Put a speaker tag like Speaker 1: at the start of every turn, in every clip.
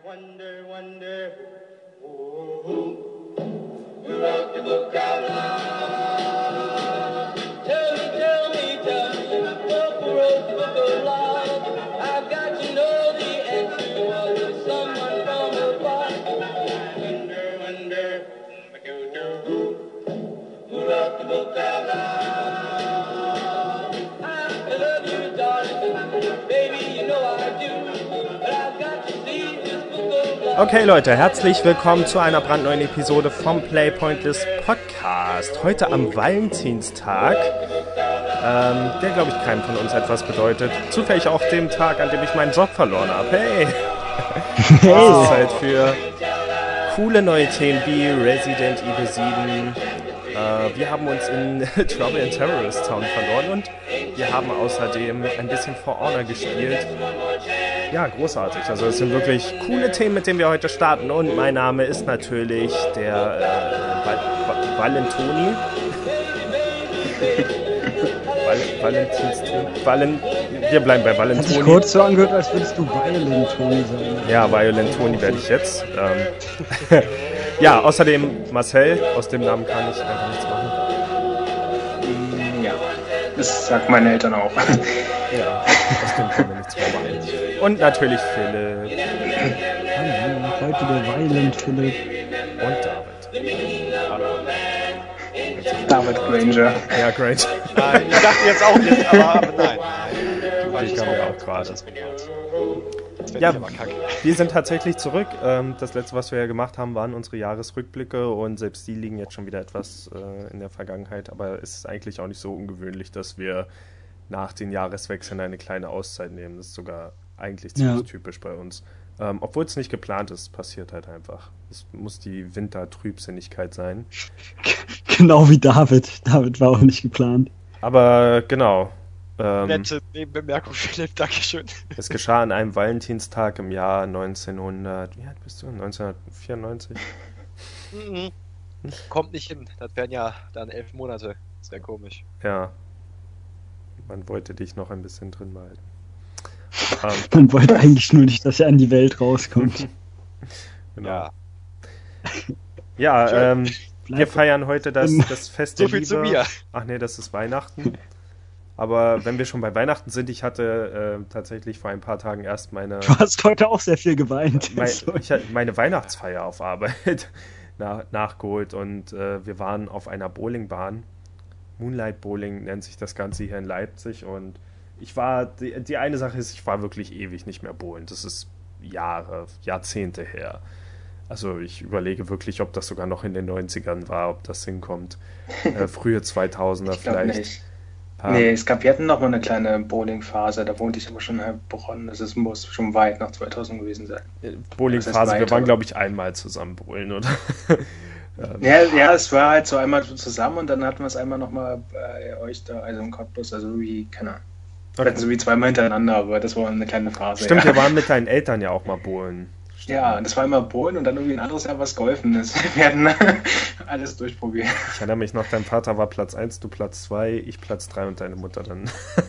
Speaker 1: Wonder, wonder, oh, who wrote the book out loud? Tell me, who wrote the book of love? I've got to know the answer. Was it someone from above? Wonder, wonder, who wrote the book out loud? I love you, darling, baby, you know I do, but I've got to see this book of love.
Speaker 2: Okay Leute, herzlich willkommen zu einer brandneuen Episode vom Playpointless Podcast. Heute am Valentinstag, der glaube ich keinem von uns etwas bedeutet. Zufällig auch dem Tag, an dem ich meinen Job verloren habe. Hey! Es ist Zeit für coole neue Themen wie Resident Evil 7. Wir haben uns in Trouble in Terrorist Town verloren und wir haben außerdem ein bisschen For Honor gespielt. Ja, großartig. Also es sind wirklich coole Themen, mit denen wir heute starten. Und mein Name ist natürlich der Valentoni. Wir bleiben bei Valentoni.
Speaker 3: Hat sich kurz so angehört, als würdest du Violentoni sein.
Speaker 2: Ja, Violentoni werde ich jetzt. Ja, außerdem Marcel. Aus dem Namen kann ich einfach nichts machen.
Speaker 4: Ja, das sagen meine Eltern auch.
Speaker 2: Ja, aus dem können wir nichts mehr machen. Und natürlich Philipp.
Speaker 3: Hallo, heute der Violent Philipp.
Speaker 2: Und David. Hallo.
Speaker 4: David Granger.
Speaker 2: Ja, Granger.
Speaker 5: Nein, ich dachte jetzt auch nicht, aber nein.
Speaker 2: Ich kam ja auch gerade.
Speaker 5: Das
Speaker 2: Ja,
Speaker 5: aber kacke.
Speaker 2: wir sind tatsächlich zurück. Das letzte, was wir ja gemacht haben, waren unsere Jahresrückblicke und selbst die liegen jetzt schon wieder etwas in der Vergangenheit. Aber es ist eigentlich auch nicht so ungewöhnlich, dass wir nach den Jahreswechseln eine kleine Auszeit nehmen. Das ist sogar eigentlich ziemlich typisch bei uns. Obwohl es nicht geplant ist, passiert halt einfach. Es muss die Wintertrübsinnigkeit sein.
Speaker 3: Genau wie David. David war auch nicht geplant.
Speaker 2: Aber genau.
Speaker 5: Nette Nebenbemerkung, Philipp, dankeschön.
Speaker 2: Es geschah an einem Valentinstag im Jahr 1900. Wie alt bist du? 1994?
Speaker 5: Kommt nicht hin. Das wären ja dann 11 Monate. Das wäre komisch.
Speaker 2: Ja. Man wollte dich noch ein bisschen drin behalten.
Speaker 3: Man wollte eigentlich nur nicht, dass er an die Welt rauskommt.
Speaker 2: Genau. Ja, wir feiern heute das Fest der
Speaker 5: So viel
Speaker 2: Liebe.
Speaker 5: zu mir.
Speaker 2: Ach nee, das ist Weihnachten. Aber wenn wir schon bei Weihnachten sind, ich hatte tatsächlich vor ein paar Tagen erst meine...
Speaker 3: Du hast heute auch sehr viel geweint.
Speaker 2: meine Weihnachtsfeier auf Arbeit nachgeholt und wir waren auf einer Bowlingbahn. Moonlight Bowling nennt sich das Ganze hier in Leipzig und die eine Sache ist, ich war wirklich ewig nicht mehr bowlen. Das ist Jahrzehnte her. Also ich überlege wirklich, ob das sogar noch in den 90ern war, ob das hinkommt. Frühe 2000er
Speaker 4: Ich glaube
Speaker 2: vielleicht.
Speaker 4: nicht. Nee, wir hatten noch mal eine kleine Bowling-Phase, da wohnte ich aber schon in Heilbronn. Muss schon weit nach 2000 gewesen sein.
Speaker 2: Bowling-Phase, wir waren glaube ich einmal zusammen bowlen, oder?
Speaker 4: Ja, es war halt so einmal zusammen und dann hatten wir es einmal nochmal bei euch da, also im Cottbus, also wie, keine Ahnung. Wir hatten so wie zweimal hintereinander, aber das war eine kleine Phase.
Speaker 2: Stimmt,
Speaker 4: ja.
Speaker 2: wir waren mit deinen Eltern ja auch mal bowlen.
Speaker 4: Ja, das war immer Bowlen und dann irgendwie ein anderes Jahr was geholfen ist. Wir hatten alles durchprobiert.
Speaker 2: Ich erinnere mich noch, dein Vater war Platz 1, du Platz 2, ich Platz 3 und deine Mutter dann.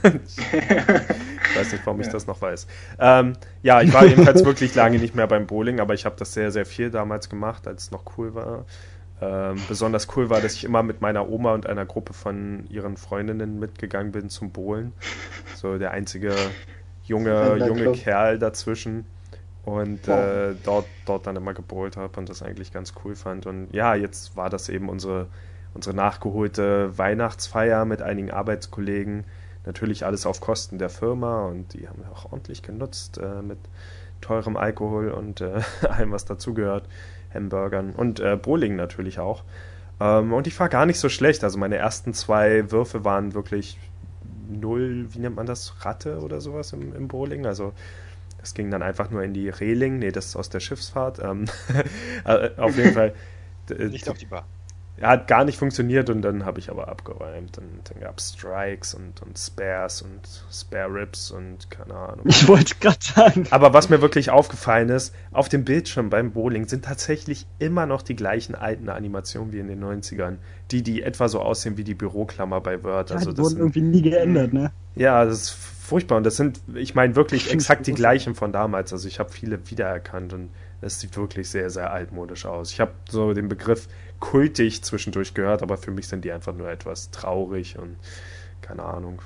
Speaker 2: Ich weiß nicht, warum ich das noch weiß. Ja, ich war jedenfalls wirklich lange nicht mehr beim Bowling, aber ich habe das sehr, sehr viel damals gemacht, als es noch cool war. Besonders cool war, dass ich immer mit meiner Oma und einer Gruppe von ihren Freundinnen mitgegangen bin zum Bowlen. So der einzige junge Kerl dazwischen. Und dort dann immer gebowlt habe und das eigentlich ganz cool fand. Und ja, jetzt war das eben unsere nachgeholte Weihnachtsfeier mit einigen Arbeitskollegen. Natürlich alles auf Kosten der Firma und die haben wir auch ordentlich genutzt mit teurem Alkohol und allem, was dazugehört. Hamburgern und Bowling natürlich auch. Und ich war gar nicht so schlecht. Also meine ersten 2 Würfe waren wirklich 0, wie nennt man das, Ratte oder sowas im Bowling. Also das ging dann einfach nur in die Reling. Nee, das ist aus der Schiffsfahrt. Auf jeden Fall.
Speaker 5: Nicht auf die Bar.
Speaker 2: Hat gar nicht funktioniert und dann habe ich aber abgeräumt. Und dann gab es Strikes und Spares und Spare Ribs und keine Ahnung.
Speaker 3: Ich wollte gerade sagen.
Speaker 2: Aber was mir wirklich aufgefallen ist, auf dem Bildschirm beim Bowling sind tatsächlich immer noch die gleichen alten Animationen wie in den 90ern. Die etwa so aussehen wie die Büroklammer bei Word.
Speaker 3: Ja,
Speaker 2: Also
Speaker 3: die
Speaker 2: das
Speaker 3: wurden irgendwie nie geändert, ne?
Speaker 2: Ja, das ist furchtbar und das sind, ich meine, wirklich exakt die gleichen von damals. Also ich habe viele wiedererkannt und Es sieht wirklich sehr, sehr altmodisch aus. Ich habe so den Begriff kultig zwischendurch gehört, aber für mich sind die einfach nur etwas traurig und keine Ahnung.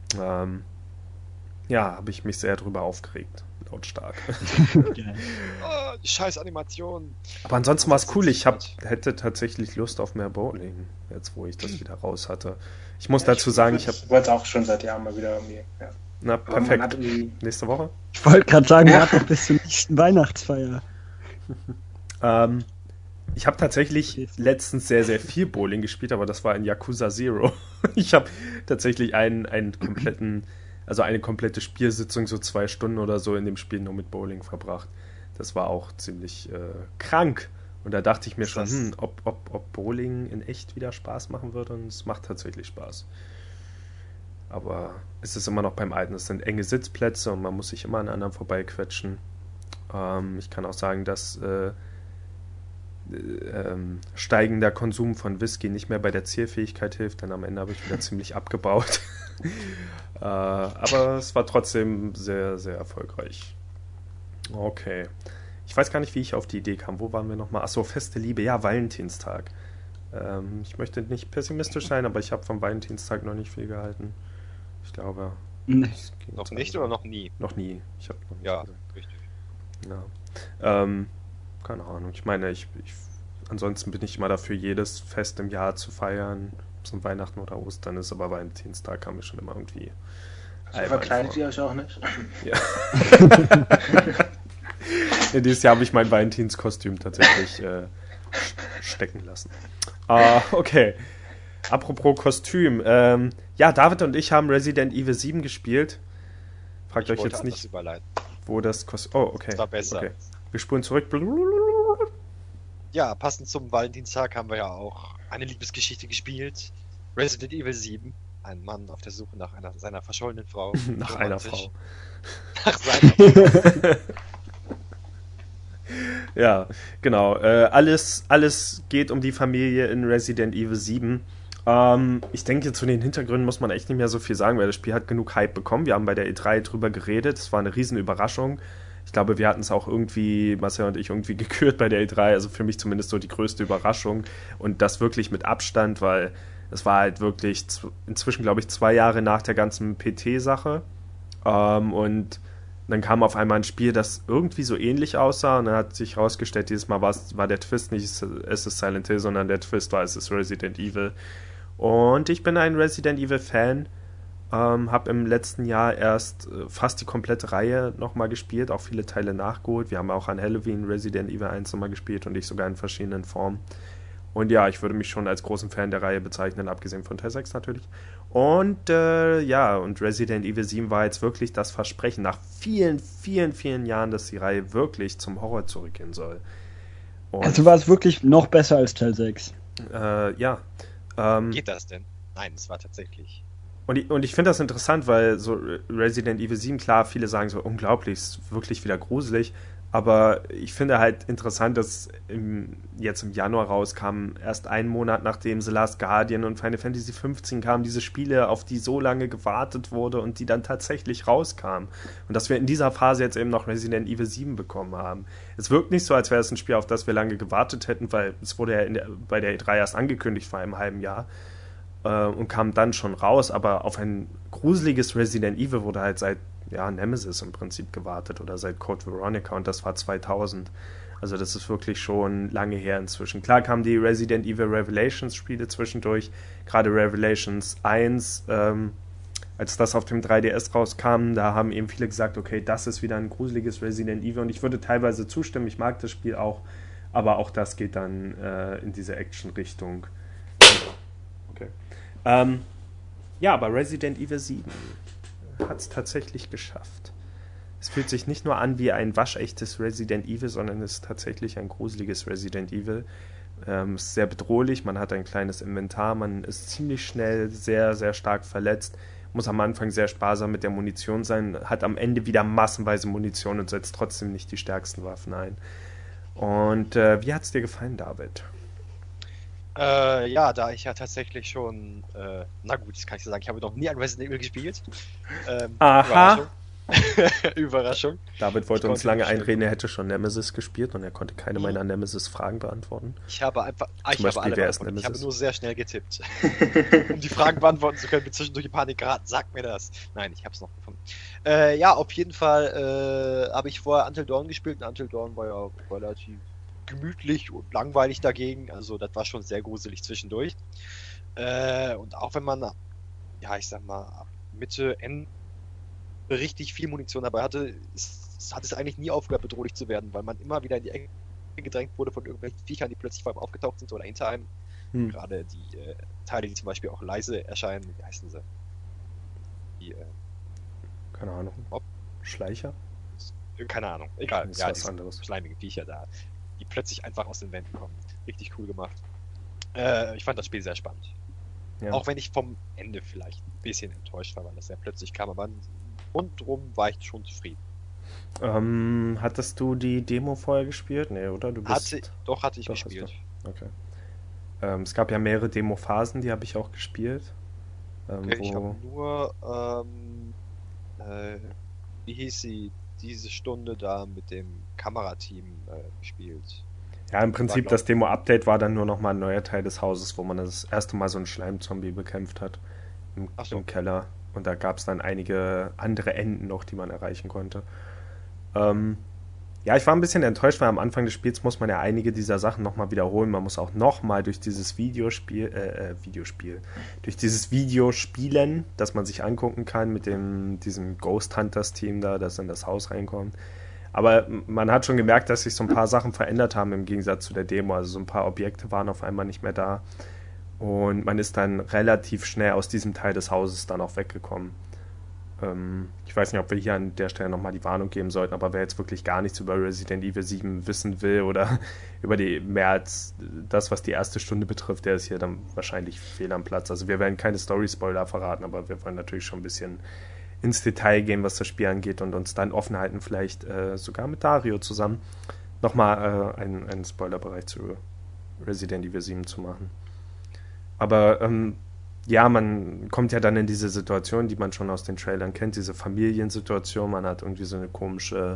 Speaker 2: Habe ich mich sehr drüber aufgeregt. Lautstark.
Speaker 5: Oh, die scheiß Animation.
Speaker 2: Aber ansonsten war es cool. Ich hätte tatsächlich Lust auf mehr Bowling, jetzt wo ich das wieder raus hatte. Ich muss dazu sagen, ich
Speaker 4: wollte auch schon seit Jahren mal wieder irgendwie. Ja.
Speaker 2: Na, perfekt. Nächste Woche?
Speaker 3: Ich wollte gerade sagen, warte noch bis zur nächsten Weihnachtsfeier.
Speaker 2: Ich habe tatsächlich letztens sehr, sehr viel Bowling gespielt, aber das war in Yakuza Zero. Ich habe tatsächlich eine komplette Spielsitzung, so 2 Stunden oder so in dem Spiel nur mit Bowling verbracht. Das war auch ziemlich krank. Und da dachte ich mir schon, ob Bowling in echt wieder Spaß machen würde. Und es macht tatsächlich Spaß. Aber es ist immer noch beim Alten. Es sind enge Sitzplätze und man muss sich immer an anderen vorbeiquetschen. Ich kann auch sagen, dass steigender Konsum von Whisky nicht mehr bei der Zählfähigkeit hilft, denn am Ende habe ich wieder ziemlich abgebaut. Aber es war trotzdem sehr, sehr erfolgreich. Okay. Ich weiß gar nicht, wie ich auf die Idee kam. Wo waren wir nochmal? Achso, feste Liebe. Ja, Valentinstag. Ich möchte nicht pessimistisch sein, aber ich habe vom Valentinstag noch nicht viel gehalten. Ich glaube...
Speaker 5: Noch nicht oder noch nie?
Speaker 2: Noch nie. Ich habe noch nicht
Speaker 5: gesagt. Richtig.
Speaker 2: Ja. Keine Ahnung. Ich meine, ansonsten bin ich immer dafür, jedes Fest im Jahr zu feiern. Ob es Weihnachten oder Ostern ist, aber Valentinstag kam mir schon immer irgendwie.
Speaker 4: Also verkleidet ihr euch auch nicht?
Speaker 2: Ja. Ja, dieses Jahr habe ich mein Valentinskostüm tatsächlich stecken lassen. Okay. Apropos Kostüm. David und ich haben Resident Evil 7 gespielt. Fragt euch jetzt nicht, wo das Kostüm... Oh, okay.
Speaker 5: Das war besser.
Speaker 2: Okay. Wir spulen zurück.
Speaker 5: Ja, passend zum Valentinstag haben wir ja auch eine Liebesgeschichte gespielt. Resident Evil 7. Ein Mann auf der Suche nach seiner verschollenen Frau.
Speaker 2: Nach einer Frau.
Speaker 5: Nach seiner Frau.
Speaker 2: Ja, genau. Alles geht um die Familie in Resident Evil 7. Ich denke, zu den Hintergründen muss man echt nicht mehr so viel sagen, weil das Spiel hat genug Hype bekommen. Wir haben bei der E3 drüber geredet. Es war eine riesen Überraschung. Ich glaube, wir hatten es auch irgendwie, Marcel und ich, irgendwie gekürt bei der E3. Also für mich zumindest so die größte Überraschung. Und das wirklich mit Abstand, weil es war halt wirklich inzwischen, glaube ich, 2 Jahre nach der ganzen PT-Sache. Und dann kam auf einmal ein Spiel, das irgendwie so ähnlich aussah. Und dann hat sich herausgestellt, dieses Mal war der Twist nicht es ist Silent Hill, sondern der Twist war, es ist Resident Evil. Und ich bin ein Resident Evil-Fan. Habe im letzten Jahr erst fast die komplette Reihe nochmal gespielt, auch viele Teile nachgeholt. Wir haben auch an Halloween Resident Evil 1 nochmal gespielt und ich sogar in verschiedenen Formen. Und ja, ich würde mich schon als großen Fan der Reihe bezeichnen, abgesehen von Teil 6 natürlich. Und und Resident Evil 7 war jetzt wirklich das Versprechen nach vielen, vielen, vielen Jahren, dass die Reihe wirklich zum Horror zurückgehen soll. Und
Speaker 3: also war es wirklich noch besser als Teil 6?
Speaker 2: Ja.
Speaker 5: Geht das denn? Nein, es war tatsächlich...
Speaker 2: Und ich finde das interessant, weil so Resident Evil 7, klar, viele sagen so, unglaublich, ist wirklich wieder gruselig, aber ich finde halt interessant, dass jetzt im Januar rauskam, erst einen Monat nachdem The Last Guardian und Final Fantasy 15 kamen, diese Spiele, auf die so lange gewartet wurde und die dann tatsächlich rauskamen. Und dass wir in dieser Phase jetzt eben noch Resident Evil 7 bekommen haben. Es wirkt nicht so, als wäre es ein Spiel, auf das wir lange gewartet hätten, weil es wurde ja bei der E3 erst angekündigt vor einem halben Jahr. Und kam dann schon raus, aber auf ein gruseliges Resident Evil wurde halt seit Nemesis im Prinzip gewartet oder seit Code Veronica und das war 2000. Also das ist wirklich schon lange her inzwischen. Klar kamen die Resident Evil Revelations Spiele zwischendurch, gerade Revelations 1, als das auf dem 3DS rauskam, da haben eben viele gesagt, okay, das ist wieder ein gruseliges Resident Evil und ich würde teilweise zustimmen, ich mag das Spiel auch, aber auch das geht dann in diese Action-Richtung. Aber Resident Evil 7 hat es tatsächlich geschafft. Es fühlt sich nicht nur an wie ein waschechtes Resident Evil, sondern es ist tatsächlich ein gruseliges Resident Evil. Es ist sehr bedrohlich, man hat ein kleines Inventar, man ist ziemlich schnell sehr, sehr stark verletzt, muss am Anfang sehr sparsam mit der Munition sein, hat am Ende wieder massenweise Munition und setzt trotzdem nicht die stärksten Waffen ein. Und wie hat es dir gefallen, David?
Speaker 5: Da ich ja tatsächlich schon, das kann ich so sagen, ich habe noch nie ein Resident Evil gespielt.
Speaker 2: Aha.
Speaker 5: Überraschung.
Speaker 2: David wollte uns lange einreden, er hätte schon Nemesis gespielt und er konnte keine meiner Nemesis-Fragen beantworten.
Speaker 5: Ich habe einfach,
Speaker 2: Zum Beispiel,
Speaker 5: alle
Speaker 2: wer ist
Speaker 5: beantwortet. Ich habe
Speaker 2: Nemesis?
Speaker 5: nur sehr schnell getippt. Um die Fragen beantworten zu können, bin zwischendurch in Panik geraten. Sag mir das. Nein, ich habe es noch gefunden. Ja, auf jeden Fall habe ich vorher Until Dawn gespielt. Und Until Dawn war ja relativ gemütlich und langweilig dagegen. Also das war schon sehr gruselig zwischendurch. Und auch wenn man, ja, ich sag mal, ab Mitte, Ende richtig viel Munition dabei hatte, hat es eigentlich nie aufgehört, bedrohlich zu werden, weil man immer wieder in die Ecke gedrängt wurde von irgendwelchen Viechern, die plötzlich vor einem aufgetaucht sind oder hinter einem. Gerade die Teile, die zum Beispiel auch leise erscheinen, wie heißen sie? Die,
Speaker 2: keine Ahnung. Schleicher?
Speaker 5: Keine Ahnung, egal.
Speaker 2: Das ist
Speaker 5: ja,
Speaker 2: was
Speaker 5: diese
Speaker 2: anderes.
Speaker 5: schleimigen Viecher da, die plötzlich einfach aus den Wänden kommen. Richtig cool gemacht. Ich fand das Spiel sehr spannend.
Speaker 2: Ja.
Speaker 5: Auch wenn ich vom Ende vielleicht ein bisschen enttäuscht war, weil das sehr plötzlich kam, aber rundrum war ich schon zufrieden.
Speaker 2: Hattest du die Demo vorher gespielt? Nee, oder?
Speaker 5: Hatte ich gespielt.
Speaker 2: Okay. Es gab ja mehrere Demo-Phasen, die habe ich auch gespielt.
Speaker 5: Okay, ich habe nur, wie hieß sie, diese Stunde da mit dem Kamerateam gespielt.
Speaker 2: Ja, im Prinzip das Demo-Update war dann nur nochmal ein neuer Teil des Hauses, wo man das erste Mal so einen Schleimzombie bekämpft hat im Keller. Und da gab es dann einige andere Enden noch, die man erreichen konnte. Ja, ich war ein bisschen enttäuscht, weil am Anfang des Spiels muss man ja einige dieser Sachen nochmal wiederholen. Man muss auch nochmal durch dieses durch dieses Video spielen, das man sich angucken kann mit diesem Ghost Hunters Team da, das in das Haus reinkommt. Aber man hat schon gemerkt, dass sich so ein paar Sachen verändert haben im Gegensatz zu der Demo. Also so ein paar Objekte waren auf einmal nicht mehr da. Und man ist dann relativ schnell aus diesem Teil des Hauses dann auch weggekommen. Ich weiß nicht, ob wir hier an der Stelle nochmal die Warnung geben sollten, aber wer jetzt wirklich gar nichts über Resident Evil 7 wissen will oder über mehr als das, was die erste Stunde betrifft, der ist hier dann wahrscheinlich fehl am Platz. Also wir werden keine Story-Spoiler verraten, aber wir wollen natürlich schon ein bisschen ins Detail gehen, was das Spiel angeht und uns dann offen halten, vielleicht sogar mit Dario zusammen nochmal einen Spoilerbereich zu Resident Evil 7 zu machen. Aber ja, man kommt ja dann in diese Situation, die man schon aus den Trailern kennt, diese Familiensituation. Man hat irgendwie so eine komische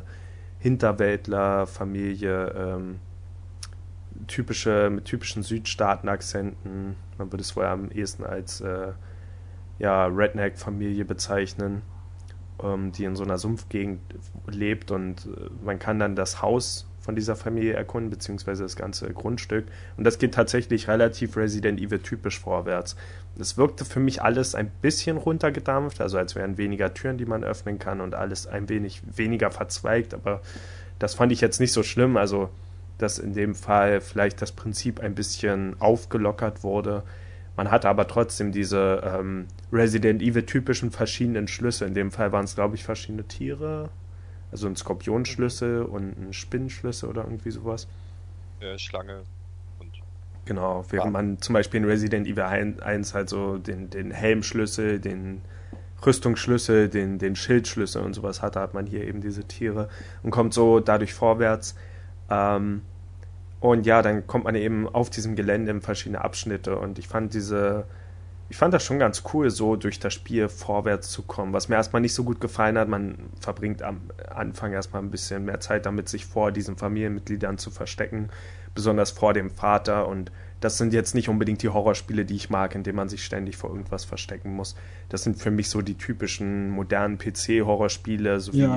Speaker 2: Hinterwäldler-Familie, mit typischen Südstaaten-Akzenten. Man würde es wohl am ehesten als Redneck-Familie bezeichnen, die in so einer Sumpfgegend lebt und man kann dann das Haus von dieser Familie erkunden, beziehungsweise das ganze Grundstück. Und das geht tatsächlich relativ Resident Evil typisch vorwärts. Es wirkte für mich alles ein bisschen runtergedampft, also als wären weniger Türen, die man öffnen kann und alles ein wenig weniger verzweigt, aber das fand ich jetzt nicht so schlimm, also dass in dem Fall vielleicht das Prinzip ein bisschen aufgelockert wurde. Man hatte aber trotzdem diese Resident Evil typischen verschiedenen Schlüsse. In dem Fall waren es, glaube ich, verschiedene Tiere. Also ein Skorpionschlüssel und ein Spinnenschlüssel oder irgendwie sowas.
Speaker 5: Schlange und...
Speaker 2: Genau, während man zum Beispiel in Resident Evil 1 halt so den Helmschlüssel, den Rüstungsschlüssel, den Schildschlüssel und sowas hatte, hat man hier eben diese Tiere und kommt so dadurch vorwärts. Und ja, dann kommt man eben auf diesem Gelände in verschiedene Abschnitte und ich fand das schon ganz cool, so durch das Spiel vorwärts zu kommen. Was mir erstmal nicht so gut gefallen hat, man verbringt am Anfang erstmal ein bisschen mehr Zeit damit, sich vor diesen Familienmitgliedern zu verstecken, besonders vor dem Vater. Und das sind jetzt nicht unbedingt die Horrorspiele, die ich mag, in denen man sich ständig vor irgendwas verstecken muss. Das sind für mich so die typischen modernen PC-Horrorspiele, so wie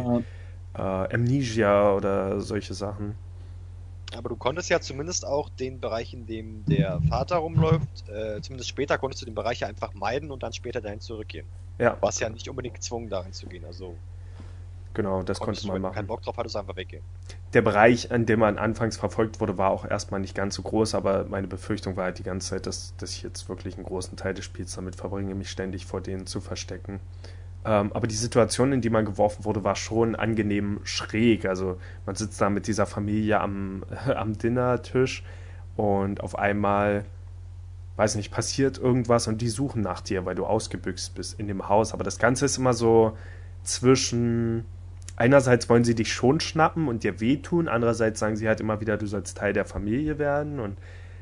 Speaker 2: Amnesia oder solche Sachen.
Speaker 5: Aber du konntest ja zumindest auch den Bereich, in dem der Vater rumläuft, zumindest später konntest du den Bereich ja einfach meiden und dann später dahin zurückgehen.
Speaker 2: Ja.
Speaker 5: Du warst ja nicht unbedingt gezwungen, dahin zu gehen. Also
Speaker 2: genau, das konnte man
Speaker 5: wenn
Speaker 2: machen.
Speaker 5: du keinen Bock drauf hattest, einfach weggehen.
Speaker 2: Der Bereich, an dem man anfangs verfolgt wurde, war auch erstmal nicht ganz so groß, aber meine Befürchtung war halt die ganze Zeit, dass ich jetzt wirklich einen großen Teil des Spiels damit verbringe, mich ständig vor denen zu verstecken. Aber die Situation, in die man geworfen wurde, war schon angenehm schräg. Also man sitzt da mit dieser Familie am Dinnertisch und auf einmal, weiß nicht, passiert irgendwas und die suchen nach dir, weil du ausgebüxt bist in dem Haus. Aber das Ganze ist immer so zwischen, einerseits wollen sie dich schon schnappen und dir wehtun, andererseits sagen sie halt immer wieder, du sollst Teil der Familie werden und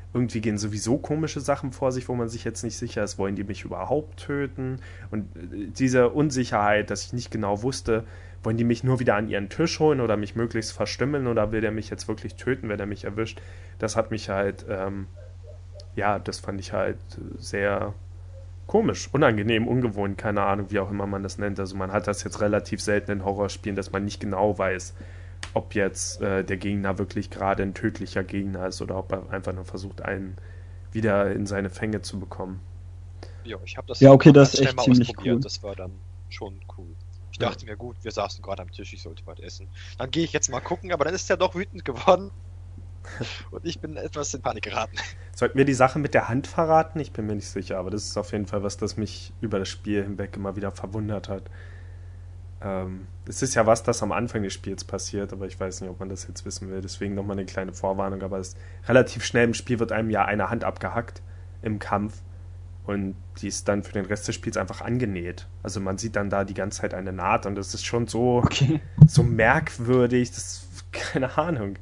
Speaker 2: irgendwie gehen sowieso komische Sachen vor sich, wo man sich jetzt nicht sicher ist, wollen die mich überhaupt töten? Und diese Unsicherheit, dass ich nicht genau wusste, wollen die mich nur wieder an ihren Tisch holen oder mich möglichst verstümmeln oder will der mich jetzt wirklich töten, wenn er mich erwischt? Das hat mich halt, das fand ich halt sehr komisch, unangenehm, ungewohnt, keine Ahnung, wie auch immer man das nennt. Also man hat das jetzt relativ selten in Horrorspielen, dass man nicht genau weiß, ob jetzt der Gegner wirklich gerade ein tödlicher Gegner ist oder ob er einfach nur versucht, einen wieder in seine Fänge zu bekommen.
Speaker 5: Ja, ich habe das
Speaker 3: das ist echt ziemlich cool.
Speaker 5: Das war dann schon cool. Ich dachte mir, gut, wir saßen gerade am Tisch, ich sollte was essen. Dann gehe ich jetzt mal gucken, aber dann ist er doch wütend geworden. Und ich bin etwas in Panik geraten.
Speaker 2: Sollten wir die Sache mit der Hand verraten? Ich bin mir nicht sicher, aber das ist auf jeden Fall was, das mich über das Spiel hinweg immer wieder verwundert hat. Es ist ja was, das am Anfang des Spiels passiert, aber ich weiß nicht, ob man das jetzt wissen will. Deswegen nochmal eine kleine Vorwarnung, aber relativ schnell im Spiel wird einem ja eine Hand abgehackt im Kampf und die ist dann für den Rest des Spiels einfach angenäht. Also man sieht dann da die ganze Zeit eine Naht und das ist schon so, so merkwürdig, das ist keine Ahnung.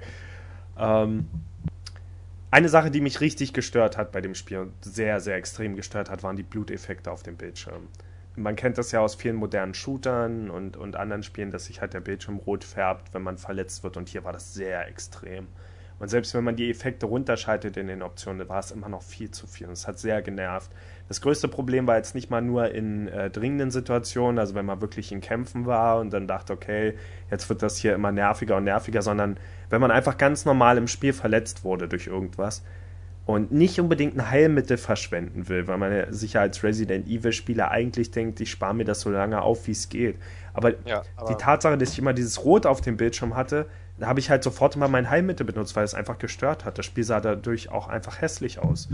Speaker 2: Eine Sache, die mich richtig gestört hat bei dem Spiel und sehr, sehr extrem gestört hat, waren die Bluteffekte auf dem Bildschirm. Man kennt das ja aus vielen modernen Shootern und anderen Spielen, dass sich halt der Bildschirm rot färbt, wenn man verletzt wird und hier war das sehr extrem. Und selbst wenn man die Effekte runterschaltet in den Optionen, war es immer noch viel zu viel und es hat sehr genervt. Das größte Problem war jetzt nicht mal nur in dringenden Situationen, also wenn man wirklich in Kämpfen war und dann dachte, okay, jetzt wird das hier immer nerviger und nerviger, sondern wenn man einfach ganz normal im Spiel verletzt wurde durch irgendwas und nicht unbedingt ein Heilmittel verschwenden will, weil man sich ja als Resident Evil Spieler eigentlich denkt, ich spare mir das so lange auf, wie es geht. Aber die Tatsache, dass ich immer dieses Rot auf dem Bildschirm hatte, da habe ich halt sofort immer mein Heilmittel benutzt, weil es einfach gestört hat. Das Spiel sah dadurch auch einfach hässlich aus.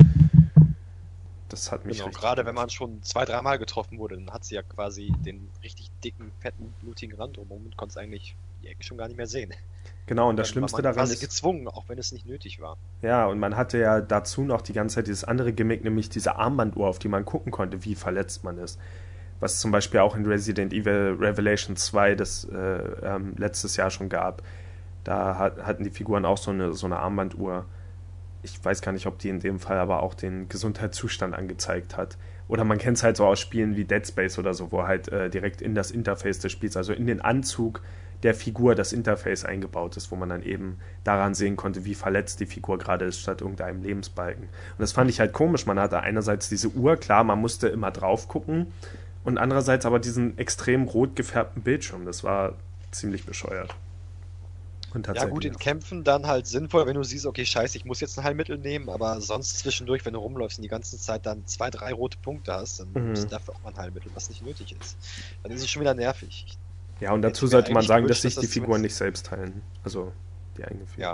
Speaker 2: Das hat mich richtig
Speaker 5: gerade wenn man schon 2-3 Mal getroffen wurde, dann hat sie ja quasi den richtig dicken, fetten, blutigen Rand und im Moment konnte es eigentlich die Ecke schon gar nicht mehr sehen.
Speaker 2: Genau, und das Schlimmste daran ist...
Speaker 5: gezwungen, auch wenn es nicht nötig war.
Speaker 2: Ja, und man hatte ja dazu noch die ganze Zeit dieses andere Gimmick, nämlich diese Armbanduhr, auf die man gucken konnte, wie verletzt man ist. Was zum Beispiel auch in Resident Evil Revelation 2 das letztes Jahr schon gab. Da hatten die Figuren auch so eine Armbanduhr. Ich weiß gar nicht, ob die in dem Fall aber auch den Gesundheitszustand angezeigt hat. Oder man kennt es halt so aus Spielen wie Dead Space oder so, wo halt direkt in das Interface des Spiels, also in den Anzug der Figur das Interface eingebaut ist, wo man dann eben daran sehen konnte, wie verletzt die Figur gerade ist, statt irgendeinem Lebensbalken. Und das fand ich halt komisch. Man hatte einerseits diese Uhr, klar, man musste immer drauf gucken, und andererseits aber diesen extrem rot gefärbten Bildschirm. Das war ziemlich bescheuert. Und
Speaker 5: ja gut, in Kämpfen dann halt sinnvoll, wenn du siehst, okay, scheiße, ich muss jetzt ein Heilmittel nehmen, aber sonst zwischendurch, wenn du rumläufst und die ganze Zeit dann 2-3 rote Punkte hast, dann nimmst du dafür auch mal ein Heilmittel, was nicht nötig ist. Dann ist es schon wieder nervig.
Speaker 2: Ja, und dazu sollte man sagen, dass sich die Figuren nicht selbst heilen. Also die eigene Figur.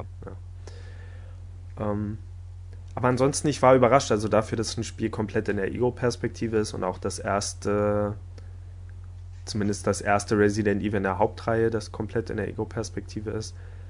Speaker 2: Ja. Aber ansonsten, ich war überrascht, also dafür, dass ein Spiel komplett in der Ego-Perspektive ist und auch zumindest das erste Resident Evil in der Hauptreihe, das komplett in der Ego-Perspektive ist.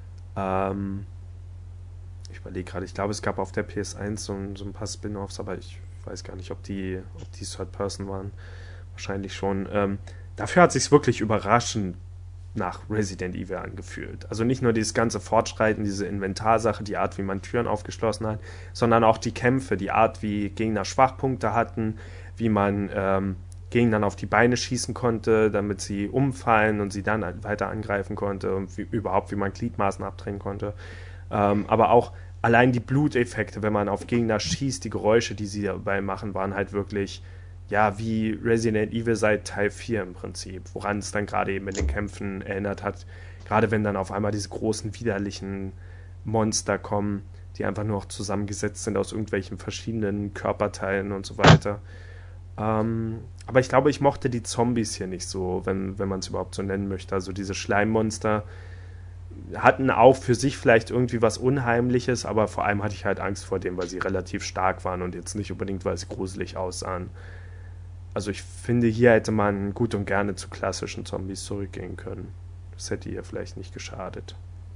Speaker 2: Ich überlege gerade, ich glaube, es gab auf der PS1 so ein paar Spin-Offs, aber ich weiß gar nicht, ob die Third Person waren. Wahrscheinlich schon. Dafür hat es sich wirklich überraschend nach Resident Evil angefühlt. Also nicht nur dieses ganze Fortschreiten, diese Inventarsache, die Art, wie man Türen aufgeschlossen hat, sondern auch die Kämpfe, die Art, wie Gegner Schwachpunkte hatten, wie man Gegnern auf die Beine schießen konnte, damit sie umfallen und sie dann weiter angreifen konnte und wie man Gliedmaßen abtrennen konnte. Aber auch allein die Bluteffekte, wenn man auf Gegner schießt, die Geräusche, die sie dabei machen, waren halt wirklich wie Resident Evil seit Teil 4 im Prinzip, woran es dann gerade eben in den Kämpfen erinnert hat. Gerade wenn dann auf einmal diese großen, widerlichen Monster kommen, die einfach nur noch zusammengesetzt sind aus irgendwelchen verschiedenen Körperteilen und so weiter. Aber ich glaube, ich mochte die Zombies hier nicht so, wenn man es überhaupt so nennen möchte. Also diese Schleimmonster hatten auch für sich vielleicht irgendwie was Unheimliches, aber vor allem hatte ich halt Angst vor dem, weil sie relativ stark waren und jetzt nicht unbedingt, weil sie gruselig aussahen. Also ich finde, hier hätte man gut und gerne zu klassischen Zombies zurückgehen können. Das hätte ihr vielleicht nicht geschadet.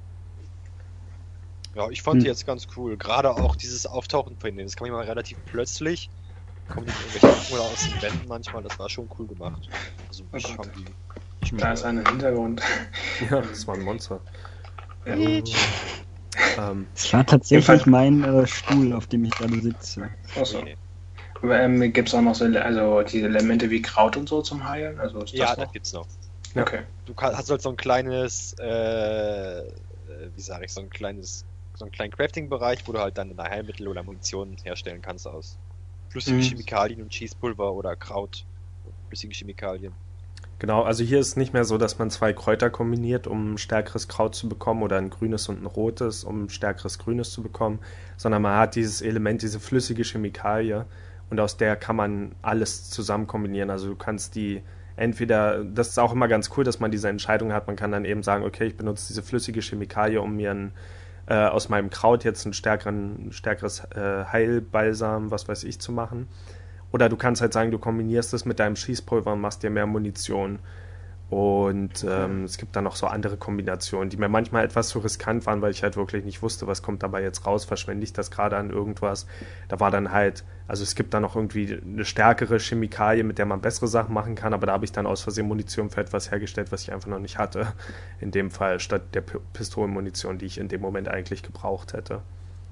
Speaker 5: Ja, ich fand die jetzt ganz cool. Gerade auch dieses Auftauchen von denen. Das kam immer relativ plötzlich. Kommen die in irgendwelche oder aus den Wänden manchmal. Das war schon cool gemacht. Also ich fand die...
Speaker 4: Da ist einer im Hintergrund.
Speaker 2: Ja, das war ein Monster.
Speaker 4: Ja.
Speaker 3: Es war tatsächlich mein Stuhl, auf dem ich gerade sitze.
Speaker 4: Achso. Gibt es auch noch so, also diese Elemente wie Kraut und so zum Heilen? Also ist
Speaker 5: Ja,
Speaker 4: das
Speaker 5: das gibt's noch.
Speaker 4: Okay.
Speaker 5: Du hast halt so ein kleines, wie sage ich, so einen kleinen Crafting-Bereich, wo du halt dann deine Heilmittel oder Munition herstellen kannst aus flüssigen Chemikalien und Schießpulver oder Kraut, flüssigen Chemikalien.
Speaker 2: Genau, also hier ist nicht mehr so, dass man 2 Kräuter kombiniert, um ein stärkeres Kraut zu bekommen oder ein grünes und ein rotes, um ein stärkeres grünes zu bekommen, sondern man hat dieses Element, diese flüssige Chemikalie und aus der kann man alles zusammen kombinieren. Also du kannst die entweder, das ist auch immer ganz cool, dass man diese Entscheidung hat, man kann dann eben sagen, okay, ich benutze diese flüssige Chemikalie, um mir aus meinem Kraut jetzt ein stärkeres Heilbalsam, was weiß ich, zu machen. Oder du kannst halt sagen, du kombinierst es mit deinem Schießpulver und machst dir mehr Munition. Und es gibt dann noch so andere Kombinationen, die mir manchmal etwas zu riskant waren, weil ich halt wirklich nicht wusste, was kommt dabei jetzt raus, verschwende ich das gerade an irgendwas. Da war dann halt, also es gibt dann noch irgendwie eine stärkere Chemikalie, mit der man bessere Sachen machen kann, aber da habe ich dann aus Versehen Munition für etwas hergestellt, was ich einfach noch nicht hatte. In dem Fall statt der Pistolenmunition, die ich in dem Moment eigentlich gebraucht hätte.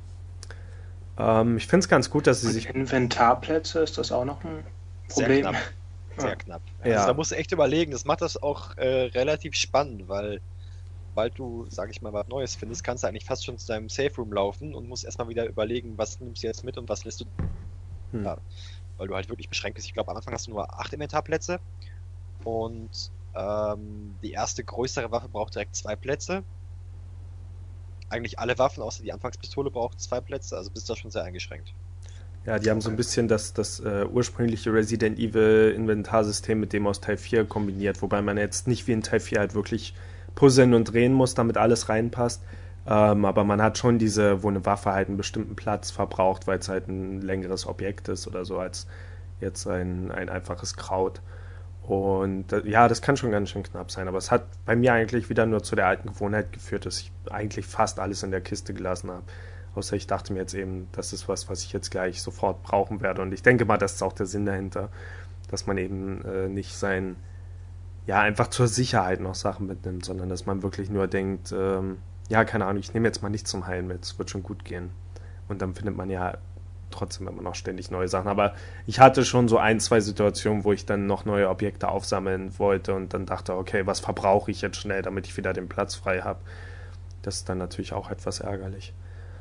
Speaker 2: Ich finde es ganz gut, dass sie sich...
Speaker 4: Inventarplätze, ist das auch noch ein Problem?
Speaker 5: Sehr knapp. Sehr knapp. Also
Speaker 2: Ja.
Speaker 5: da musst du echt überlegen. Das macht das auch relativ spannend, weil sobald du, sag ich mal, was Neues findest, kannst du eigentlich fast schon zu deinem Safe Room laufen und musst erstmal wieder überlegen, was nimmst du jetzt mit und was lässt du. Ja, weil du halt wirklich beschränkt bist. Ich glaube, am Anfang hast du nur 8 Inventarplätze und die erste größere Waffe braucht direkt 2 Plätze. Eigentlich alle Waffen, außer die Anfangspistole, braucht 2 Plätze, also bist du da schon sehr eingeschränkt.
Speaker 2: Ja, die haben so ein bisschen das ursprüngliche Resident Evil Inventarsystem mit dem aus Teil 4 kombiniert, wobei man jetzt nicht wie in Teil 4 halt wirklich puzzeln und drehen muss, damit alles reinpasst. Aber man hat schon wo eine Waffe halt einen bestimmten Platz verbraucht, weil es halt ein längeres Objekt ist oder so, als jetzt ein einfaches Kraut. Und ja, das kann schon ganz schön knapp sein, aber es hat bei mir eigentlich wieder nur zu der alten Gewohnheit geführt, dass ich eigentlich fast alles in der Kiste gelassen habe. Außer ich dachte mir jetzt eben, das ist was ich jetzt gleich sofort brauchen werde. Und ich denke mal, das ist auch der Sinn dahinter, dass man eben nicht einfach zur Sicherheit noch Sachen mitnimmt, sondern dass man wirklich nur denkt, keine Ahnung, ich nehme jetzt mal nichts zum Heilen mit, es wird schon gut gehen. Und dann findet man ja trotzdem immer noch ständig neue Sachen. Aber ich hatte schon so 1-2 Situationen, wo ich dann noch neue Objekte aufsammeln wollte und dann dachte, okay, was verbrauche ich jetzt schnell, damit ich wieder den Platz frei habe. Das ist dann natürlich auch etwas ärgerlich.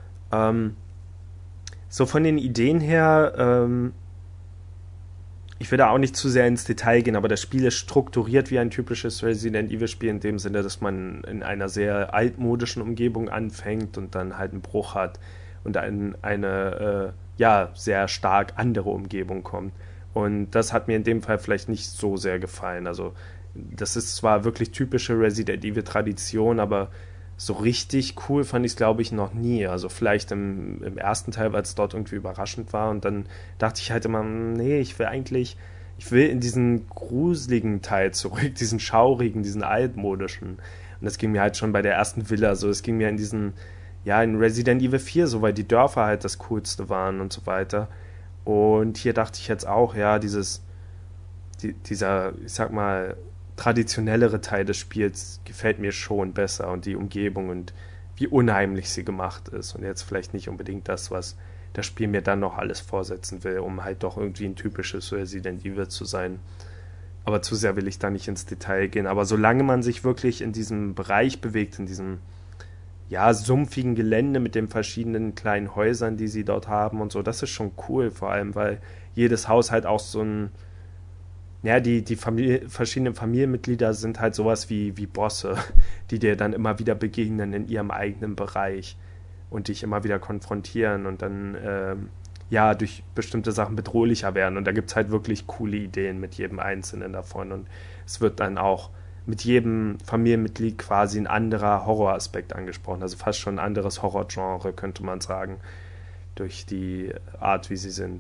Speaker 2: So von den Ideen her, ich will da auch nicht zu sehr ins Detail gehen, aber das Spiel ist strukturiert wie ein typisches Resident Evil Spiel in dem Sinne, dass man in einer sehr altmodischen Umgebung anfängt und dann halt einen Bruch hat und in eine sehr stark andere Umgebung kommt. Und das hat mir in dem Fall vielleicht nicht so sehr gefallen. Also das ist zwar wirklich typische Resident Evil Tradition, aber so richtig cool fand ich es, glaube ich, noch nie. Also vielleicht im ersten Teil, weil es dort irgendwie überraschend war. Und dann dachte ich halt immer, nee, ich will in diesen gruseligen Teil zurück, diesen schaurigen, diesen altmodischen. Und das ging mir halt schon bei der ersten Villa so. Es ging mir in Resident Evil 4 so, weil die Dörfer halt das Coolste waren und so weiter. Und hier dachte ich jetzt auch, ja, dieser, ich sag mal, traditionellere Teil des Spiels gefällt mir schon besser und die Umgebung und wie unheimlich sie gemacht ist und jetzt vielleicht nicht unbedingt das, was das Spiel mir dann noch alles vorsetzen will, um halt doch irgendwie ein typisches Resident Evil zu sein. Aber zu sehr will ich da nicht ins Detail gehen. Aber solange man sich wirklich in diesem Bereich bewegt, in diesem sumpfigen Gelände mit den verschiedenen kleinen Häusern, die sie dort haben und so, das ist schon cool, vor allem, weil jedes Haus halt auch so ein die verschiedenen Familienmitglieder sind halt sowas wie Bosse, die dir dann immer wieder begegnen in ihrem eigenen Bereich und dich immer wieder konfrontieren und dann durch bestimmte Sachen bedrohlicher werden. Und da gibt es halt wirklich coole Ideen mit jedem Einzelnen davon. Und es wird dann auch mit jedem Familienmitglied quasi ein anderer Horroraspekt angesprochen. Also fast schon ein anderes Horrorgenre, könnte man sagen, durch die Art, wie sie sind.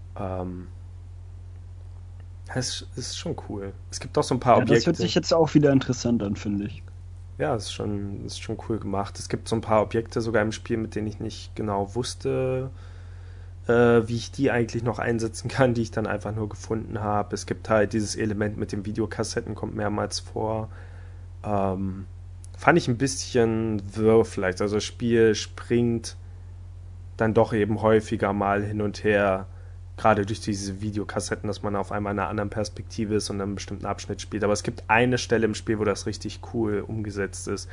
Speaker 2: Es ist schon cool. Es gibt auch so ein paar Objekte.
Speaker 3: Das hört sich jetzt auch wieder interessant an, finde ich.
Speaker 2: Ja, ist schon cool gemacht. Es gibt so ein paar Objekte sogar im Spiel, mit denen ich nicht genau wusste, wie ich die eigentlich noch einsetzen kann, die ich dann einfach nur gefunden habe. Es gibt halt dieses Element mit den Videokassetten, kommt mehrmals vor. fand ich ein bisschen wirr vielleicht. Also das Spiel springt dann doch eben häufiger mal hin und her, gerade durch diese Videokassetten, dass man auf einmal in einer anderen Perspektive ist und einen bestimmten Abschnitt spielt. Aber es gibt eine Stelle im Spiel, wo das richtig cool umgesetzt ist.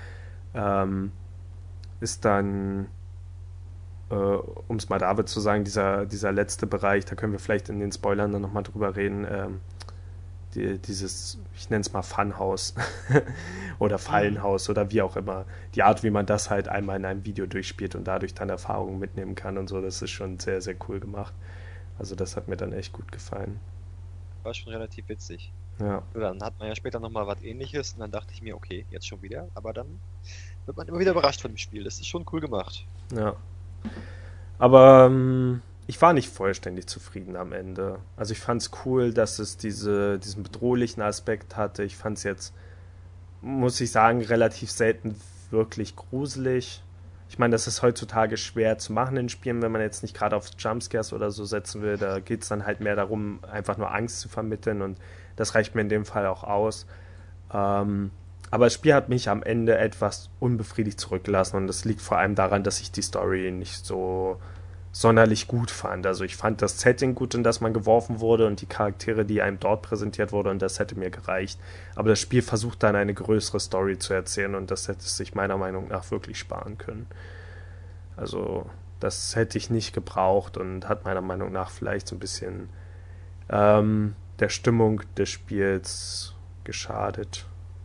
Speaker 2: Ist dann, um es mal David zu sagen, dieser letzte Bereich, da können wir vielleicht in den Spoilern dann nochmal drüber reden, dieses, ich nenne es mal Funhaus oder Fallenhaus oder wie auch immer. Die Art, wie man das halt einmal in einem Video durchspielt und dadurch dann Erfahrungen mitnehmen kann und so, das ist schon sehr, sehr cool gemacht. Also das hat mir dann echt gut gefallen.
Speaker 5: War schon relativ witzig.
Speaker 2: Ja.
Speaker 5: Dann hat man ja später nochmal was Ähnliches und dann dachte ich mir, okay, jetzt schon wieder. Aber dann wird man immer wieder überrascht von dem Spiel. Das ist schon cool gemacht.
Speaker 2: Ja. Aber ich war nicht vollständig zufrieden am Ende. Also ich fand es cool, dass es diesen bedrohlichen Aspekt hatte. Ich fand es jetzt, muss ich sagen, relativ selten wirklich gruselig. Ich meine, das ist heutzutage schwer zu machen in Spielen, wenn man jetzt nicht gerade auf Jumpscares oder so setzen will. Da geht es dann halt mehr darum, einfach nur Angst zu vermitteln und das reicht mir in dem Fall auch aus. Aber das Spiel hat mich am Ende etwas unbefriedigt zurückgelassen und das liegt vor allem daran, dass ich die Story nicht so sonderlich gut fand. Also ich fand das Setting gut, in das man geworfen wurde und die Charaktere, die einem dort präsentiert wurden, und das hätte mir gereicht. Aber das Spiel versucht dann eine größere Story zu erzählen und das hätte es sich meiner Meinung nach wirklich sparen können. Also das hätte ich nicht gebraucht und hat meiner Meinung nach vielleicht so ein bisschen der Stimmung des Spiels geschadet.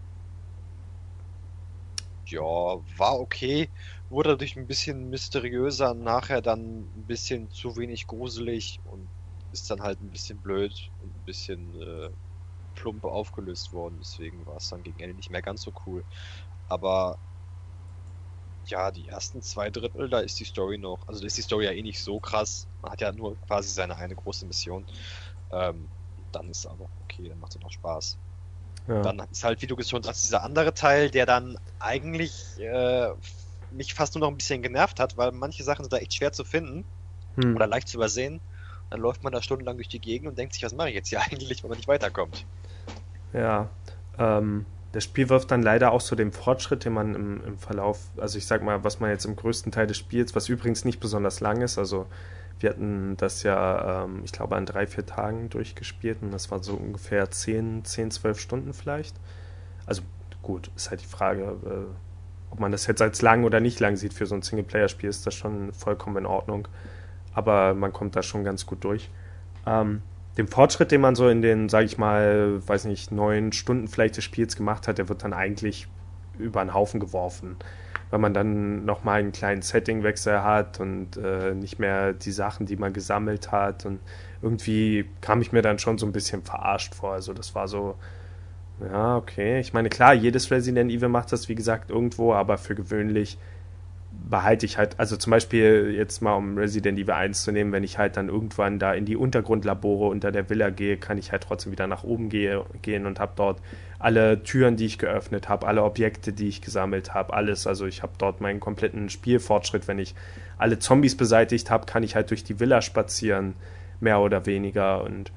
Speaker 5: Ja, war okay. Wurde dadurch ein bisschen mysteriöser, nachher dann ein bisschen zu wenig gruselig und ist dann halt ein bisschen blöd und ein bisschen plump aufgelöst worden. Deswegen war es dann gegen Ende nicht mehr ganz so cool. Aber ja, die ersten 2/3, da ist die Story noch, also da ist die Story ja eh nicht so krass. Man hat ja nur quasi seine eine große Mission. Dann ist es auch noch okay, dann macht es noch Spaß.
Speaker 2: Ja.
Speaker 5: Dann ist halt, wie du schon sagst, dieser andere Teil, der dann eigentlich mich fast nur noch ein bisschen genervt hat, weil manche Sachen sind da echt schwer zu finden oder leicht zu übersehen. Dann läuft man da stundenlang durch die Gegend und denkt sich, was mache ich jetzt hier eigentlich, wenn man nicht weiterkommt.
Speaker 2: Ja, das Spiel wirft dann leider auch so den Fortschritt, den man im Verlauf, also ich sag mal, was man jetzt im größten Teil des Spiels, was übrigens nicht besonders lang ist, also wir hatten das ja, ich glaube, an 3-4 Tagen durchgespielt und das war so ungefähr 10-12 Stunden vielleicht. Also gut, ist halt die Frage, ob man das jetzt als lang oder nicht lang sieht. Für so ein Singleplayer-Spiel ist das schon vollkommen in Ordnung. Aber man kommt da schon ganz gut durch. Den Fortschritt, den man so in den, sage ich mal, weiß nicht, 9 Stunden vielleicht des Spiels gemacht hat, der wird dann eigentlich über den Haufen geworfen. Weil man dann nochmal einen kleinen Settingwechsel hat und nicht mehr die Sachen, die man gesammelt hat. Und irgendwie kam ich mir dann schon so ein bisschen verarscht vor. Also das war so, ja, okay. Ich meine, klar, jedes Resident Evil macht das, wie gesagt, irgendwo, aber für gewöhnlich behalte ich halt, also zum Beispiel jetzt mal um Resident Evil 1 zu nehmen, wenn ich halt dann irgendwann da in die Untergrundlabore unter der Villa gehe, kann ich halt trotzdem wieder nach oben gehen und habe dort alle Türen, die ich geöffnet habe, alle Objekte, die ich gesammelt habe, alles. Also ich habe dort meinen kompletten Spielfortschritt. Wenn ich alle Zombies beseitigt habe, kann ich halt durch die Villa spazieren, mehr oder weniger. Und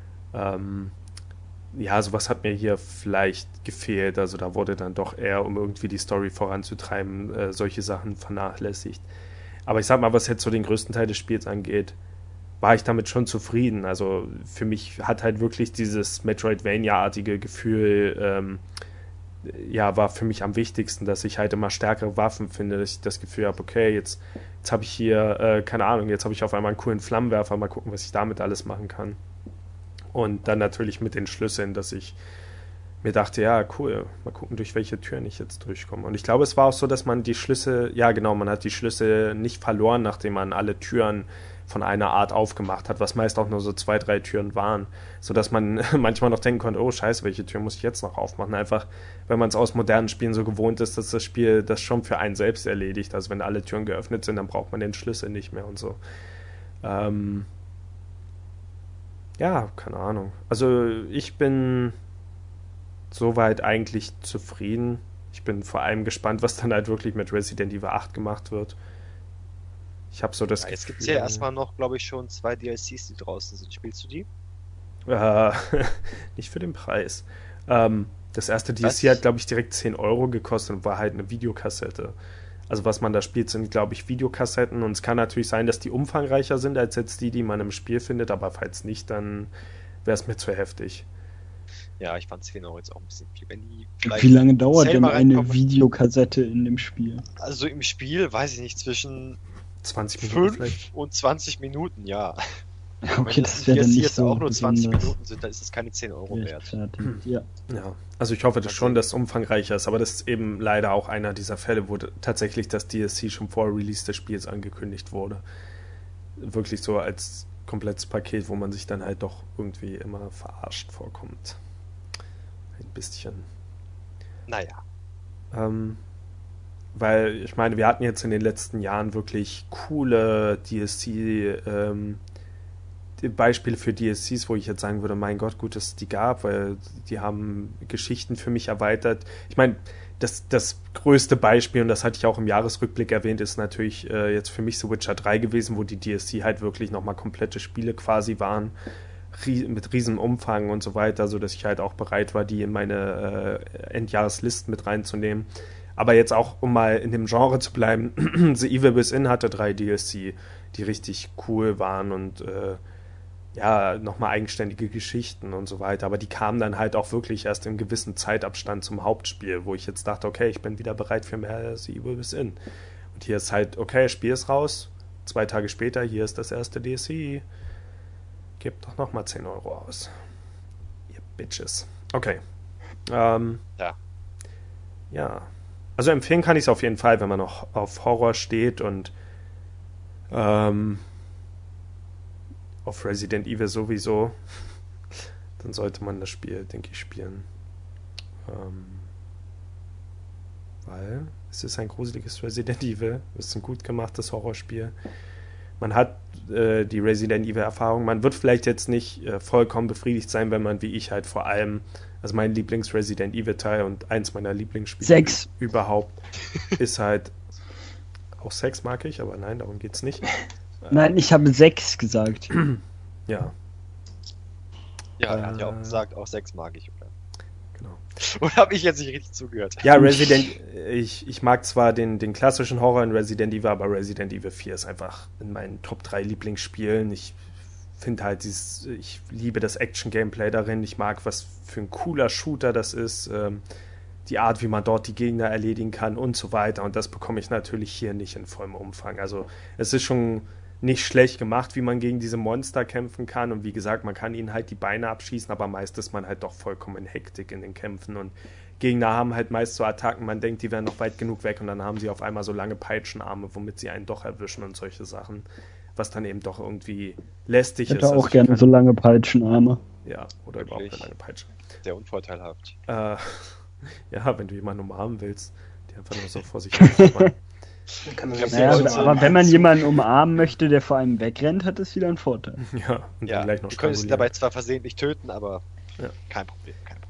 Speaker 2: ja, sowas hat mir hier vielleicht gefehlt. Also da wurde dann doch eher, um irgendwie die Story voranzutreiben, solche Sachen vernachlässigt. Aber ich sag mal, was jetzt so den größten Teil des Spiels angeht, war ich damit schon zufrieden. Also für mich hat halt wirklich dieses Metroidvania-artige Gefühl, ja, war für mich am wichtigsten, dass ich halt immer stärkere Waffen finde, dass ich das Gefühl habe, okay, jetzt habe ich hier, keine Ahnung, jetzt habe ich auf einmal einen coolen Flammenwerfer, mal gucken, was ich damit alles machen kann. Und dann natürlich mit den Schlüsseln, dass ich mir dachte, ja, cool, mal gucken, durch welche Türen ich jetzt durchkomme. Und ich glaube, es war auch so, dass man die Schlüssel, ja genau, man hat die Schlüssel nicht verloren, nachdem man alle Türen von einer Art aufgemacht hat, was meist auch nur so 2-3 Türen waren, sodass man manchmal noch denken konnte, oh scheiße, welche Tür muss ich jetzt noch aufmachen? Einfach, wenn man es aus modernen Spielen so gewohnt ist, dass das Spiel das schon für einen selbst erledigt. Also wenn alle Türen geöffnet sind, dann braucht man den Schlüssel nicht mehr und so. Ja, keine Ahnung. Also ich bin soweit eigentlich zufrieden. Ich bin vor allem gespannt, was dann halt wirklich mit Resident Evil 8 gemacht wird. Ich habe so das
Speaker 5: Ja, jetzt
Speaker 2: Gefühl...
Speaker 5: gibt es ja erstmal noch, glaube ich, schon 2 DLCs, die draußen sind. Spielst du die?
Speaker 2: Nicht für den Preis. Das erste DLC hat, glaube ich, direkt 10 Euro gekostet und war halt eine Videokassette. Also was man da spielt, sind, glaube ich, Videokassetten. Und es kann natürlich sein, dass die umfangreicher sind als jetzt die man im Spiel findet. Aber falls nicht, dann wäre es mir zu heftig.
Speaker 5: Ja, ich fand 10 Euro jetzt auch ein bisschen viel.
Speaker 3: Wie lange dauert denn eine Videokassette in dem Spiel?
Speaker 5: Also im Spiel, weiß ich nicht, zwischen
Speaker 2: 20 Minuten
Speaker 5: 5
Speaker 2: vielleicht.
Speaker 5: und 20 Minuten, ja.
Speaker 3: Okay, das wäre dann nicht
Speaker 5: jetzt
Speaker 3: so
Speaker 5: auch nur 20
Speaker 3: besonders
Speaker 5: Minuten sind, dann ist es keine 10 Euro wert.
Speaker 3: Ja.
Speaker 2: Ja, also ich hoffe das schon, dass es umfangreicher ist, aber das ist eben leider auch einer dieser Fälle, wo tatsächlich das DLC schon vor Release des Spiels angekündigt wurde. Wirklich so als komplettes Paket, wo man sich dann halt doch irgendwie immer verarscht vorkommt. Ein bisschen.
Speaker 5: Naja.
Speaker 2: Weil, ich meine, wir hatten jetzt in den letzten Jahren wirklich coole Beispiele für DLCs, wo ich jetzt sagen würde, mein Gott, gut, dass es die gab, weil die haben Geschichten für mich erweitert. Ich meine, das größte Beispiel, und das hatte ich auch im Jahresrückblick erwähnt, ist natürlich jetzt für mich The Witcher 3 gewesen, wo die DLC halt wirklich nochmal komplette Spiele quasi waren, mit riesem Umfang und so weiter, sodass ich halt auch bereit war, die in meine Endjahreslisten mit reinzunehmen. Aber jetzt auch, um mal in dem Genre zu bleiben, The Evil Within hatte 3 DLC, die richtig cool waren und nochmal eigenständige Geschichten und so weiter. Aber die kamen dann halt auch wirklich erst in gewissen Zeitabstand zum Hauptspiel, wo ich jetzt dachte, okay, ich bin wieder bereit für mehr The Evil Within. Und hier ist halt, okay, Spiel ist raus, 2 Tage später, hier ist das erste DLC. Gebt doch nochmal 10 Euro aus. Ihr Bitches. Okay. Ja. Also empfehlen kann ich es auf jeden Fall, wenn man noch auf Horror steht und auf Resident Evil sowieso, dann sollte man das Spiel, denke ich, spielen. Weil es ist ein gruseliges Resident Evil, es ist ein gut gemachtes Horrorspiel. Man hat die Resident Evil Erfahrung, man wird vielleicht jetzt nicht vollkommen befriedigt sein, wenn man wie ich halt vor allem, also mein Lieblings-Resident Evil Teil und eins meiner Lieblingsspiele
Speaker 3: 6
Speaker 2: überhaupt ist halt, auch 6 mag ich, aber nein, darum geht's nicht.
Speaker 3: Nein, ich habe 6 gesagt.
Speaker 2: Ja.
Speaker 5: Ja, er hat ja auch gesagt, auch 6 mag ich, oder?
Speaker 2: Genau.
Speaker 5: Oder habe ich jetzt nicht richtig zugehört?
Speaker 2: Ja, ich mag zwar den klassischen Horror in Resident Evil, aber Resident Evil 4 ist einfach in meinen Top 3 Lieblingsspielen. Ich finde halt ich liebe das Action-Gameplay darin. Ich mag, was für ein cooler Shooter das ist. Die Art, wie man dort die Gegner erledigen kann und so weiter. Und das bekomme ich natürlich hier nicht in vollem Umfang. Also es ist schon nicht schlecht gemacht, wie man gegen diese Monster kämpfen kann. Und wie gesagt, man kann ihnen halt die Beine abschießen, aber meist ist man halt doch vollkommen in Hektik in den Kämpfen. Und Gegner haben halt meist so Attacken, man denkt, die wären noch weit genug weg und dann haben sie auf einmal so lange Peitschenarme, womit sie einen doch erwischen und solche Sachen. Was dann eben doch irgendwie lästig ist.
Speaker 3: Ich hätte auch gerne so lange Peitschenarme.
Speaker 2: Ja, oder
Speaker 5: Wirklich?
Speaker 2: überhaupt eine lange Peitsche.
Speaker 5: Sehr unvorteilhaft.
Speaker 2: Ja, wenn du jemanden umarmen willst, die einfach nur so vor sich hin.
Speaker 3: Aber wenn man jemanden umarmen möchte, der vor einem wegrennt, hat das wieder einen Vorteil.
Speaker 2: Ja, und dann gleich noch
Speaker 5: du könntest ihn dabei zwar versehentlich töten, aber kein Problem.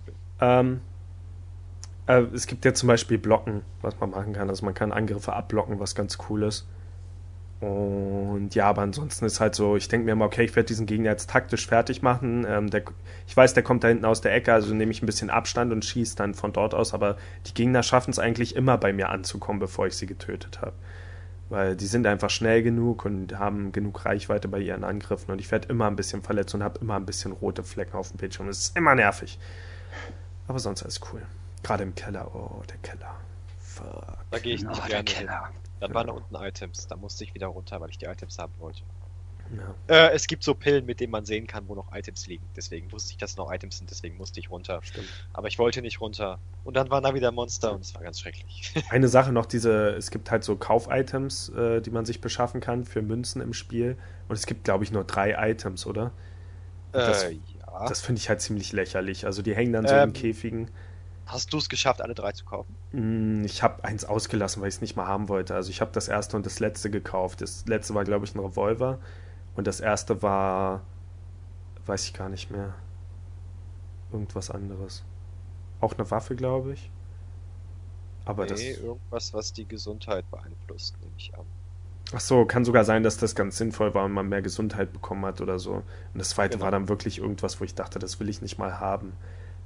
Speaker 2: Es gibt ja zum Beispiel Blocken, was man machen kann. Also man kann Angriffe abblocken, was ganz cool ist. Und ja, aber ansonsten ist halt so, ich denke mir immer, okay, ich werde diesen Gegner jetzt taktisch fertig machen. Ich weiß, der kommt da hinten aus der Ecke, also nehme ich ein bisschen Abstand und schieße dann von dort aus, aber die Gegner schaffen es eigentlich immer bei mir anzukommen, bevor ich sie getötet habe. Weil die sind einfach schnell genug und haben genug Reichweite bei ihren Angriffen und ich werde immer ein bisschen verletzt und habe immer ein bisschen rote Flecken auf dem Bildschirm. Das ist immer nervig. Aber sonst alles cool. Gerade im Keller. Oh, der Keller. Fuck.
Speaker 5: Da gehe ich nicht gerne hin.
Speaker 3: Keller.
Speaker 5: Dann waren da unten Items. Da musste ich wieder runter, weil ich die Items haben wollte.
Speaker 2: Ja.
Speaker 5: Es gibt so Pillen, mit denen man sehen kann, wo noch Items liegen. Deswegen wusste ich, dass noch Items sind. Deswegen musste ich runter.
Speaker 2: Stimmt.
Speaker 5: Aber ich wollte nicht runter. Und dann waren da wieder Monster und es war ganz schrecklich.
Speaker 2: Eine Sache noch, es gibt halt so Kauf-Items, die man sich beschaffen kann für Münzen im Spiel. Und es gibt, glaube ich, nur 3 Items, oder? Ja. Das finde ich halt ziemlich lächerlich. Also die hängen dann so in Käfigen.
Speaker 5: Hast du es geschafft, alle 3 zu kaufen?
Speaker 2: Ich habe eins ausgelassen, weil ich es nicht mal haben wollte. Also ich habe das erste und das letzte gekauft. Das letzte war, glaube ich, ein Revolver. Und das erste war, weiß ich gar nicht mehr, irgendwas anderes. Auch eine Waffe, glaube ich. Aber
Speaker 5: irgendwas, was die Gesundheit beeinflusst, nehme ich an.
Speaker 2: Ach so, kann sogar sein, dass das ganz sinnvoll war und man mehr Gesundheit bekommen hat oder so. Und das zweite war dann wirklich irgendwas, wo ich dachte, das will ich nicht mal haben.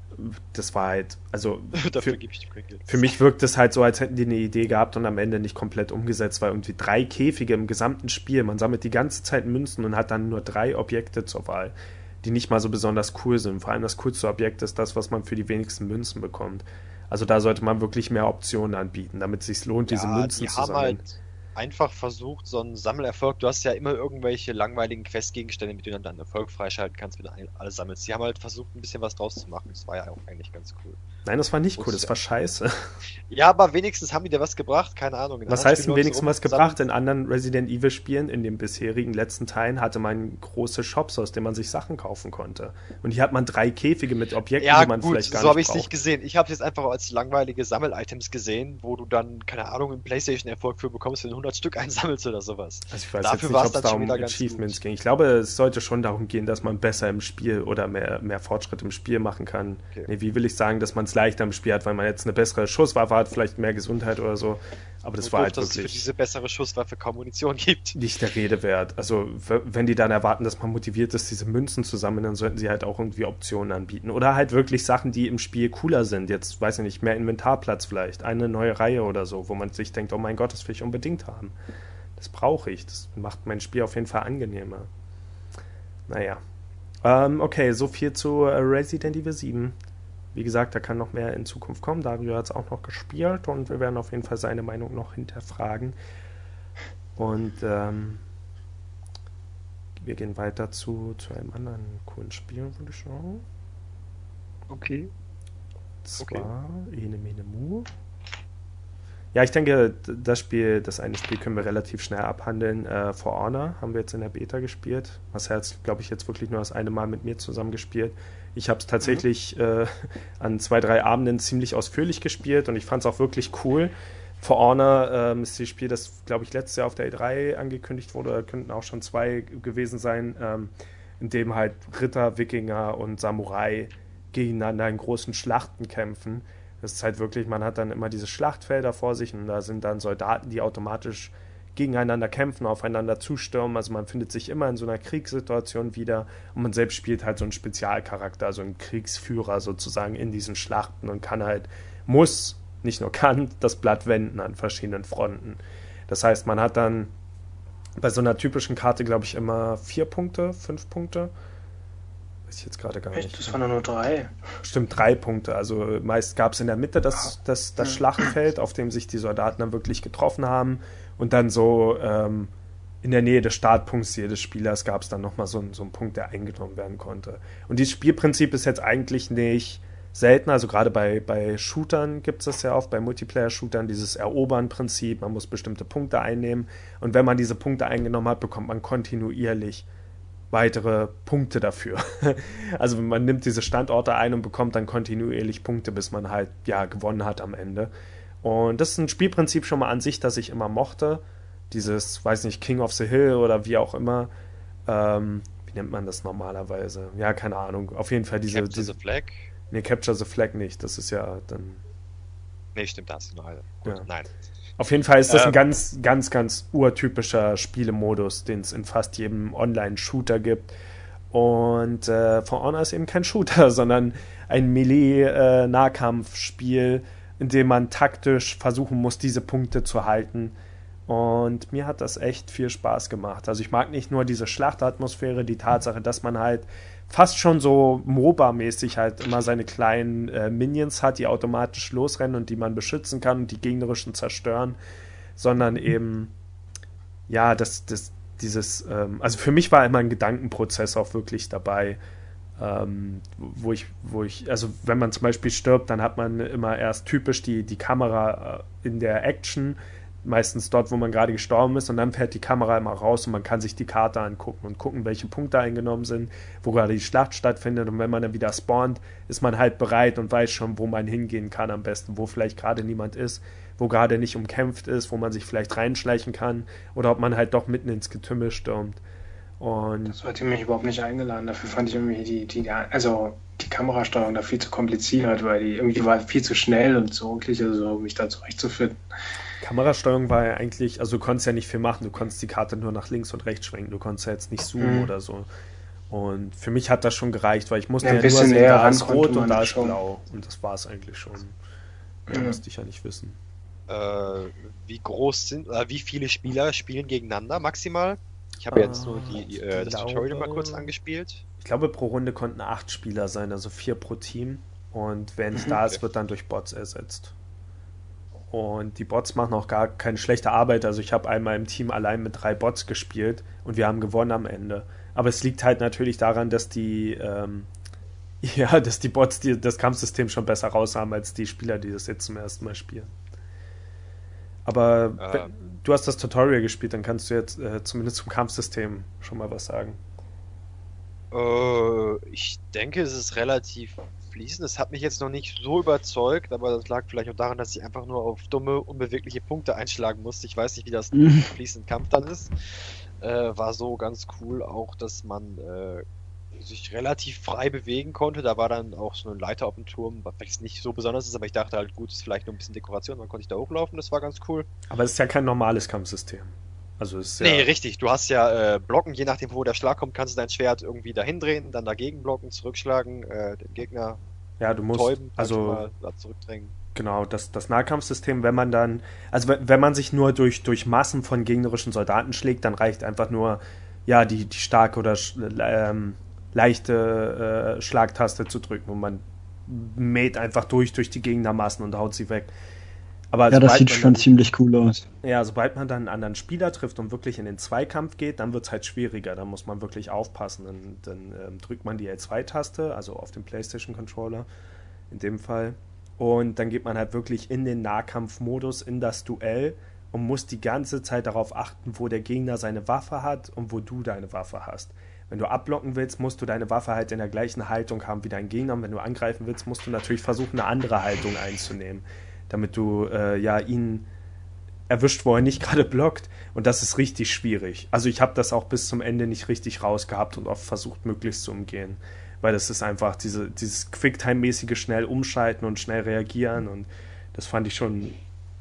Speaker 2: das war halt, also
Speaker 5: Dafür gebe ich dir kein Geld.
Speaker 2: für mich wirkt es halt so, als hätten die eine Idee gehabt und am Ende nicht komplett umgesetzt, weil irgendwie 3 Käfige im gesamten Spiel, man sammelt die ganze Zeit Münzen und hat dann nur 3 Objekte zur Wahl, die nicht mal so besonders cool sind. Vor allem das coolste Objekt ist das, was man für die wenigsten Münzen bekommt. Also da sollte man wirklich mehr Optionen anbieten, damit es sich lohnt, diese Münzen zu sammeln.
Speaker 5: Halt einfach versucht, so einen Sammelerfolg, du hast ja immer irgendwelche langweiligen Questgegenstände, mit denen du dann Erfolg freischalten kannst, wenn du alles sammelst. Die haben halt versucht, ein bisschen was draus zu machen. Das war ja auch eigentlich ganz cool.
Speaker 2: Nein, das war nicht cool, das war scheiße.
Speaker 5: Ja, aber wenigstens haben die dir was gebracht, keine Ahnung.
Speaker 2: Was heißt denn wenigstens was gebracht? In anderen Resident Evil Spielen, in den bisherigen letzten Teilen, hatte man große Shops, aus denen man sich Sachen kaufen konnte. Und hier hat man 3 Käfige mit Objekten, die man vielleicht gar nicht braucht. Ja, so habe ich es nicht
Speaker 5: gesehen. Ich habe es jetzt einfach als langweilige Sammel-Items gesehen, wo du dann, keine Ahnung, einen Playstation-Erfolg für bekommst, wenn du 100 Stück einsammelst oder sowas.
Speaker 2: Also ich weiß jetzt nicht, ob es da um Achievements ging. Ich glaube, es sollte schon darum gehen, dass man besser im Spiel oder mehr Fortschritt im Spiel machen kann. Okay. Nee, wie will ich sagen, dass man es leichter im Spiel hat, weil man jetzt eine bessere Schusswaffe hat, vielleicht mehr Gesundheit oder so. Aber das war halt wirklich, dass es für
Speaker 5: diese bessere Schusswaffe kaum Munition gibt.
Speaker 2: Nicht der Rede wert. Also wenn die dann erwarten, dass man motiviert ist, diese Münzen zu sammeln, dann sollten sie halt auch irgendwie Optionen anbieten. Oder halt wirklich Sachen, die im Spiel cooler sind. Jetzt, weiß ich nicht, mehr Inventarplatz vielleicht. Eine neue Reihe oder so, wo man sich denkt, oh mein Gott, das will ich unbedingt haben. Das brauche ich. Das macht mein Spiel auf jeden Fall angenehmer. Naja. Okay, so viel zu Resident Evil 7. Wie gesagt, da kann noch mehr in Zukunft kommen. Dario hat es auch noch gespielt und wir werden auf jeden Fall seine Meinung noch hinterfragen. Und wir gehen weiter zu einem anderen coolen Spiel, würde ich sagen.
Speaker 3: Okay.
Speaker 2: Zwar Ene Mene Mu. Ja, ich denke, das eine Spiel können wir relativ schnell abhandeln. For Honor haben wir jetzt in der Beta gespielt. Marcel hat, glaube ich, jetzt wirklich nur das eine Mal mit mir zusammen gespielt. Ich habe es tatsächlich an 2, 3 Abenden ziemlich ausführlich gespielt und ich fand es auch wirklich cool. For Honor ist das Spiel, das, glaube ich, letztes Jahr auf der E3 angekündigt wurde, oder könnten auch schon 2 gewesen sein, in dem halt Ritter, Wikinger und Samurai gegeneinander in großen Schlachten kämpfen. Das ist halt wirklich, man hat dann immer diese Schlachtfelder vor sich und da sind dann Soldaten, die automatisch gegeneinander kämpfen, aufeinander zustürmen. Also man findet sich immer in so einer Kriegssituation wieder und man selbst spielt halt so einen Spezialcharakter, also einen Kriegsführer sozusagen in diesen Schlachten und nicht nur kann, das Blatt wenden an verschiedenen Fronten. Das heißt, man hat dann bei so einer typischen Karte, glaube ich, immer 4 Punkte, 5 Punkte. Weiß ich jetzt gerade gar nicht.
Speaker 4: Das waren nur 3.
Speaker 2: Stimmt, 3 Punkte. Also meist gab es in der Mitte das Schlachtfeld, auf dem sich die Soldaten dann wirklich getroffen haben. Und dann so in der Nähe des Startpunkts jedes Spielers gab es dann nochmal so einen Punkt, der eingenommen werden konnte. Und dieses Spielprinzip ist jetzt eigentlich nicht selten. Also gerade bei Shootern gibt es das ja oft, bei Multiplayer-Shootern, dieses Erobern-Prinzip. Man muss bestimmte Punkte einnehmen. Und wenn man diese Punkte eingenommen hat, bekommt man kontinuierlich weitere Punkte dafür. Also man nimmt diese Standorte ein und bekommt dann kontinuierlich Punkte, bis man halt gewonnen hat am Ende. Und das ist ein Spielprinzip schon mal an sich, das ich immer mochte. Dieses, weiß nicht, King of the Hill oder wie auch immer. Wie nennt man das normalerweise? Ja, keine Ahnung. Auf jeden Fall
Speaker 5: Capture the Flag?
Speaker 2: Nee, Capture the Flag nicht. Das ist ja dann...
Speaker 5: Nee, stimmt, da hast du noch eine. Gut, ja. Nein.
Speaker 2: Auf jeden Fall ist das ein ganz, ganz, ganz urtypischer Spielemodus, den es in fast jedem Online-Shooter gibt. Und For Honor ist eben kein Shooter, sondern ein Melee-Nahkampfspiel, in dem man taktisch versuchen muss, diese Punkte zu halten. Und mir hat das echt viel Spaß gemacht. Also ich mag nicht nur diese Schlachtatmosphäre, die Tatsache, dass man halt fast schon so MOBA-mäßig halt immer seine kleinen Minions hat, die automatisch losrennen und die man beschützen kann und die gegnerischen zerstören, sondern eben, ja, also für mich war immer ein Gedankenprozess auch wirklich dabei, wo ich, also wenn man zum Beispiel stirbt, dann hat man immer erst typisch die Kamera in der Action, meistens dort, wo man gerade gestorben ist, und dann fährt die Kamera immer raus und man kann sich die Karte angucken und gucken, welche Punkte eingenommen sind, wo gerade die Schlacht stattfindet, und wenn man dann wieder spawnt, ist man halt bereit und weiß schon, wo man hingehen kann am besten, wo vielleicht gerade niemand ist, wo gerade nicht umkämpft ist, wo man sich vielleicht reinschleichen kann oder ob man halt doch mitten ins Getümmel stürmt. Und
Speaker 4: das hat mich überhaupt nicht eingeladen. Dafür fand ich irgendwie die Kamerasteuerung da viel zu kompliziert, weil die irgendwie war viel zu schnell und so wirklich, also mich da zurechtzufinden.
Speaker 2: Kamerasteuerung war ja eigentlich, also du konntest ja nicht viel machen, du konntest die Karte nur nach links und rechts schwenken, du konntest ja jetzt nicht zoomen oder so. Und für mich hat das schon gereicht, weil ich musste
Speaker 4: Ja, ein
Speaker 2: ja nur
Speaker 4: bisschen
Speaker 2: sehen,
Speaker 4: näher
Speaker 2: da ist
Speaker 4: ran konnte
Speaker 2: rot und
Speaker 4: man
Speaker 2: da ist
Speaker 4: schon.
Speaker 2: blau. Und das war es eigentlich schon. Da musste ich ja nicht wissen.
Speaker 5: Wie viele Spieler spielen gegeneinander maximal? Ich habe jetzt nur das
Speaker 2: glaube-
Speaker 5: Tutorial mal kurz angespielt.
Speaker 2: Ich glaube, pro Runde konnten 8 Spieler sein, also 4 pro Team. Und wer nicht da ist,
Speaker 5: Okay.
Speaker 2: wird dann durch Bots ersetzt. Und die Bots machen auch gar keine schlechte Arbeit. Also ich habe einmal im Team allein mit 3 Bots gespielt und wir haben gewonnen am Ende. Aber es liegt halt natürlich daran, dass die Bots das Kampfsystem schon besser raus haben als die Spieler, die das jetzt zum ersten Mal spielen. Aber du hast das Tutorial gespielt, dann kannst du jetzt zumindest zum Kampfsystem schon mal was sagen.
Speaker 5: Ich denke, es ist relativ fließend. Es hat mich jetzt noch nicht so überzeugt, aber das lag vielleicht auch daran, dass ich einfach nur auf dumme, unbewegliche Punkte einschlagen musste. Ich weiß nicht, wie das im fließenden Kampf dann ist. War so ganz cool auch, dass man sich relativ frei bewegen konnte. Da war dann auch so eine Leiter auf dem Turm, was vielleicht nicht so besonders ist, aber ich dachte halt, gut, ist vielleicht nur ein bisschen Dekoration, dann konnte ich da hochlaufen, das war ganz cool.
Speaker 2: Aber es ist ja kein normales Kampfsystem. Also es ist
Speaker 5: Nee,
Speaker 2: ja,
Speaker 5: richtig. Du hast ja Blocken, je nachdem, wo der Schlag kommt, kannst du dein Schwert irgendwie dahin drehen, dann dagegen blocken, zurückschlagen, den Gegner
Speaker 2: ja, du musst,
Speaker 5: täuben,
Speaker 2: also
Speaker 5: mal da zurückdrängen.
Speaker 2: genau, das Nahkampfsystem, wenn man dann, also wenn man sich nur durch Massen von gegnerischen Soldaten schlägt, dann reicht einfach nur, ja, die starke oder leichte Schlagtaste zu drücken und man mäht einfach durch die Gegnermassen und haut sie weg. Aber
Speaker 3: Ja, das
Speaker 2: sobald
Speaker 3: sieht
Speaker 2: man
Speaker 3: schon
Speaker 2: dann-
Speaker 3: ziemlich cool aus.
Speaker 2: Ja, sobald man dann einen anderen Spieler trifft und wirklich in den Zweikampf geht, dann wird es halt schwieriger. Da muss man wirklich aufpassen. Dann drückt man die L2-Taste, also auf dem PlayStation-Controller in dem Fall. Und dann geht man halt wirklich in den Nahkampfmodus, in das Duell und muss die ganze Zeit darauf achten, wo der Gegner seine Waffe hat und wo du deine Waffe hast. Wenn du abblocken willst, musst du deine Waffe halt in der gleichen Haltung haben wie dein Gegner. Und wenn du angreifen willst, musst du natürlich versuchen, eine andere Haltung einzunehmen, damit du ihn erwischt, wo er nicht gerade blockt. Und das ist richtig schwierig. Also ich habe das auch bis zum Ende nicht richtig rausgehabt und oft versucht, möglichst zu umgehen. Weil das ist einfach dieses Quicktime-mäßige schnell umschalten und schnell reagieren. Und das fand ich schon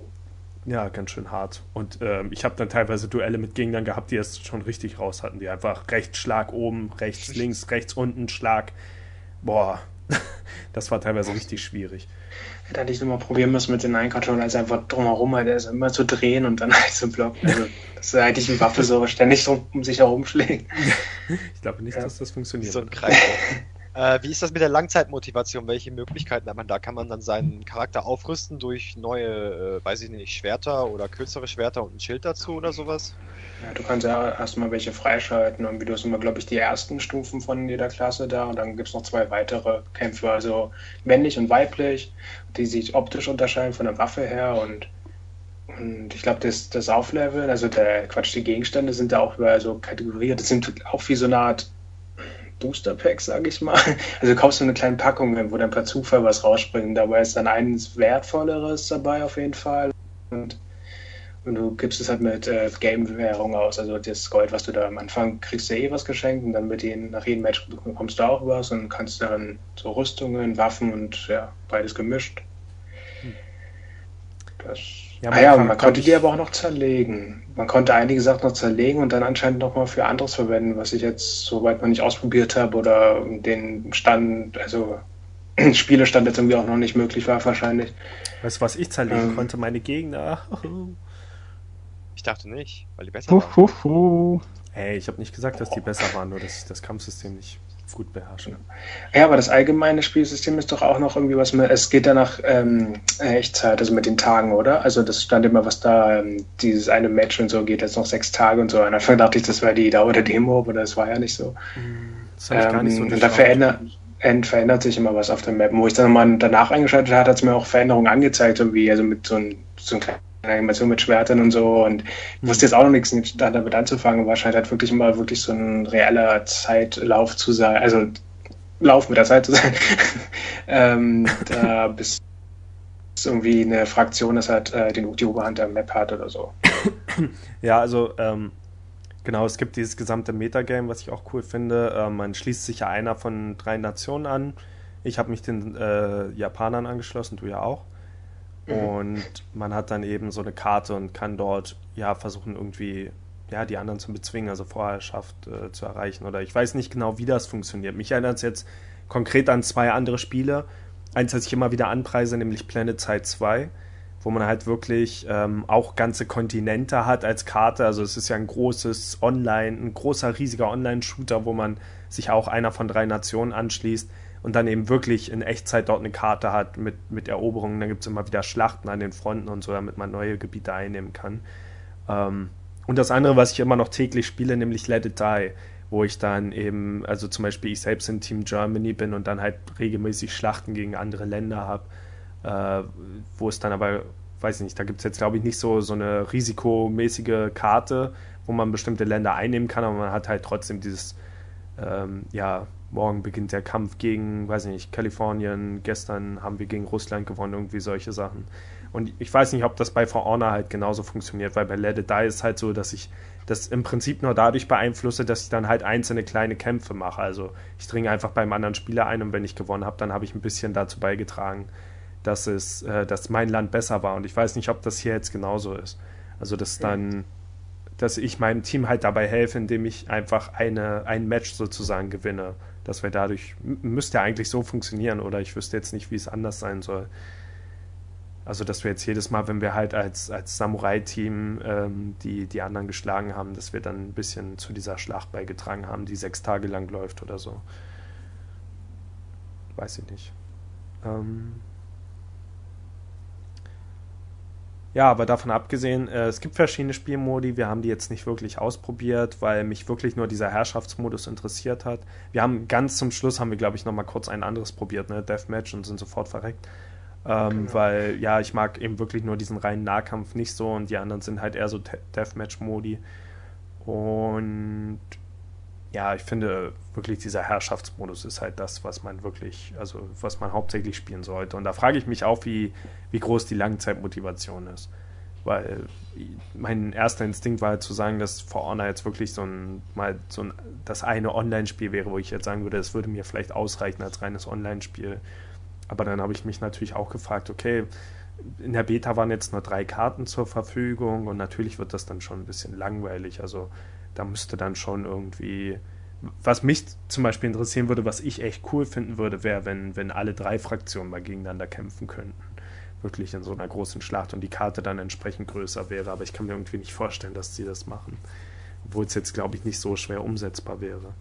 Speaker 2: ganz schön hart. Und ich habe dann teilweise Duelle mit Gegnern gehabt, die es schon richtig raus hatten. Die einfach rechts Schlag oben, rechts links, rechts unten Schlag. Boah, das war teilweise richtig schwierig.
Speaker 4: Hätte ich nur mal probieren müssen mit den einen Controller, also einfach drumherum halt erst immer zu drehen und dann halt zu blocken. Also, dass eigentlich die Waffe so ständig um sich herumschlägt.
Speaker 2: Ich glaube nicht, dass das funktioniert.
Speaker 5: So ein Kreis. Wie ist das mit der Langzeitmotivation? Welche Möglichkeiten hat man da? Kann man dann seinen Charakter aufrüsten durch neue, weiß ich nicht, Schwerter oder kürzere Schwerter und ein Schild dazu oder sowas?
Speaker 4: Ja, du kannst ja erstmal welche freischalten und wie du hast immer, glaube ich, die ersten Stufen von jeder Klasse da und dann gibt es noch 2 weitere Kämpfe, also männlich und weiblich, die sich optisch unterscheiden von der Waffe her und ich glaube, das Aufleveln, also die Gegenstände sind da auch überall so kategoriert, das sind auch wie so eine Art Booster Pack, sage ich mal. Also du kaufst so eine kleine Packung, wo dann per Zufall was rausspringt. Dabei ist dann eines Wertvolleres dabei auf jeden Fall. Und du gibst es halt mit Game-Währung aus. Also das Gold, was du da am Anfang kriegst, du was geschenkt und dann nach jedem Match bekommst du auch was und kannst dann so Rüstungen, Waffen und ja, beides gemischt. Man konnte die aber auch noch zerlegen. Man konnte einige Sachen noch zerlegen und dann anscheinend nochmal für anderes verwenden, was ich jetzt, soweit man nicht ausprobiert habe oder den Stand, also Spielestand jetzt irgendwie auch noch nicht möglich war wahrscheinlich.
Speaker 2: Weißt du, was ich zerlegen konnte? Meine Gegner.
Speaker 5: Ich dachte nicht, weil die besser waren.
Speaker 2: Hey, ich habe nicht gesagt, dass die besser waren, nur dass ich das Kampfsystem nicht gut beherrsche.
Speaker 4: Ja, aber das allgemeine Spielsystem ist doch auch noch irgendwie was mit, es geht ja nach Echtzeit, also mit den Tagen, oder? Also das stand immer, was da, dieses eine Match und so geht jetzt noch 6 Tage und so. Am Anfang dachte ich, das wäre die Dauer der Demo, aber das war ja nicht so.
Speaker 2: Das habe ich gar nicht so
Speaker 4: und da verändert sich immer was auf der Map. Wo ich dann nochmal danach eingeschaltet habe, hat es mir auch Veränderungen angezeigt, irgendwie, also mit so einer kleinen Animation mit Schwertern und so und ich wusste jetzt auch noch nichts damit anzufangen, aber scheint halt wirklich mal wirklich so ein reeller Zeitlauf zu sein, also Lauf mit der Zeit zu sein, da bis irgendwie eine Fraktion das halt die Oberhand der Map hat oder so.
Speaker 2: Ja, also genau, es gibt dieses gesamte Metagame, was ich auch cool finde. Man schließt sich ja einer von 3 Nationen an. Ich habe mich den Japanern angeschlossen, du ja auch. Und man hat dann eben so eine Karte und kann dort versuchen irgendwie die anderen zu bezwingen, also Vorherrschaft zu erreichen. Oder ich weiß nicht genau, wie das funktioniert. Mich erinnert es jetzt konkret an 2 andere Spiele. Eins, das ich immer wieder anpreise, nämlich PlanetSide 2, wo man halt wirklich auch ganze Kontinente hat als Karte. Also es ist ja ein großer, riesiger Online-Shooter, wo man sich auch einer von 3 Nationen anschließt und dann eben wirklich in Echtzeit dort eine Karte hat mit Eroberungen. Dann gibt es immer wieder Schlachten an den Fronten und so, damit man neue Gebiete einnehmen kann. Und das andere, was ich immer noch täglich spiele, nämlich Let It Die, wo ich dann eben, also zum Beispiel ich selbst in Team Germany bin und dann halt regelmäßig Schlachten gegen andere Länder habe, wo es dann aber, weiß ich nicht, da gibt es jetzt glaube ich nicht so eine risikomäßige Karte, wo man bestimmte Länder einnehmen kann, aber man hat halt trotzdem dieses, morgen beginnt der Kampf gegen, weiß ich nicht, Kalifornien, gestern haben wir gegen Russland gewonnen, irgendwie solche Sachen. Und ich weiß nicht, ob das bei For Honor halt genauso funktioniert, weil bei Let It Die ist halt so, dass ich das im Prinzip nur dadurch beeinflusse, dass ich dann halt einzelne kleine Kämpfe mache. Also ich dringe einfach beim anderen Spieler ein und wenn ich gewonnen habe, dann habe ich ein bisschen dazu beigetragen, dass mein Land besser war. Und ich weiß nicht, ob das hier jetzt genauso ist. Also dass ich meinem Team halt dabei helfe, indem ich einfach ein Match sozusagen gewinne. Dass wir dadurch, müsste ja eigentlich so funktionieren, oder ich wüsste jetzt nicht, wie es anders sein soll. Also, dass wir jetzt jedes Mal, wenn wir halt als Samurai-Team die anderen geschlagen haben, dass wir dann ein bisschen zu dieser Schlacht beigetragen haben, die 6 Tage lang läuft oder so. Weiß ich nicht. Ja, aber davon abgesehen, es gibt verschiedene Spielmodi, wir haben die jetzt nicht wirklich ausprobiert, weil mich wirklich nur dieser Herrschaftsmodus interessiert hat. Wir haben ganz zum Schluss, glaube ich, nochmal kurz ein anderes probiert, ne, Deathmatch, und sind sofort verreckt. Genau. Weil, ja, ich mag eben wirklich nur diesen reinen Nahkampf nicht so und die anderen sind halt eher so Deathmatch-Modi. Und ja, ich finde wirklich dieser Herrschaftsmodus ist halt das, was man hauptsächlich spielen sollte. Und da frage ich mich auch, wie groß die Langzeitmotivation ist. Weil mein erster Instinkt war halt zu sagen, dass For Honor jetzt wirklich das eine Online-Spiel wäre, wo ich jetzt sagen würde, es würde mir vielleicht ausreichen als reines Online-Spiel. Aber dann habe ich mich natürlich auch gefragt, okay, in der Beta waren jetzt nur 3 Karten zur Verfügung und natürlich wird das dann schon ein bisschen langweilig. Also da müsste dann schon irgendwie, was mich zum Beispiel interessieren würde, was ich echt cool finden würde, wäre, wenn alle 3 Fraktionen mal gegeneinander kämpfen könnten. Wirklich in so einer großen Schlacht und die Karte dann entsprechend größer wäre. Aber ich kann mir irgendwie nicht vorstellen, dass sie das machen. Obwohl es jetzt, glaube ich, nicht so schwer umsetzbar wäre.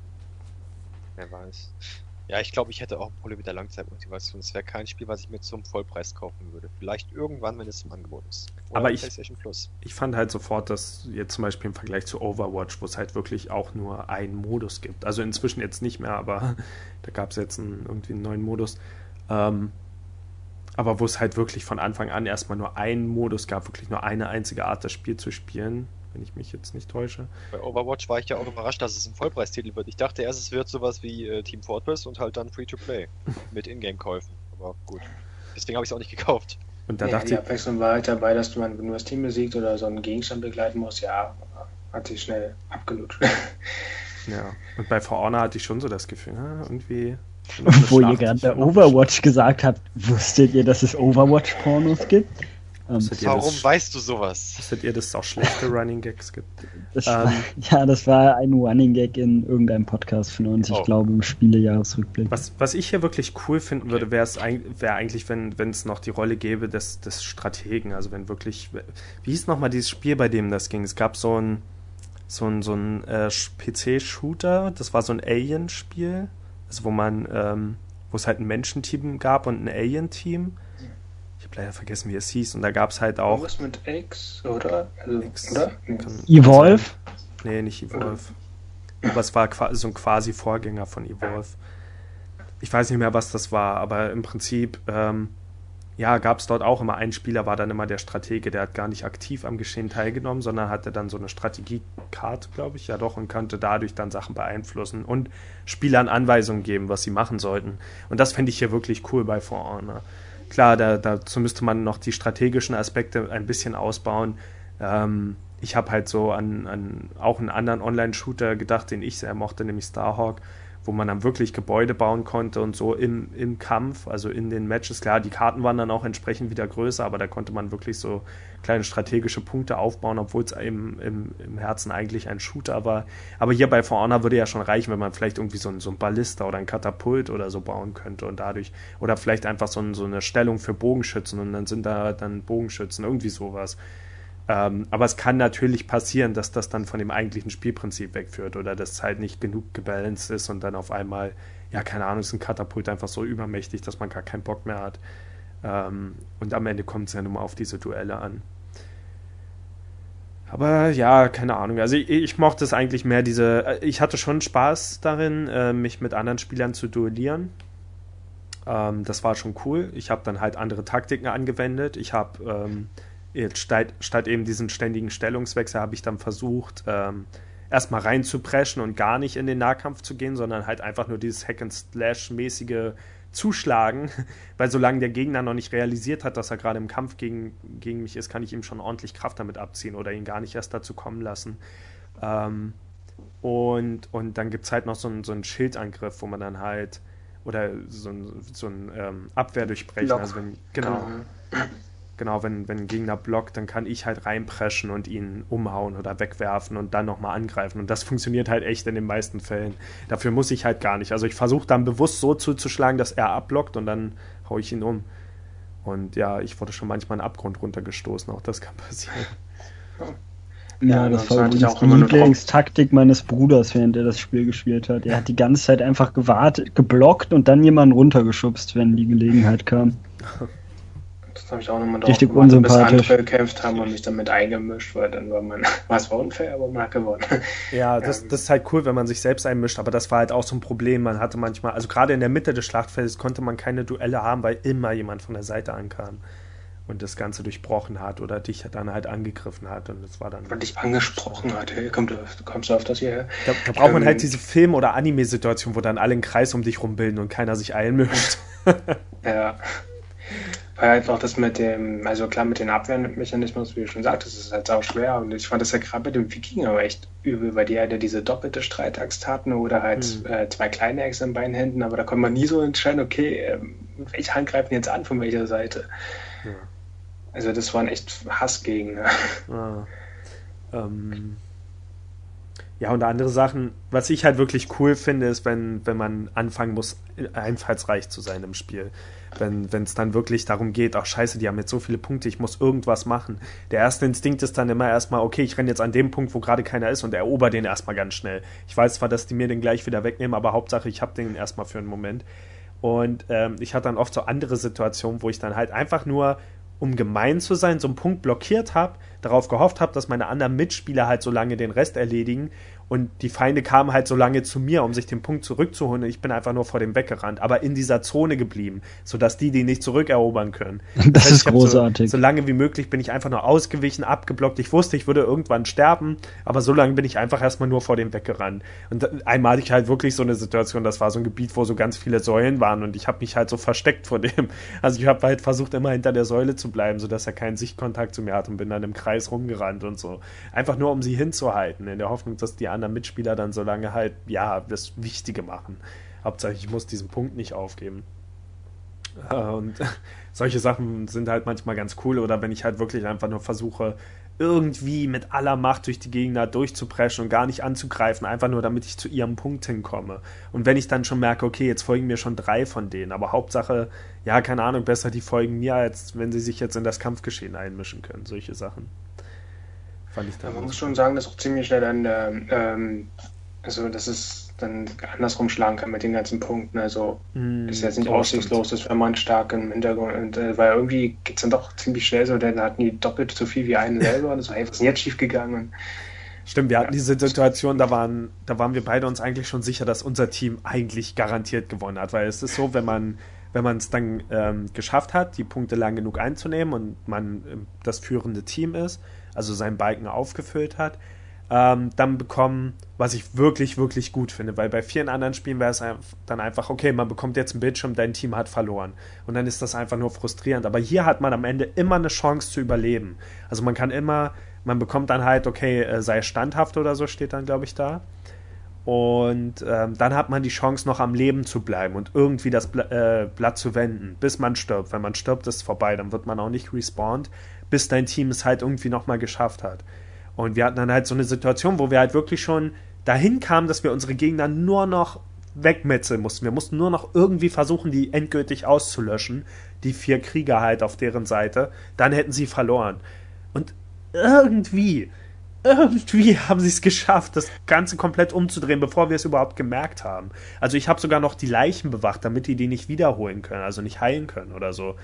Speaker 5: Wer weiß. Ja, ich glaube, ich hätte auch ein Problem mit der Langzeitmotivation. Es wäre kein Spiel, was ich mir zum Vollpreis kaufen würde. Vielleicht irgendwann, wenn es im Angebot ist. Oder
Speaker 2: aber
Speaker 5: PlayStation Plus.
Speaker 2: Ich fand halt sofort, dass jetzt zum Beispiel im Vergleich zu Overwatch, wo es halt wirklich auch nur einen Modus gibt. Also inzwischen jetzt nicht mehr, aber da gab es jetzt irgendwie einen neuen Modus. Aber wo es halt wirklich von Anfang an erstmal nur einen Modus gab, wirklich nur eine einzige Art, das Spiel zu spielen, wenn ich mich jetzt nicht täusche.
Speaker 5: Bei Overwatch war ich ja auch überrascht, dass es ein Vollpreistitel wird. Ich dachte erst, es wird sowas wie Team Fortress und halt dann Free-to-Play mit Ingame-Käufen. Aber gut. Deswegen habe ich es auch nicht gekauft.
Speaker 2: Und da dachte
Speaker 4: die Abwechslung war halt dabei, dass man nur das Team besiegt oder so einen Gegenstand begleiten muss. Ja, hat sich schnell abgelutscht.
Speaker 2: Ja, und bei For Honor hatte ich schon so das Gefühl, irgendwie...
Speaker 3: Wo ihr gerade bei Overwatch gesagt habt, wusstet ihr, dass es Overwatch-Pornos gibt?
Speaker 5: Warum weißt du sowas?
Speaker 2: Wusstet ihr, dass es auch schlechte Running Gags gibt?
Speaker 3: Das war ein Running Gag in irgendeinem Podcast von uns, ich glaube im Spielejahresrückblick.
Speaker 2: Was ich hier wirklich cool finden würde, wäre eigentlich, wenn es noch die Rolle gäbe des Strategen, also wenn wirklich, wie hieß nochmal dieses Spiel, bei dem das ging? Es gab so ein PC-Shooter, das war so ein Alien-Spiel, also wo es halt ein Menschenteam gab und ein Alien-Team. Ich habe leider vergessen, wie es hieß. Und da gab es halt auch...
Speaker 4: Was mit X, oder? Also,
Speaker 2: X,
Speaker 4: oder?
Speaker 3: Evolve?
Speaker 2: Nee, nicht Evolve. Aber es war so ein quasi Vorgänger von Evolve. Ich weiß nicht mehr, was das war, aber im Prinzip gab es dort auch immer einen Spieler, war dann immer der Stratege, der hat gar nicht aktiv am Geschehen teilgenommen, sondern hatte dann so eine Strategiekarte, glaube ich, ja doch, und konnte dadurch dann Sachen beeinflussen und Spielern Anweisungen geben, was sie machen sollten. Und das fände ich hier wirklich cool bei For Honor. Klar, dazu müsste man noch die strategischen Aspekte ein bisschen ausbauen. Ich habe halt so an auch einen anderen Online-Shooter gedacht, den ich sehr mochte, nämlich Starhawk, wo man dann wirklich Gebäude bauen konnte und so im Kampf, also in den Matches. Klar, die Karten waren dann auch entsprechend wieder größer, aber da konnte man wirklich so kleine strategische Punkte aufbauen, obwohl es im Herzen eigentlich ein Shooter war. Aber hier bei For Honor würde ja schon reichen, wenn man vielleicht irgendwie so ein Ballista oder ein Katapult oder so bauen könnte und dadurch, oder vielleicht einfach so eine Stellung für Bogenschützen und dann sind da dann Bogenschützen, irgendwie sowas. Aber es kann natürlich passieren, dass das dann von dem eigentlichen Spielprinzip wegführt oder dass es halt nicht genug gebalanced ist und dann auf einmal, ja, keine Ahnung, ist ein Katapult einfach so übermächtig, dass man gar keinen Bock mehr hat. Und am Ende kommt es ja nur mal auf diese Duelle an. Aber ja, keine Ahnung. Also ich mochte es eigentlich mehr ich hatte schon Spaß darin, mich mit anderen Spielern zu duellieren. Das war schon cool. Ich habe dann halt andere Taktiken angewendet. Ich habe jetzt statt eben diesen ständigen Stellungswechsel habe ich dann versucht, erstmal reinzupreschen und gar nicht in den Nahkampf zu gehen, sondern halt einfach nur dieses Hack-and-Slash-mäßige Zuschlagen, weil solange der Gegner noch nicht realisiert hat, dass er gerade im Kampf gegen mich ist, kann ich ihm schon ordentlich Kraft damit abziehen oder ihn gar nicht erst dazu kommen lassen. Und dann gibt es halt noch so einen Schildangriff, wo man dann halt, oder so ein Abwehrdurchbrechen, also wenn ein Gegner blockt, dann kann ich halt reinpreschen und ihn umhauen oder wegwerfen und dann nochmal angreifen. Und das funktioniert halt echt in den meisten Fällen. Dafür muss ich halt gar nicht. Also ich versuche dann bewusst so zuzuschlagen, dass er abblockt und dann haue ich ihn um. Und ja, ich wurde schon manchmal in den Abgrund runtergestoßen. Auch das kann passieren.
Speaker 3: Ja, das war die Lieblingstaktik meines Bruders, während er das Spiel gespielt hat. Er hat die ganze Zeit einfach gewartet, geblockt und dann jemanden runtergeschubst, wenn die Gelegenheit kam.
Speaker 4: Das habe ich auch nochmal
Speaker 3: drauf gemacht, bis
Speaker 4: andere gekämpft haben und mich damit eingemischt, weil dann war es unfair, aber man hat gewonnen.
Speaker 2: Ja, das ist halt cool, wenn man sich selbst einmischt, aber das war halt auch so ein Problem. Man hatte manchmal, also gerade in der Mitte des Schlachtfeldes konnte man keine Duelle haben, weil immer jemand von der Seite ankam und das Ganze durchbrochen hat oder dich dann halt angegriffen hat und das war dann...
Speaker 4: Und dich angesprochen hat, hey, kommst du auf das hierher?
Speaker 2: Da braucht man halt diese Film- oder Anime-Situation, wo dann alle einen Kreis um dich rumbilden und keiner sich einmischt.
Speaker 4: Ja. Weil einfach das mit dem, also klar mit den Abwehrmechanismus, wie du schon sagtest, ist halt auch schwer und ich fand das ja gerade mit dem Wikinger echt übel, weil die halt ja diese doppelte Streitaxt hatten oder halt zwei kleine Äxte in beiden Händen, aber da konnte man nie so entscheiden, okay, welche Hand greifen jetzt an, von welcher Seite. Ja. Also das waren echt Hassgegner.
Speaker 2: Ja, und andere Sachen, was ich halt wirklich cool finde, ist, wenn man anfangen muss, einfallsreich zu sein im Spiel. Wenn es dann wirklich darum geht, ach scheiße, die haben jetzt so viele Punkte, ich muss irgendwas machen. Der erste Instinkt ist dann immer erstmal, okay, ich renne jetzt an dem Punkt, wo gerade keiner ist und erober den erstmal ganz schnell. Ich weiß zwar, dass die mir den gleich wieder wegnehmen, aber Hauptsache, ich habe den erstmal für einen Moment. Und ich hatte dann oft so andere Situationen, wo ich dann halt einfach nur, um gemein zu sein, so einen Punkt blockiert habe, darauf gehofft habe, dass meine anderen Mitspieler halt so lange den Rest erledigen und die Feinde kamen halt so lange zu mir, um sich den Punkt zurückzuholen und ich bin einfach nur vor dem weggerannt, aber in dieser Zone geblieben, sodass die nicht zurückerobern können.
Speaker 3: Das ist großartig.
Speaker 2: So lange wie möglich bin ich einfach nur ausgewichen, abgeblockt. Ich wusste, ich würde irgendwann sterben, aber so lange bin ich einfach erstmal nur vor dem weggerannt. Und einmal hatte ich halt wirklich so eine Situation, das war so ein Gebiet, wo so ganz viele Säulen waren und ich habe mich halt so versteckt vor dem. Also ich habe halt versucht, immer hinter der Säule zu bleiben, sodass er keinen Sichtkontakt zu mir hat und bin dann im Kreis rumgerannt und so. Einfach nur, um sie hinzuhalten, in der Hoffnung, dass die anderen Mitspieler dann so lange halt, ja, das Wichtige machen. Hauptsache, ich muss diesen Punkt nicht aufgeben. Und solche Sachen sind halt manchmal ganz cool oder wenn ich halt wirklich einfach nur versuche, irgendwie mit aller Macht durch die Gegner durchzupreschen und gar nicht anzugreifen, einfach nur damit ich zu ihrem Punkt hinkomme. Und wenn ich dann schon merke, okay, jetzt folgen mir schon 3 von denen, aber Hauptsache, ja, keine Ahnung, besser die folgen mir, als wenn sie sich jetzt in das Kampfgeschehen einmischen können. Solche Sachen. Fand ich dann
Speaker 4: man muss schon sagen, dass auch ziemlich schnell dann, also dass es dann andersrum schlagen kann mit den ganzen Punkten. Also ist jetzt nicht aussichtslos, dass wenn man stark im Hintergrund, weil irgendwie geht es dann doch ziemlich schnell so, dann hatten die doppelt so viel wie einen selber und so, hey, was ist denn jetzt schief gegangen?
Speaker 2: Stimmt, wir hatten diese Situation, da waren wir beide uns eigentlich schon sicher, dass unser Team eigentlich garantiert gewonnen hat, weil es ist so, wenn man es dann geschafft hat, die Punkte lang genug einzunehmen und man das führende Team ist, also seinen Balken aufgefüllt hat, dann bekommen, was ich wirklich, wirklich gut finde, weil bei vielen anderen Spielen wäre es dann einfach, okay, man bekommt jetzt einen Bildschirm, dein Team hat verloren und dann ist das einfach nur frustrierend, aber hier hat man am Ende immer eine Chance zu überleben, also man bekommt dann halt, okay, sei standhaft oder so steht dann, glaube ich, da Und dann hat man die Chance, noch am Leben zu bleiben und irgendwie das Blatt zu wenden, bis man stirbt. Wenn man stirbt, ist es vorbei, dann wird man auch nicht respawned, bis dein Team es halt irgendwie nochmal geschafft hat. Und wir hatten dann halt so eine Situation, wo wir halt wirklich schon dahin kamen, dass wir unsere Gegner nur noch wegmetzeln mussten. Wir mussten nur noch irgendwie versuchen, die endgültig auszulöschen, die 4 Krieger halt auf deren Seite. Dann hätten sie verloren. Und irgendwie haben sie es geschafft, das Ganze komplett umzudrehen, bevor wir es überhaupt gemerkt haben. Also ich habe sogar noch die Leichen bewacht, damit die nicht wiederholen können, also nicht heilen können oder so.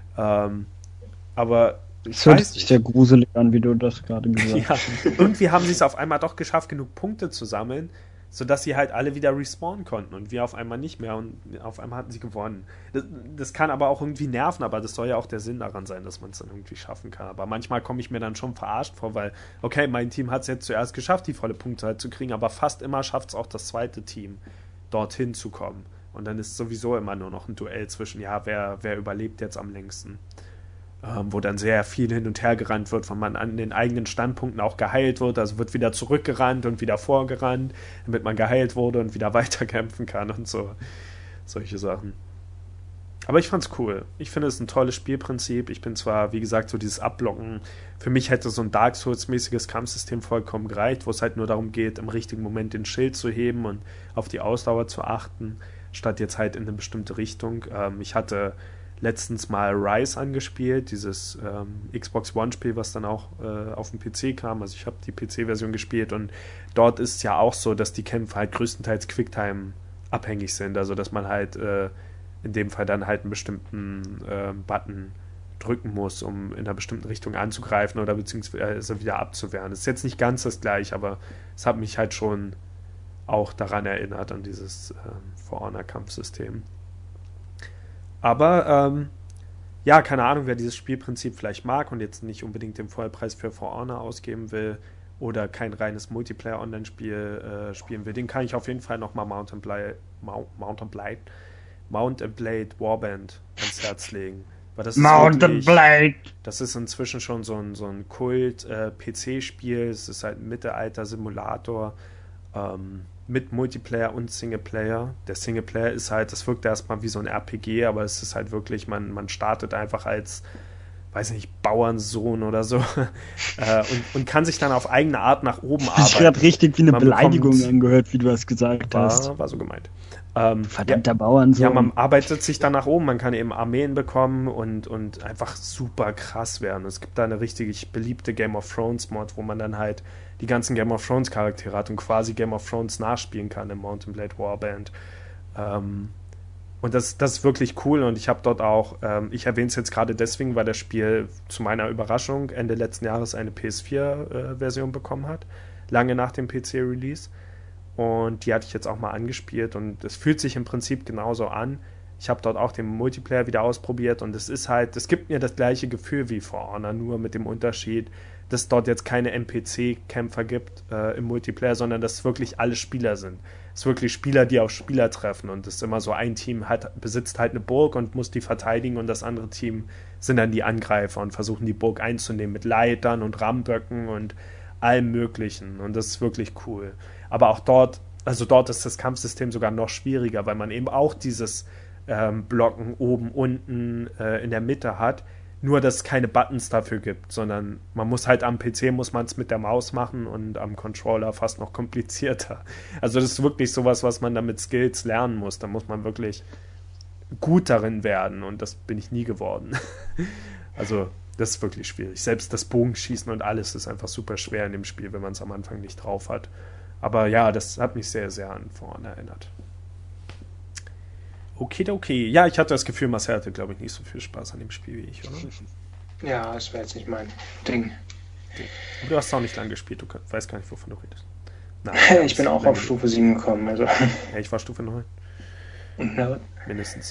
Speaker 2: Aber
Speaker 3: es hört sich sehr gruselig an, wie du das gerade gesagt hast.
Speaker 2: Ja, irgendwie haben sie es auf einmal doch geschafft, genug Punkte zu sammeln, sodass sie halt alle wieder respawnen konnten und wir auf einmal nicht mehr und auf einmal hatten sie gewonnen. Das kann aber auch irgendwie nerven, aber das soll ja auch der Sinn daran sein, dass man es dann irgendwie schaffen kann. Aber manchmal komme ich mir dann schon verarscht vor, weil, okay, mein Team hat es jetzt zuerst geschafft, die volle Punktzahl zu kriegen, aber fast immer schafft es auch das zweite Team, dorthin zu kommen. Und dann ist sowieso immer nur noch ein Duell zwischen, ja, wer überlebt jetzt am längsten. Wo dann sehr viel hin und her gerannt wird, wenn man an den eigenen Standpunkten auch geheilt wird, also wird wieder zurückgerannt und wieder vorgerannt, damit man geheilt wurde und wieder weiterkämpfen kann und so, solche Sachen. Aber ich fand's cool. Ich finde es ein tolles Spielprinzip. Ich bin zwar, wie gesagt, so dieses Abblocken, für mich hätte so ein Dark Souls-mäßiges Kampfsystem vollkommen gereicht, wo es halt nur darum geht, im richtigen Moment den Schild zu heben und auf die Ausdauer zu achten, statt jetzt halt in eine bestimmte Richtung. Ich hatte letztens mal Rise angespielt, dieses Xbox One-Spiel, was dann auch auf dem PC kam. Also ich habe die PC-Version gespielt und dort ist es ja auch so, dass die Kämpfe halt größtenteils Quicktime abhängig sind. Also dass man halt in dem Fall dann halt einen bestimmten Button drücken muss, um in einer bestimmten Richtung anzugreifen oder beziehungsweise wieder abzuwehren. Das ist jetzt nicht ganz das gleiche, aber es hat mich halt schon auch daran erinnert, an dieses For Honor-Kampfsystem. Aber, ja, keine Ahnung, wer dieses Spielprinzip vielleicht mag und jetzt nicht unbedingt den Vollpreis für For Honor ausgeben will oder kein reines Multiplayer-Online-Spiel spielen will, den kann ich auf jeden Fall nochmal Mount and Blade Warband ans Herz legen. Weil das
Speaker 3: Mount and Blade!
Speaker 2: Das ist inzwischen schon so ein Kult-PC-Spiel, es ist halt ein Mittelalter-Simulator, mit Multiplayer und Singleplayer. Der Singleplayer ist halt, das wirkt erstmal wie so ein RPG, aber es ist halt wirklich, man startet einfach als, weiß nicht, Bauernsohn oder so und kann sich dann auf eigene Art nach oben arbeiten.
Speaker 3: Das ist gerade richtig wie eine Beleidigung angehört, wie du es gesagt hast.
Speaker 2: War so gemeint.
Speaker 3: Verdammter Bauernsohn.
Speaker 2: Ja, man arbeitet sich dann nach oben, man kann eben Armeen bekommen und einfach super krass werden. Es gibt da eine richtig beliebte Game of Thrones Mod, wo man dann halt die ganzen Game of Thrones Charaktere hat und quasi Game of Thrones nachspielen kann im Mount and Blade Warband. Und das ist wirklich cool und ich habe dort auch, ich erwähne es jetzt gerade deswegen, weil das Spiel zu meiner Überraschung Ende letzten Jahres eine PS4-Version bekommen hat, lange nach dem PC-Release. Und die hatte ich jetzt auch mal angespielt und es fühlt sich im Prinzip genauso an. Ich habe dort auch den Multiplayer wieder ausprobiert und es gibt mir das gleiche Gefühl wie For Honor, nur mit dem Unterschied, dass es dort jetzt keine NPC-Kämpfer gibt im Multiplayer, sondern dass es wirklich alle Spieler sind. Es sind wirklich Spieler, die auf Spieler treffen und es ist immer so, ein Team besitzt halt eine Burg und muss die verteidigen und das andere Team sind dann die Angreifer und versuchen die Burg einzunehmen mit Leitern und Rammböcken und allem Möglichen und das ist wirklich cool. Aber auch dort ist das Kampfsystem sogar noch schwieriger, weil man eben auch dieses Blocken oben, unten in der Mitte hat, nur dass es keine Buttons dafür gibt, sondern man muss halt am PC muss man es mit der Maus machen und am Controller fast noch komplizierter. Also das ist wirklich sowas, was man dann mit Skills lernen muss. Da muss man wirklich gut darin werden und das bin ich nie geworden. Also das ist wirklich schwierig. Selbst das Bogenschießen und alles ist einfach super schwer in dem Spiel, wenn man es am Anfang nicht drauf hat. Aber ja, das hat mich sehr, sehr an vorne erinnert. Okay. Ja, ich hatte das Gefühl, Marcel hatte, glaube ich, nicht so viel Spaß an dem Spiel wie ich, oder?
Speaker 4: Ja, das wäre jetzt nicht mein Ding.
Speaker 2: Du hast auch nicht lange gespielt, du weißt gar nicht, wovon du redest.
Speaker 4: Nein, ich bin auch auf Stufe 7 gekommen. Also.
Speaker 2: Ja, ich war Stufe 9.
Speaker 4: Ja.
Speaker 2: Mindestens.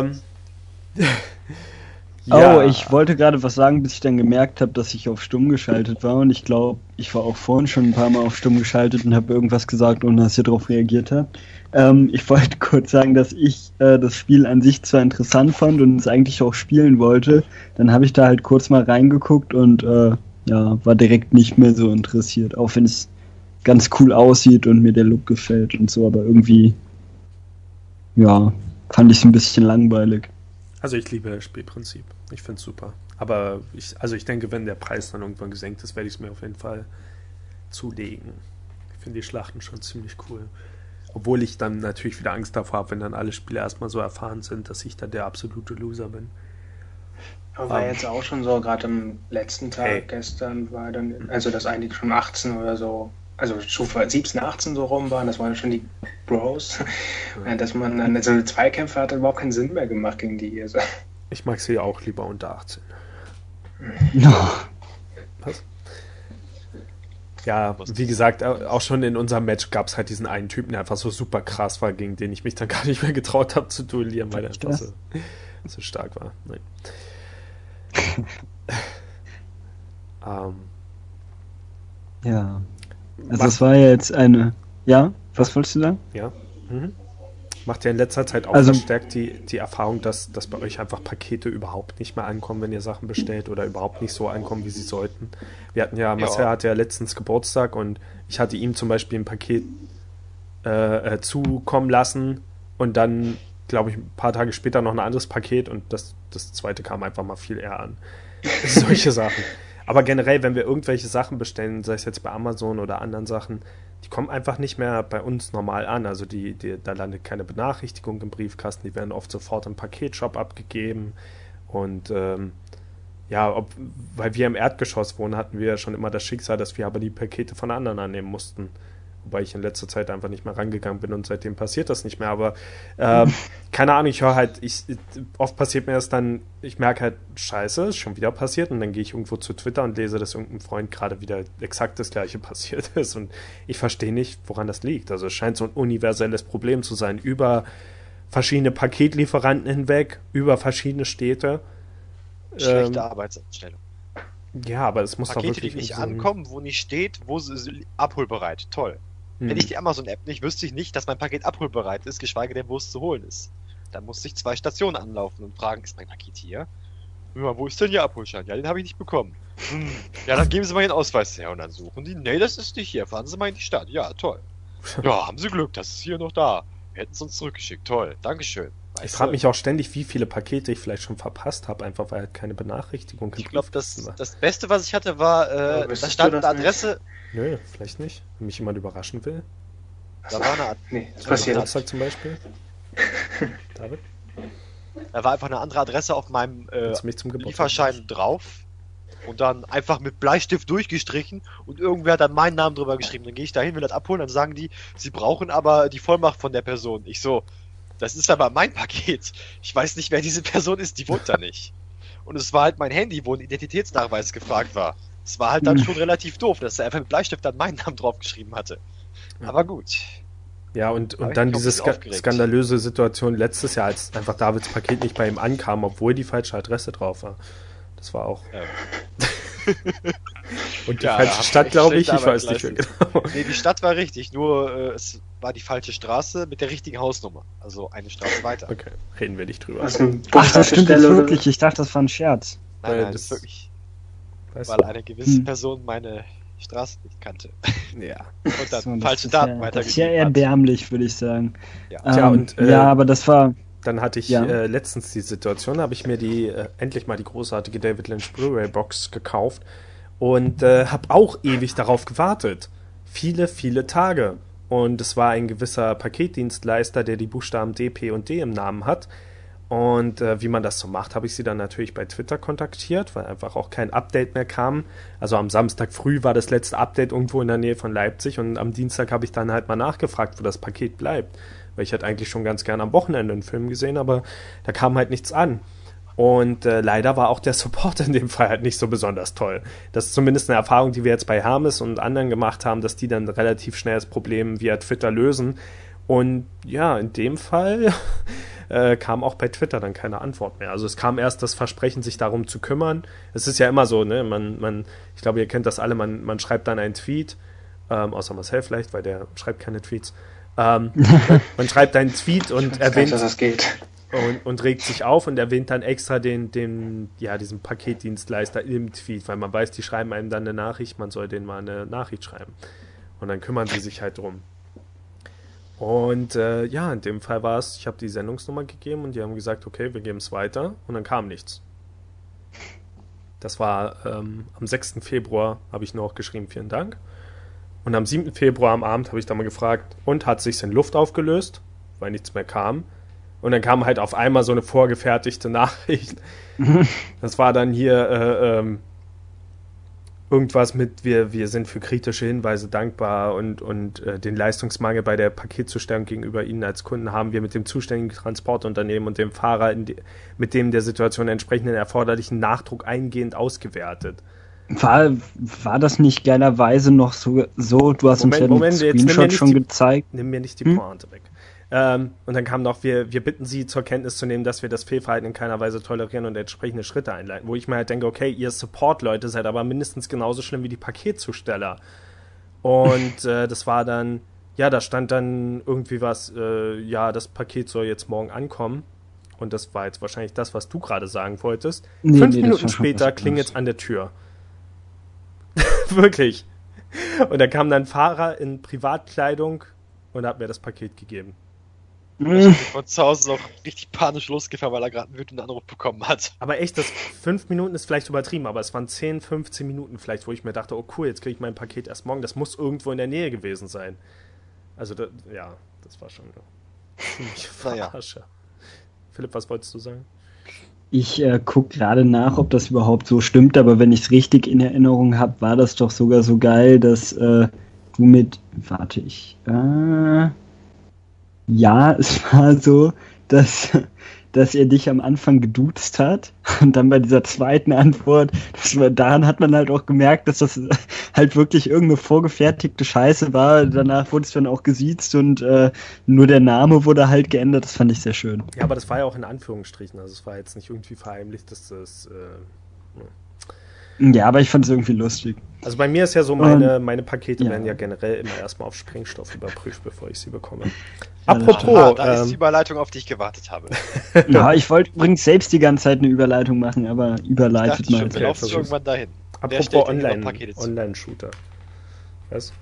Speaker 3: Ja. Oh, ich wollte gerade was sagen, bis ich dann gemerkt habe, dass ich auf Stumm geschaltet war. Und ich glaube, ich war auch vorhin schon ein paar Mal auf Stumm geschaltet und habe irgendwas gesagt, ohne dass ihr darauf reagiert habt. Ich wollte kurz sagen, dass ich das Spiel an sich zwar interessant fand und es eigentlich auch spielen wollte. Dann habe ich da halt kurz mal reingeguckt und war direkt nicht mehr so interessiert. Auch wenn es ganz cool aussieht und mir der Look gefällt und so, aber irgendwie, ja, fand ich es ein bisschen langweilig.
Speaker 2: Also ich liebe das Spielprinzip. Ich finde es super. Aber ich denke, wenn der Preis dann irgendwann gesenkt ist, werde ich es mir auf jeden Fall zulegen. Ich finde die Schlachten schon ziemlich cool. Obwohl ich dann natürlich wieder Angst davor habe, wenn dann alle Spiele erstmal so erfahren sind, dass ich dann der absolute Loser bin.
Speaker 4: Aber war jetzt auch schon so, gerade am letzten Tag gestern war dann, also dass eigentlich schon 18 oder so, also Stufe 17, 18 so rum waren, das waren schon die Bros, dass man dann, also Zweikämpfe hat überhaupt keinen Sinn mehr gemacht gegen die. Also.
Speaker 2: Ich mag sie auch lieber unter 18. Was? Ja, wie gesagt, auch schon in unserem Match gab es halt diesen einen Typen, der einfach so super krass war, gegen den ich mich dann gar nicht mehr getraut habe zu duellieren, weil er einfach so stark war. Nein.
Speaker 3: Ja. Also es war ja jetzt eine... Ja? Was wolltest du sagen?
Speaker 2: Ja. Macht ja in letzter Zeit auch verstärkt die Erfahrung, dass bei euch einfach Pakete überhaupt nicht mehr ankommen, wenn ihr Sachen bestellt oder überhaupt nicht so ankommen, wie sie sollten. Wir hatten Marcel hatte ja letztens Geburtstag und ich hatte ihm zum Beispiel ein Paket zukommen lassen und dann, glaube ich, ein paar Tage später noch ein anderes Paket und das zweite kam einfach mal viel eher an. Solche Sachen. Aber generell, wenn wir irgendwelche Sachen bestellen, sei es jetzt bei Amazon oder anderen Sachen, die kommen einfach nicht mehr bei uns normal an. Also da landet keine Benachrichtigung im Briefkasten, die werden oft sofort im Paketshop abgegeben. Und weil wir im Erdgeschoss wohnen, hatten wir ja schon immer das Schicksal, dass wir aber die Pakete von anderen annehmen mussten. Wobei ich in letzter Zeit einfach nicht mehr rangegangen bin und seitdem passiert das nicht mehr. Aber keine Ahnung, ich höre halt, oft passiert mir das dann, ich merke halt, scheiße, ist schon wieder passiert und dann gehe ich irgendwo zu Twitter und lese, dass irgendein Freund gerade wieder exakt das gleiche passiert ist und ich verstehe nicht, woran das liegt. Also es scheint so ein universelles Problem zu sein, über verschiedene Paketlieferanten hinweg, über verschiedene Städte.
Speaker 5: Schlechte Arbeitseinstellung.
Speaker 2: Ja, aber es muss
Speaker 5: Pakete,
Speaker 2: doch wirklich
Speaker 5: die nicht ankommen, wo nicht steht, wo sie abholbereit. Toll. Hätte ich die Amazon-App nicht, wüsste ich nicht, dass mein Paket abholbereit ist, geschweige denn, wo es zu holen ist. Dann musste ich 2 Stationen anlaufen und fragen, ist mein Paket hier? Ja, wo ist denn Ihr Abholschein? Ja, den habe ich nicht bekommen. Ja, dann geben Sie mal Ihren Ausweis her und dann suchen die. Nee, das ist nicht hier. Fahren Sie mal in die Stadt. Ja, toll. Ja, haben Sie Glück, das ist hier noch da. Wir hätten es uns zurückgeschickt. Toll, Dankeschön.
Speaker 2: Ich frage mich auch ständig, wie viele Pakete ich vielleicht schon verpasst habe, einfach weil halt keine Benachrichtigung.
Speaker 5: Ich glaube, das Beste, was ich hatte, war, da stand eine Adresse.
Speaker 2: Nö, vielleicht nicht. Wenn mich jemand überraschen will.
Speaker 5: Da war eine
Speaker 4: das passiert.
Speaker 2: Geburtstag zum Beispiel. David?
Speaker 5: Da war einfach eine andere Adresse auf meinem Lieferschein drauf. Und dann einfach mit Bleistift durchgestrichen und irgendwer hat dann meinen Namen drüber geschrieben. Dann gehe ich da hin, will das abholen, dann sagen die, sie brauchen aber die Vollmacht von der Person. Ich so, das ist aber mein Paket. Ich weiß nicht, wer diese Person ist, die wohnt da nicht. Und es war halt mein Handy, wo ein Identitätsnachweis gefragt war. Es war halt dann schon relativ doof, dass er einfach mit Bleistift dann meinen Namen draufgeschrieben hatte. Aber gut.
Speaker 2: Ja, und dann diese skandalöse Situation letztes Jahr, als einfach Davids Paket nicht bei ihm ankam, obwohl die falsche Adresse drauf war. Das war auch... Ja. Und die falsche Stadt, glaube ich weiß nicht mehr genau.
Speaker 5: Nee, die Stadt war richtig, nur es war die falsche Straße mit der richtigen Hausnummer. Also eine Straße weiter.
Speaker 2: Okay, reden wir nicht drüber.
Speaker 3: Ach, das stimmt jetzt wirklich. Ich dachte, das war ein Scherz.
Speaker 5: Nein, das ist wirklich. Weil eine gewisse Person meine Straße nicht kannte.
Speaker 2: Ja.
Speaker 5: Und dann falsche Daten weitergegeben.
Speaker 3: Das ist ja erbärmlich, würde ich sagen.
Speaker 2: Ja,
Speaker 3: aber das war...
Speaker 2: Dann hatte ich letztens die Situation, da habe ich mir endlich mal die großartige David Lynch Blu-ray-Box gekauft und habe auch ewig darauf gewartet. Viele, viele Tage. Und es war ein gewisser Paketdienstleister, der die Buchstaben D, P und D im Namen hat. Und wie man das so macht, habe ich sie dann natürlich bei Twitter kontaktiert, weil einfach auch kein Update mehr kam. Also am Samstag früh war das letzte Update irgendwo in der Nähe von Leipzig und am Dienstag habe ich dann halt mal nachgefragt, wo das Paket bleibt. Weil ich hätte eigentlich schon ganz gern am Wochenende einen Film gesehen, aber da kam halt nichts an. Und leider war auch der Support in dem Fall halt nicht so besonders toll. Das ist zumindest eine Erfahrung, die wir jetzt bei Hermes und anderen gemacht haben, dass die dann relativ schnell das Problem via Twitter lösen. Und ja, in dem Fall kam auch bei Twitter dann keine Antwort mehr. Also es kam erst das Versprechen, sich darum zu kümmern. Es ist ja immer so, ne? Ich glaube, ihr kennt das alle, man schreibt dann einen Tweet, außer Marcel vielleicht, weil der schreibt keine Tweets. Man schreibt einen Tweet und erwähnt,
Speaker 4: dass das geht.
Speaker 2: Und regt sich auf und erwähnt dann extra diesen Paketdienstleister im Tweet, weil man weiß, die schreiben einem dann eine Nachricht, man soll denen mal eine Nachricht schreiben. Und dann kümmern sie sich halt drum. Und ja, in dem Fall war es, ich habe die Sendungsnummer gegeben und die haben gesagt, okay, wir geben es weiter. Und dann kam nichts. Das war am 6. Februar, habe ich nur auch geschrieben, vielen Dank. Und am 7. Februar am Abend habe ich dann mal gefragt, und hat sich's in Luft aufgelöst, weil nichts mehr kam. Und dann kam halt auf einmal so eine vorgefertigte Nachricht. Das war dann hier irgendwas mit, wir sind für kritische Hinweise dankbar und den Leistungsmangel bei der Paketzustellung gegenüber Ihnen als Kunden haben wir mit dem zuständigen Transportunternehmen und dem Fahrer mit dem der Situation entsprechenden erforderlichen Nachdruck eingehend ausgewertet.
Speaker 3: War das nicht geilerweise noch so du hast uns ja den Screenshot schon gezeigt.
Speaker 2: Nimm mir nicht die Pointe weg. Und dann kam noch, wir bitten Sie zur Kenntnis zu nehmen, dass wir das Fehlverhalten in keiner Weise tolerieren und entsprechende Schritte einleiten. Wo ich mir halt denke, okay, ihr Support-Leute seid aber mindestens genauso schlimm wie die Paketzusteller. Und das war dann, ja, da stand dann irgendwie was, ja, das Paket soll jetzt morgen ankommen. Und das war jetzt wahrscheinlich das, was du gerade sagen wolltest. 5 Minuten später klingelt es an der Tür. Wirklich. Und da kam dann ein Fahrer in Privatkleidung und hat mir das Paket gegeben.
Speaker 5: Von zu Hause noch richtig panisch losgefahren, weil er gerade einen wütenden Anruf bekommen hat.
Speaker 2: Aber echt, das 5 Minuten ist vielleicht übertrieben, aber es waren 10, 15 Minuten vielleicht, wo ich mir dachte, oh cool, jetzt kriege ich mein Paket erst morgen. Das muss irgendwo in der Nähe gewesen sein. Also, ja, das war schon ziemlich Verarsche. Naja. Philipp, was wolltest du sagen?
Speaker 3: Ich gucke gerade nach, ob das überhaupt so stimmt, aber wenn ich es richtig in Erinnerung habe, war das doch sogar so geil, dass du mit... Ja, es war so, dass er dich am Anfang geduzt hat und dann bei dieser zweiten Antwort, daran hat man halt auch gemerkt, dass das halt wirklich irgendeine vorgefertigte Scheiße war. Danach wurde es dann auch gesiezt und nur der Name wurde halt geändert. Das fand ich sehr schön.
Speaker 2: Ja, aber das war ja auch in Anführungsstrichen, also es war jetzt nicht irgendwie verheimlicht, dass das...
Speaker 3: Ja, aber ich fand es irgendwie lustig.
Speaker 2: Also bei mir ist ja so, meine Pakete werden ja generell immer erstmal auf Sprengstoff überprüft, bevor ich sie bekomme.
Speaker 3: Ja,
Speaker 2: Apropos...
Speaker 5: da ist die Überleitung, auf die ich gewartet habe.
Speaker 3: Ja, ich wollte übrigens selbst die ganze Zeit eine Überleitung machen, aber überleitet mal.
Speaker 5: Wir laufen irgendwann dahin.
Speaker 2: Apropos Online-Shooter. Was?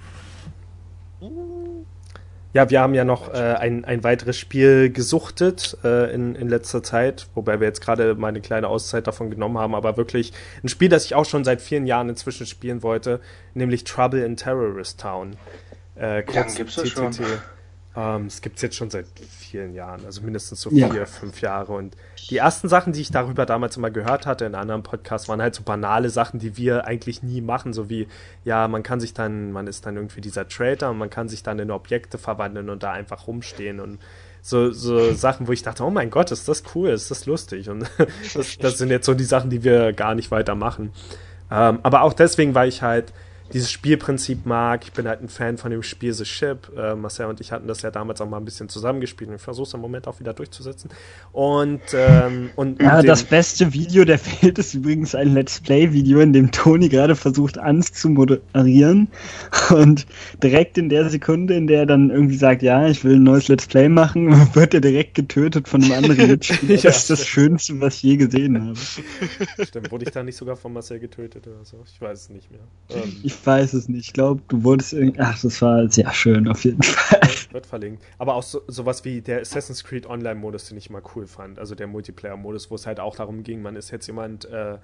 Speaker 2: Ja, wir haben ja noch ein weiteres Spiel gesuchtet in letzter Zeit, wobei wir jetzt gerade mal eine kleine Auszeit davon genommen haben, aber wirklich ein Spiel, das ich auch schon seit vielen Jahren inzwischen spielen wollte, nämlich Trouble in Terrorist Town.
Speaker 4: Kurz gibt's das schon?
Speaker 2: Es gibt es jetzt schon seit vielen Jahren, also mindestens so 4, 5 Jahre. Und die ersten Sachen, die ich darüber damals immer gehört hatte in anderen Podcasts, waren halt so banale Sachen, die wir eigentlich nie machen, so wie, ja, man ist dann irgendwie dieser Trader und man kann sich dann in Objekte verwandeln und da einfach rumstehen und so Sachen, wo ich dachte, oh mein Gott, ist das cool, ist das lustig. Und das sind jetzt so die Sachen, die wir gar nicht weitermachen. Aber auch deswegen, weil ich halt dieses Spielprinzip mag. Ich bin halt ein Fan von dem Spiel The Ship. Marcel und ich hatten das ja damals auch mal ein bisschen zusammengespielt und ich versuche es im Moment auch wieder durchzusetzen. Und
Speaker 3: das beste Video der Welt ist übrigens ein Let's Play-Video, in dem Toni gerade versucht anzumoderieren und direkt in der Sekunde, in der er dann irgendwie sagt, ja, ich will ein neues Let's Play machen, wird er direkt getötet von einem anderen Mitspieler. Das ist das Schönste, was ich je gesehen habe.
Speaker 2: Stimmt, wurde ich da nicht sogar von Marcel getötet oder so? Ich weiß es nicht mehr.
Speaker 3: Ich weiß es nicht. Ich glaube, du wurdest irgendwie... Ach, das war sehr schön auf jeden Fall.
Speaker 2: Wird verlinkt. Aber auch sowas wie der Assassin's Creed Online-Modus, den ich mal cool fand. Also der Multiplayer-Modus, wo es halt auch darum ging, man ist jetzt jemand...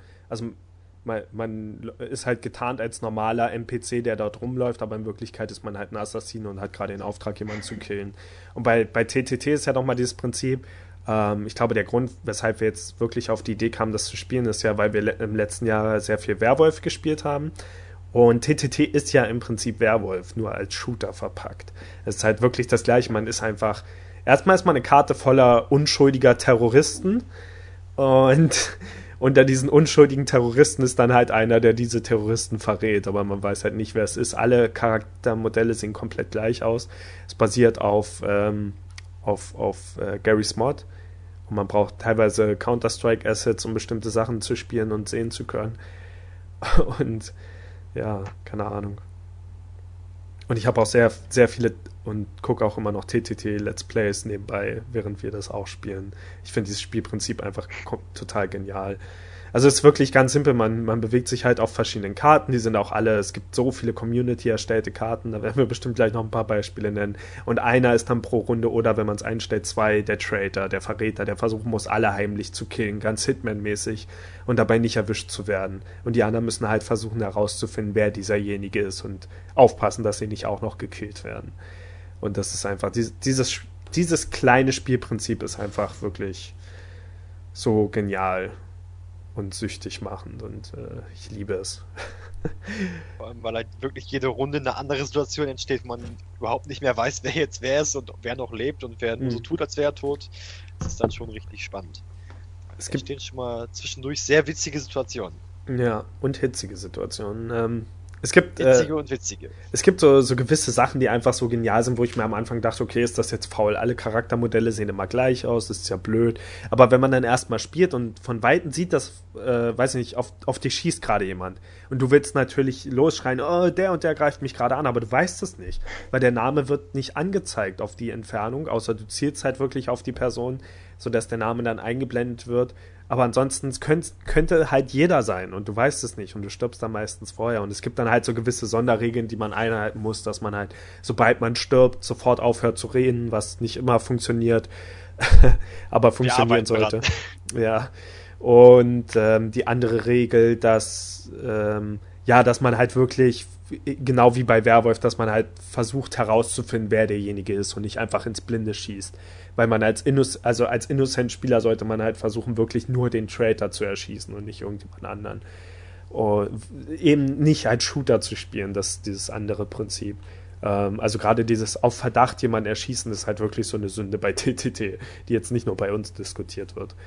Speaker 2: man ist halt getarnt als normaler NPC, der dort rumläuft, aber in Wirklichkeit ist man halt ein Assassin und hat gerade den Auftrag, jemanden zu killen. Und bei TTT ist ja nochmal dieses Prinzip... ich glaube, der Grund, weshalb wir jetzt wirklich auf die Idee kamen, das zu spielen, ist ja, weil wir im letzten Jahr sehr viel Werwolf gespielt haben. Und TTT ist ja im Prinzip Werwolf, nur als Shooter verpackt. Es ist halt wirklich das Gleiche. Man ist einfach... Erstmal ist man eine Karte voller unschuldiger Terroristen. Und unter diesen unschuldigen Terroristen ist dann halt einer, der diese Terroristen verrät. Aber man weiß halt nicht, wer es ist. Alle Charaktermodelle sehen komplett gleich aus. Es basiert auf Garry's Mod. Und man braucht teilweise Counter-Strike-Assets, um bestimmte Sachen zu spielen und sehen zu können. Und... ja, keine Ahnung. Und ich habe auch sehr, sehr viele und gucke auch immer noch TTT Let's Plays nebenbei, während wir das auch spielen. Ich finde dieses Spielprinzip einfach total genial. Also es ist wirklich ganz simpel, man bewegt sich halt auf verschiedenen Karten, die sind auch alle, es gibt so viele Community-erstellte Karten, da werden wir bestimmt gleich noch ein paar Beispiele nennen. Und einer ist dann pro Runde, oder wenn man es einstellt, 2, der Traitor, der Verräter, der versuchen muss, alle heimlich zu killen, ganz Hitman-mäßig und dabei nicht erwischt zu werden. Und die anderen müssen halt versuchen herauszufinden, wer dieserjenige ist und aufpassen, dass sie nicht auch noch gekillt werden. Und das ist einfach, dieses kleine Spielprinzip ist einfach wirklich so genial und süchtig machend und ich liebe es.
Speaker 5: Vor allem, weil halt wirklich jede Runde eine andere Situation entsteht, wo man überhaupt nicht mehr weiß, wer jetzt wer ist und wer noch lebt und wer nur so tut, als wäre er tot. Das ist dann schon richtig spannend. Es entstehen schon mal zwischendurch sehr witzige Situationen.
Speaker 2: Ja, und hitzige Situationen. Es gibt
Speaker 5: witzige und witzige.
Speaker 2: Es gibt so gewisse Sachen, die einfach so genial sind, wo ich mir am Anfang dachte, okay, ist das jetzt faul? Alle Charaktermodelle sehen immer gleich aus, das ist ja blöd. Aber wenn man dann erstmal spielt und von Weitem sieht, dass, weiß ich nicht, auf dich schießt gerade jemand. Und du willst natürlich losschreien, oh, der und der greift mich gerade an, aber du weißt es nicht. Weil der Name wird nicht angezeigt auf die Entfernung, außer du zielst halt wirklich auf die Person, sodass der Name dann eingeblendet wird. Aber ansonsten könnte halt jeder sein und du weißt es nicht und du stirbst dann meistens vorher. Und es gibt dann halt so gewisse Sonderregeln, die man einhalten muss, dass man halt, sobald man stirbt, sofort aufhört zu reden, was nicht immer funktioniert, aber funktionieren sollte. Ja. Und die andere Regel, dass man halt wirklich, genau wie bei Werwolf, dass man halt versucht herauszufinden, wer derjenige ist und nicht einfach ins Blinde schießt. Weil man als Innocent-Spieler sollte man halt versuchen, wirklich nur den Traitor zu erschießen und nicht irgendjemand anderen. Und eben nicht als Shooter zu spielen, das ist dieses andere Prinzip. Also gerade dieses auf Verdacht jemanden erschießen ist halt wirklich so eine Sünde bei TTT, die jetzt nicht nur bei uns diskutiert wird.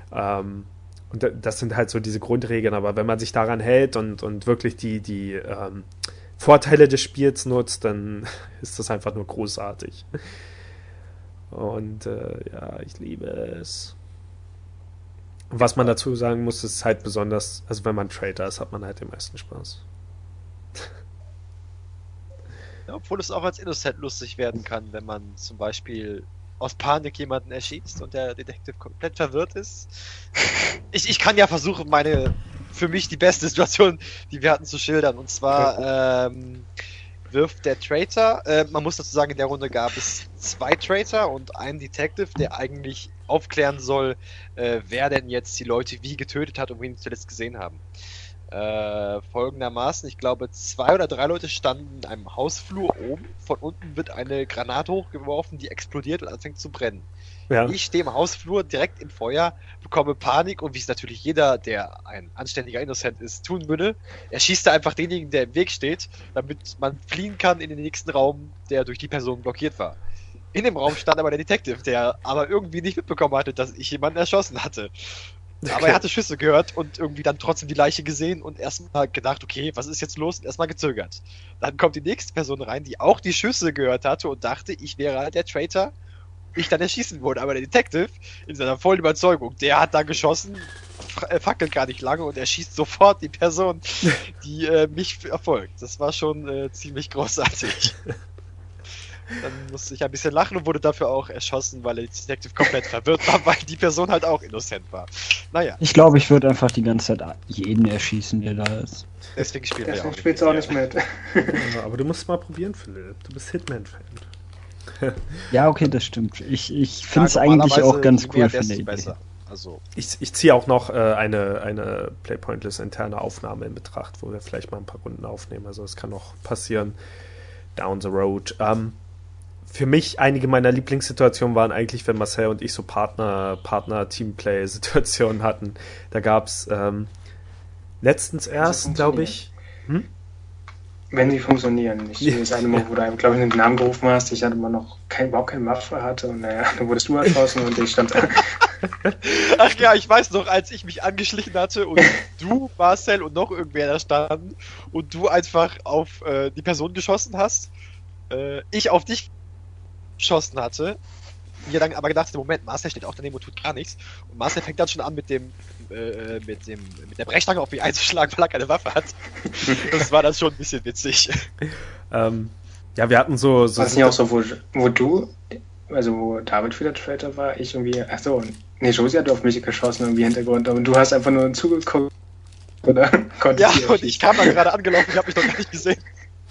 Speaker 2: Und das sind halt so diese Grundregeln, aber wenn man sich daran hält und wirklich die Vorteile des Spiels nutzt, dann ist das einfach nur großartig. Und ich liebe es. Was man dazu sagen muss, ist halt besonders, also wenn man Traitor ist, hat man halt den meisten Spaß.
Speaker 5: Ja, obwohl es auch als Innocent lustig werden kann, wenn man zum Beispiel aus Panik jemanden erschießt und der Detective komplett verwirrt ist. Ich kann ja versuchen, für mich die beste Situation, die wir hatten, zu schildern. Und zwar wirft der Traitor, man muss dazu sagen, in der Runde gab es 2 Traitor und einen Detective, der eigentlich aufklären soll, wer denn jetzt die Leute wie getötet hat und wen sie zuletzt gesehen haben. Folgendermaßen, ich glaube 2 oder 3 Leute standen in einem Hausflur oben, von unten wird eine Granate hochgeworfen, die explodiert und anfängt zu brennen. Ja. Ich stehe im Hausflur direkt im Feuer, bekomme Panik und wie es natürlich jeder, der ein anständiger Innocent ist, tun würde, erschießt er einfach denjenigen, der im Weg steht, damit man fliehen kann in den nächsten Raum, der durch die Person blockiert war. In dem Raum stand aber der Detective, der aber irgendwie nicht mitbekommen hatte, dass ich jemanden erschossen hatte. Okay. Aber er hatte Schüsse gehört und irgendwie dann trotzdem die Leiche gesehen und erstmal gedacht, okay, was ist jetzt los? Und erstmal gezögert. Dann kommt die nächste Person rein, die auch die Schüsse gehört hatte und dachte, ich wäre halt der Traitor. Ich dann erschießen wurde, aber der Detective in seiner vollen Überzeugung, der hat da geschossen, fackelt gar nicht lange und erschießt sofort die Person, die mich verfolgt. Das war schon ziemlich großartig. Dann musste ich ein bisschen lachen und wurde dafür auch erschossen, weil der Detective komplett verwirrt war, weil die Person halt auch innocent war. Naja.
Speaker 3: Ich glaube, ich würde einfach die ganze Zeit jeden erschießen, der da ist.
Speaker 5: Deswegen spielen wir
Speaker 4: auch nicht mit.
Speaker 2: Ja, aber du musst mal probieren, Philipp. Du bist Hitman-Fan.
Speaker 3: Ja, okay, das stimmt. Ich finde es eigentlich auch ganz cool.
Speaker 5: Also.
Speaker 2: Ich ziehe auch noch eine Playpointless interne Aufnahme in Betracht, wo wir vielleicht mal ein paar Runden aufnehmen. Also es kann noch passieren. Down the road. Für mich, einige meiner Lieblingssituationen waren eigentlich, wenn Marcel und ich so Partner-Teamplay-Situationen hatten. Da gab es letztens erst, glaube ich.
Speaker 4: Wenn sie funktionieren. Das eine Mal, wo du, glaube ich, den Namen gerufen hast, ich hatte immer noch überhaupt keine Waffe hatte und naja, dann wurdest du erschossen und ich stand da.
Speaker 5: Ach ja, ich weiß noch, als ich mich angeschlichen hatte und du, Marcel und noch irgendwer da standen und du einfach auf die Person geschossen hast, ich auf dich geschossen hatte, mir dann aber gedacht, Moment, Marcel steht auch daneben und tut gar nichts und Marcel fängt dann schon an mit der Brechstange auf mich einzuschlagen, weil er keine Waffe hat. Das war dann schon ein bisschen witzig.
Speaker 2: Ja, wir hatten so
Speaker 4: war es nicht auch so, wo du also wo David wieder Traitor war, ich irgendwie, achso, nee, Josie hat auf mich geschossen irgendwie im Hintergrund, aber du hast einfach nur zugeguckt, oder?
Speaker 5: Ja, und ich kam da gerade angelaufen, ich habe mich doch gar nicht gesehen.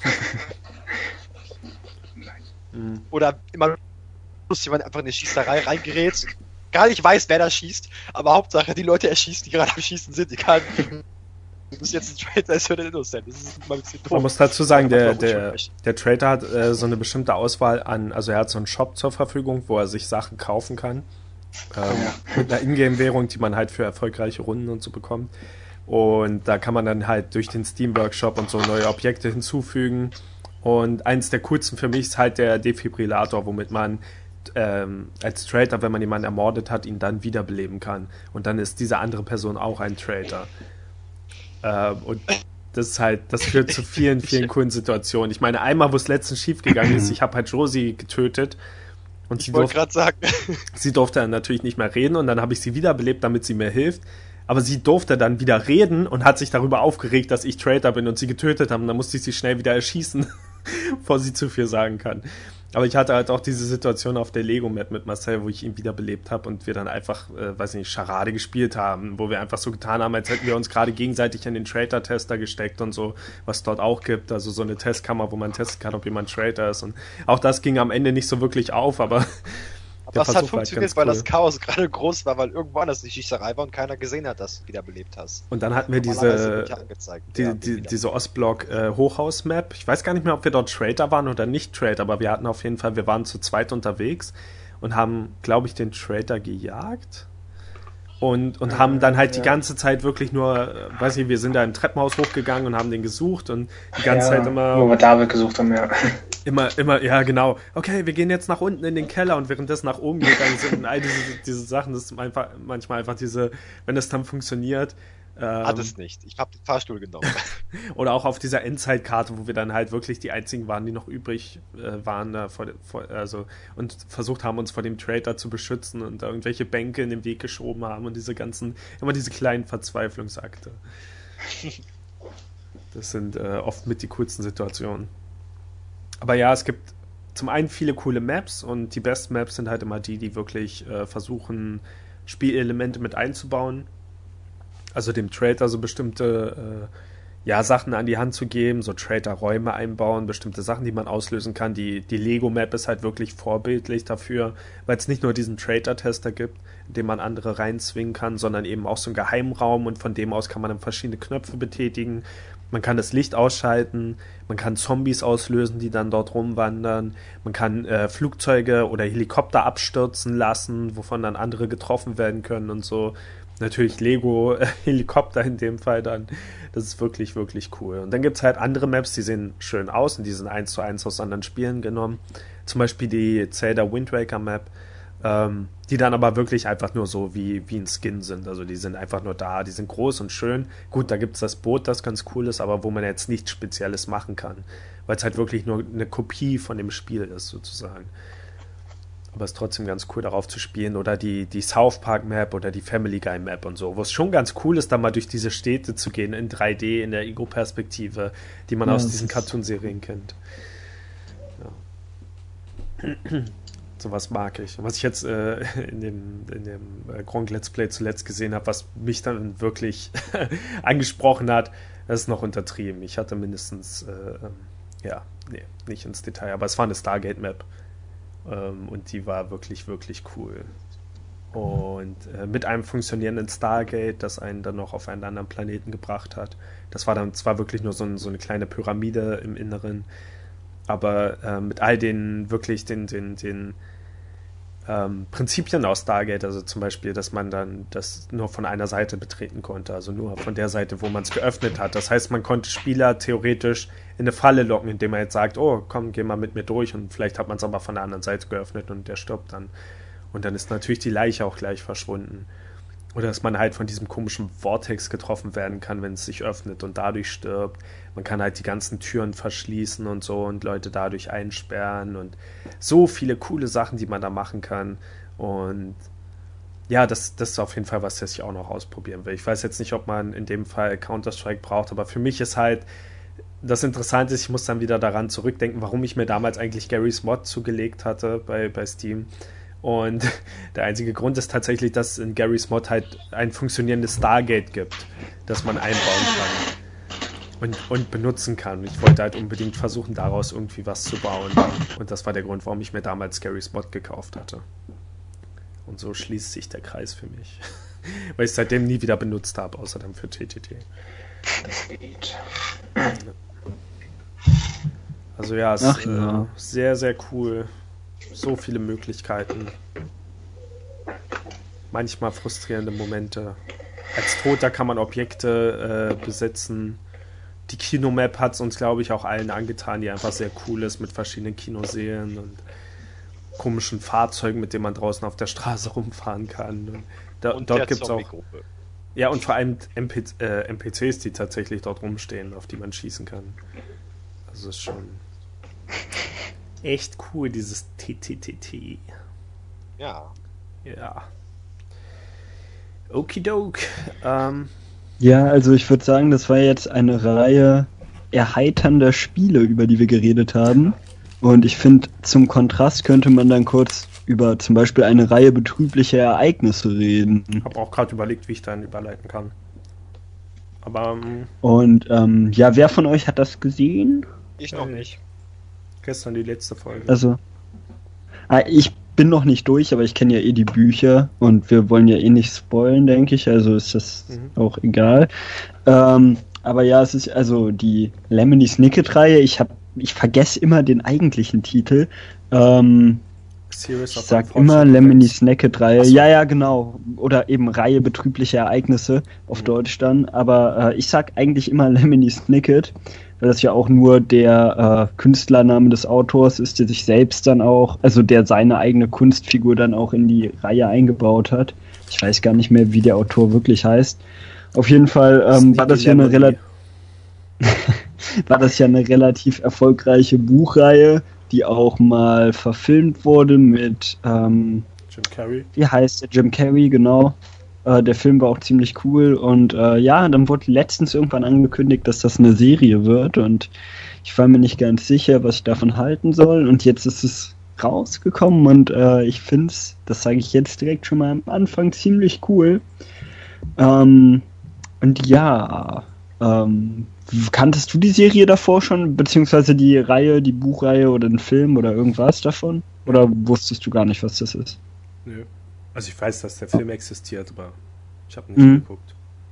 Speaker 5: Oder immer lustig, wenn man einfach in eine Schießerei reingerät, gar nicht weiß, wer da schießt, aber Hauptsache die Leute erschießen, die gerade am Schießen sind, egal. Du bist jetzt ein Traitor, ist für den Innocent. Das ist mal ein bisschen doof.
Speaker 2: Man muss dazu sagen, der Traitor hat so eine bestimmte Auswahl an, also er hat so einen Shop zur Verfügung, wo er sich Sachen kaufen kann. Mit einer Ingame-Währung, die man halt für erfolgreiche Runden und so bekommt. Und da kann man dann halt durch den Steam-Workshop und so neue Objekte hinzufügen. Und eins der coolsten für mich ist halt der Defibrillator, womit man als Traitor, wenn man jemanden ermordet hat, ihn dann wiederbeleben kann. Und dann ist diese andere Person auch ein Traitor. Und das ist halt, das führt zu vielen, vielen coolen Situationen. Ich meine, einmal, wo es letztens schief gegangen ist, ich habe halt Josie getötet. Und
Speaker 5: ich wollte gerade sagen.
Speaker 2: Sie durfte dann natürlich nicht mehr reden und dann habe ich sie wiederbelebt, damit sie mir hilft. Aber sie durfte dann wieder reden und hat sich darüber aufgeregt, dass ich Traitor bin und sie getötet habe. Und dann musste ich sie schnell wieder erschießen, bevor sie zu viel sagen kann. Aber ich hatte halt auch diese Situation auf der Lego-Map mit Marcel, wo ich ihn wiederbelebt habe und wir dann einfach, weiß nicht, Charade gespielt haben, wo wir einfach so getan haben, als hätten wir uns gerade gegenseitig in den Traitor-Tester gesteckt und so, was dort auch gibt. Also so eine Testkammer, wo man testen kann, ob jemand Traitor ist. Und auch das ging am Ende nicht so wirklich auf, aber
Speaker 5: das hat funktioniert, weil das Chaos gerade groß war, weil irgendwo anders die Schießerei war und keiner gesehen hat, dass du wiederbelebt hast.
Speaker 2: Und dann hatten wir diese Ostblock-Hochhaus-Map. Ich weiß gar nicht mehr, ob wir dort Traitor waren oder nicht Traitor, aber wir hatten auf jeden Fall, wir waren zu zweit unterwegs und haben, glaube ich, den Traitor gejagt. Und haben dann halt die ganze Zeit wirklich nur, weiß nicht, wir sind da im Treppenhaus hochgegangen und haben den gesucht und die ganze Zeit immer...
Speaker 4: Wo wir David gesucht haben, ja.
Speaker 2: Immer, ja genau. Okay, wir gehen jetzt nach unten in den Keller und währenddessen nach oben gegangen sind und all diese Sachen, das ist einfach, manchmal einfach diese, wenn das dann funktioniert...
Speaker 5: Hat es nicht. Ich habe den Fahrstuhl genommen.
Speaker 2: Oder auch auf dieser Endzeitkarte, wo wir dann halt wirklich die einzigen waren, die noch übrig waren, und versucht haben, uns vor dem Traitor zu beschützen und da irgendwelche Bänke in den Weg geschoben haben und immer diese kleinen Verzweiflungsakte. Das sind oft mit die coolsten Situationen. Aber ja, es gibt zum einen viele coole Maps und die besten Maps sind halt immer die wirklich versuchen, Spielelemente mit einzubauen. Also dem Traitor so bestimmte Sachen an die Hand zu geben, so Traitor-Räume einbauen, bestimmte Sachen, die man auslösen kann. Die Lego-Map ist halt wirklich vorbildlich dafür, weil es nicht nur diesen Traitor-Tester gibt, in dem man andere reinzwingen kann, sondern eben auch so einen Geheimraum und von dem aus kann man dann verschiedene Knöpfe betätigen. Man kann das Licht ausschalten, man kann Zombies auslösen, die dann dort rumwandern, man kann Flugzeuge oder Helikopter abstürzen lassen, wovon dann andere getroffen werden können und so. Natürlich Lego-Helikopter in dem Fall dann. Das ist wirklich, wirklich cool. Und dann gibt es halt andere Maps, die sehen schön aus und die sind 1:1 aus anderen Spielen genommen. Zum Beispiel die Zelda Wind Waker Map, die dann aber wirklich einfach nur so wie ein Skin sind. Also die sind einfach nur da, die sind groß und schön. Gut, da gibt es das Boot, das ganz cool ist, aber wo man jetzt nichts Spezielles machen kann. Weil es halt wirklich nur eine Kopie von dem Spiel ist, sozusagen. Aber es ist trotzdem ganz cool, darauf zu spielen. Oder die South Park Map oder die Family Guy Map und so, wo es schon ganz cool ist, da mal durch diese Städte zu gehen in 3D, in der Ego-Perspektive, die man aus diesen Cartoon-Serien kennt. Ja. Sowas mag ich. Und was ich jetzt in dem Gronk Let's Play zuletzt gesehen habe, was mich dann wirklich angesprochen hat, das ist noch untertrieben. Ich hatte mindestens, nicht ins Detail, aber es war eine Stargate Map. Und die war wirklich, wirklich cool. Und mit einem funktionierenden Stargate, das einen dann noch auf einen anderen Planeten gebracht hat. Das war dann zwar wirklich nur so eine kleine Pyramide im Inneren, aber mit all den wirklich den Prinzipien aus Stargate, also zum Beispiel, dass man dann das nur von einer Seite betreten konnte, also nur von der Seite, wo man es geöffnet hat. Das heißt, man konnte Spieler theoretisch in eine Falle locken, indem man jetzt sagt, oh, komm, geh mal mit mir durch und vielleicht hat man es aber von der anderen Seite geöffnet und der stirbt dann. Und dann ist natürlich die Leiche auch gleich verschwunden. Oder dass man halt von diesem komischen Vortex getroffen werden kann, wenn es sich öffnet und dadurch stirbt. Man kann halt die ganzen Türen verschließen und so und Leute dadurch einsperren und so viele coole Sachen, die man da machen kann. Und ja, das ist auf jeden Fall was, das ich auch noch ausprobieren will. Ich weiß jetzt nicht, ob man in dem Fall Counter-Strike braucht, aber für mich ist halt das Interessante ist, ich muss dann wieder daran zurückdenken, warum ich mir damals eigentlich Garry's Mod zugelegt hatte bei Steam. Und der einzige Grund ist tatsächlich, dass es in Garry's Mod halt ein funktionierendes Stargate gibt, das man einbauen kann und benutzen kann. Und ich wollte halt unbedingt versuchen, daraus irgendwie was zu bauen. Und das war der Grund, warum ich mir damals Garry's Mod gekauft hatte. Und so schließt sich der Kreis für mich. Weil ich es seitdem nie wieder benutzt habe, außer dann für TTT.
Speaker 4: Das geht.
Speaker 2: Also ja, es ist sehr, sehr cool. So viele Möglichkeiten. Manchmal frustrierende Momente. Als Toter kann man Objekte besetzen. Die Kinomap hat es uns, glaube ich, auch allen angetan, die einfach sehr cool ist mit verschiedenen Kinosälen und komischen Fahrzeugen, mit denen man draußen auf der Straße rumfahren kann. Und dort gibt es auch. Ja, und vor allem NPCs, die tatsächlich dort rumstehen, auf die man schießen kann. Also ist schon echt cool, dieses TTTT.
Speaker 5: Ja.
Speaker 2: Ja. Okidok.
Speaker 3: Ja, also ich würde sagen, das war jetzt eine Reihe erheiternder Spiele, über die wir geredet haben. Und ich finde, zum Kontrast könnte man dann kurz über zum Beispiel eine Reihe betrüblicher Ereignisse reden.
Speaker 2: Ich habe auch gerade überlegt, wie ich dann überleiten kann. Aber
Speaker 3: und ja, wer von euch hat das gesehen?
Speaker 5: Ich noch nicht.
Speaker 2: Gestern die letzte Folge.
Speaker 3: Also, ich bin noch nicht durch, aber ich kenne ja eh die Bücher und wir wollen ja eh nicht spoilen, denke ich, also ist das auch egal. Aber ja, es ist also die Lemony Snicket-Reihe, ich vergesse immer den eigentlichen Titel. Ich sag immer Lemony Snicket-Reihe. So. Ja, genau. Oder eben Reihe betrüblicher Ereignisse auf Deutsch dann. Aber ich sag eigentlich immer Lemony Snicket, weil das ja auch nur der Künstlername des Autors ist, der sich selbst dann auch, also der seine eigene Kunstfigur dann auch in die Reihe eingebaut hat. Ich weiß gar nicht mehr, wie der Autor wirklich heißt. Auf jeden Fall war das ja eine relativ erfolgreiche Buchreihe, die auch mal verfilmt wurde mit
Speaker 2: Jim Carrey.
Speaker 3: Wie heißt der? Jim Carrey, genau. Der Film war auch ziemlich cool und ja, dann wurde letztens irgendwann angekündigt, dass das eine Serie wird und ich war mir nicht ganz sicher, was ich davon halten soll und jetzt ist es rausgekommen und ich finde es, das sage ich jetzt direkt schon mal am Anfang, ziemlich cool. Und ja, kanntest du die Serie davor schon, beziehungsweise die Reihe, die Buchreihe oder den Film oder irgendwas davon? Oder wusstest du gar nicht, was das ist?
Speaker 2: Nö. Also ich weiß, dass der Film existiert, aber ich habe nicht geguckt.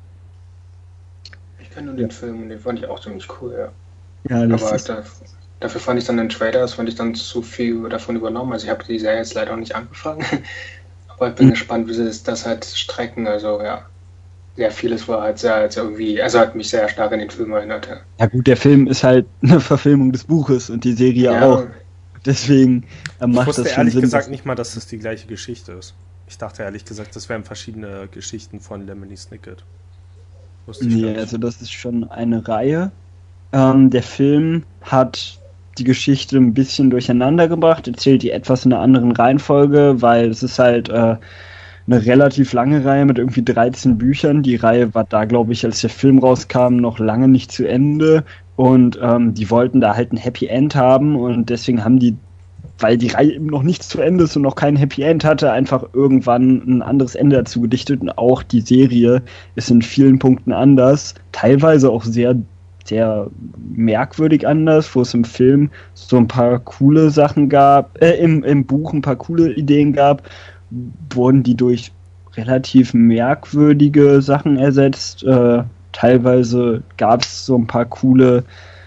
Speaker 4: Ich kenne nur den Film und den fand ich auch ziemlich cool, ja.
Speaker 3: Ja, das
Speaker 4: aber
Speaker 3: ist...
Speaker 4: dafür fand ich dann den Trailer, das fand ich dann zu viel davon übernommen. Also ich habe die Serie jetzt leider auch nicht angefangen. Aber ich bin gespannt, wie sie das halt strecken. Also ja, sehr vieles war halt sehr irgendwie, also hat mich sehr stark an den Film erinnert. Ja,
Speaker 3: ja gut, der Film ist halt eine Verfilmung des Buches und die Serie auch. Deswegen macht das schon Sinn.
Speaker 2: Ich wusste ehrlich gesagt nicht mal, dass das die gleiche Geschichte ist. Ich dachte ehrlich gesagt, das wären verschiedene Geschichten von Lemony Snicket.
Speaker 3: Nee, also das ist schon eine Reihe. Der Film hat die Geschichte ein bisschen durcheinander gebracht, erzählt die etwas in einer anderen Reihenfolge, weil es ist halt eine relativ lange Reihe mit irgendwie 13 Büchern. Die Reihe war da, glaube ich, als der Film rauskam, noch lange nicht zu Ende und die wollten da halt ein Happy End haben und deswegen haben die, weil die Reihe eben noch nichts zu Ende ist und noch kein Happy End hatte, einfach irgendwann ein anderes Ende dazu gedichtet und auch die Serie ist in vielen Punkten anders, teilweise auch sehr, sehr merkwürdig anders, wo es im Film so ein paar coole Sachen gab, im Buch ein paar coole Ideen gab, wurden die durch relativ merkwürdige Sachen ersetzt, teilweise gab es so ein paar coole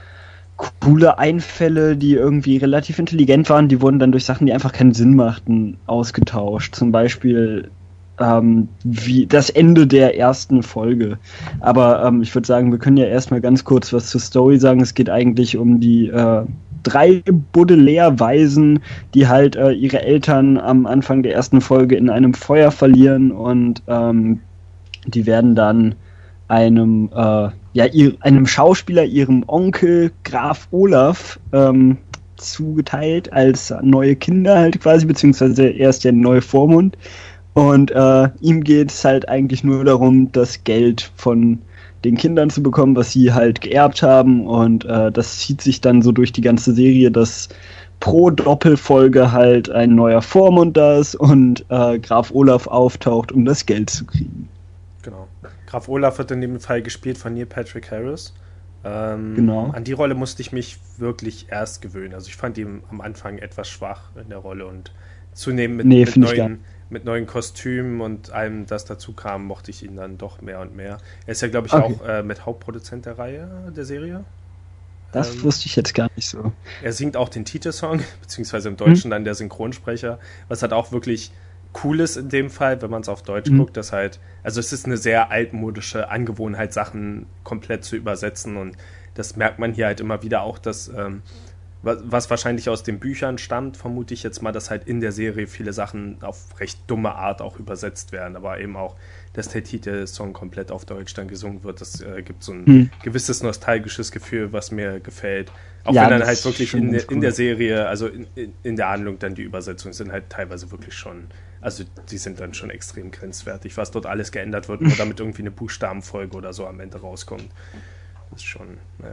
Speaker 3: Einfälle, die irgendwie relativ intelligent waren, die wurden dann durch Sachen, die einfach keinen Sinn machten, ausgetauscht. Zum Beispiel wie das Ende der ersten Folge. Aber ich würde sagen, wir können ja erstmal ganz kurz was zur Story sagen. Es geht eigentlich um die 3 Baudelaire-Waisen, die halt ihre Eltern am Anfang der ersten Folge in einem Feuer verlieren und die werden dann einem Schauspieler, ihrem Onkel Graf Olaf, zugeteilt als neue Kinder halt quasi, beziehungsweise er ist der neue Vormund und ihm geht es halt eigentlich nur darum, das Geld von den Kindern zu bekommen, was sie halt geerbt haben. Und das zieht sich dann so durch die ganze Serie, dass pro Doppelfolge halt ein neuer Vormund da ist und Graf Olaf auftaucht, um das Geld zu kriegen.
Speaker 2: Genau. Graf Olaf wird in dem Fall gespielt von Neil Patrick Harris.
Speaker 3: Genau.
Speaker 2: An die Rolle musste ich mich wirklich erst gewöhnen. Also ich fand ihn am Anfang etwas schwach in der Rolle und zunehmend mit neuen Kostümen und allem, das dazu kam, mochte ich ihn dann doch mehr und mehr. Er ist ja, glaube ich, auch mit Hauptproduzent der Reihe, der Serie.
Speaker 3: Das wusste ich jetzt gar nicht so.
Speaker 2: Er singt auch den Titelsong, beziehungsweise im Deutschen dann der Synchronsprecher, was halt auch wirklich cool ist in dem Fall, wenn man es auf Deutsch guckt, dass halt, also es ist eine sehr altmodische Angewohnheit, Sachen komplett zu übersetzen und das merkt man hier halt immer wieder auch, dass was wahrscheinlich aus den Büchern stammt, vermute ich jetzt mal, dass halt in der Serie viele Sachen auf recht dumme Art auch übersetzt werden, aber eben auch, dass der Titelsong komplett auf Deutsch dann gesungen wird, das gibt so ein gewisses nostalgisches Gefühl, was mir gefällt. Auch wenn dann halt wirklich in der Serie, also in der Handlung dann die Übersetzungen sind halt teilweise wirklich schon, also die sind dann schon extrem grenzwertig, was dort alles geändert wird, nur damit irgendwie eine Buchstabenfolge oder so am Ende rauskommt. Das ist schon, naja.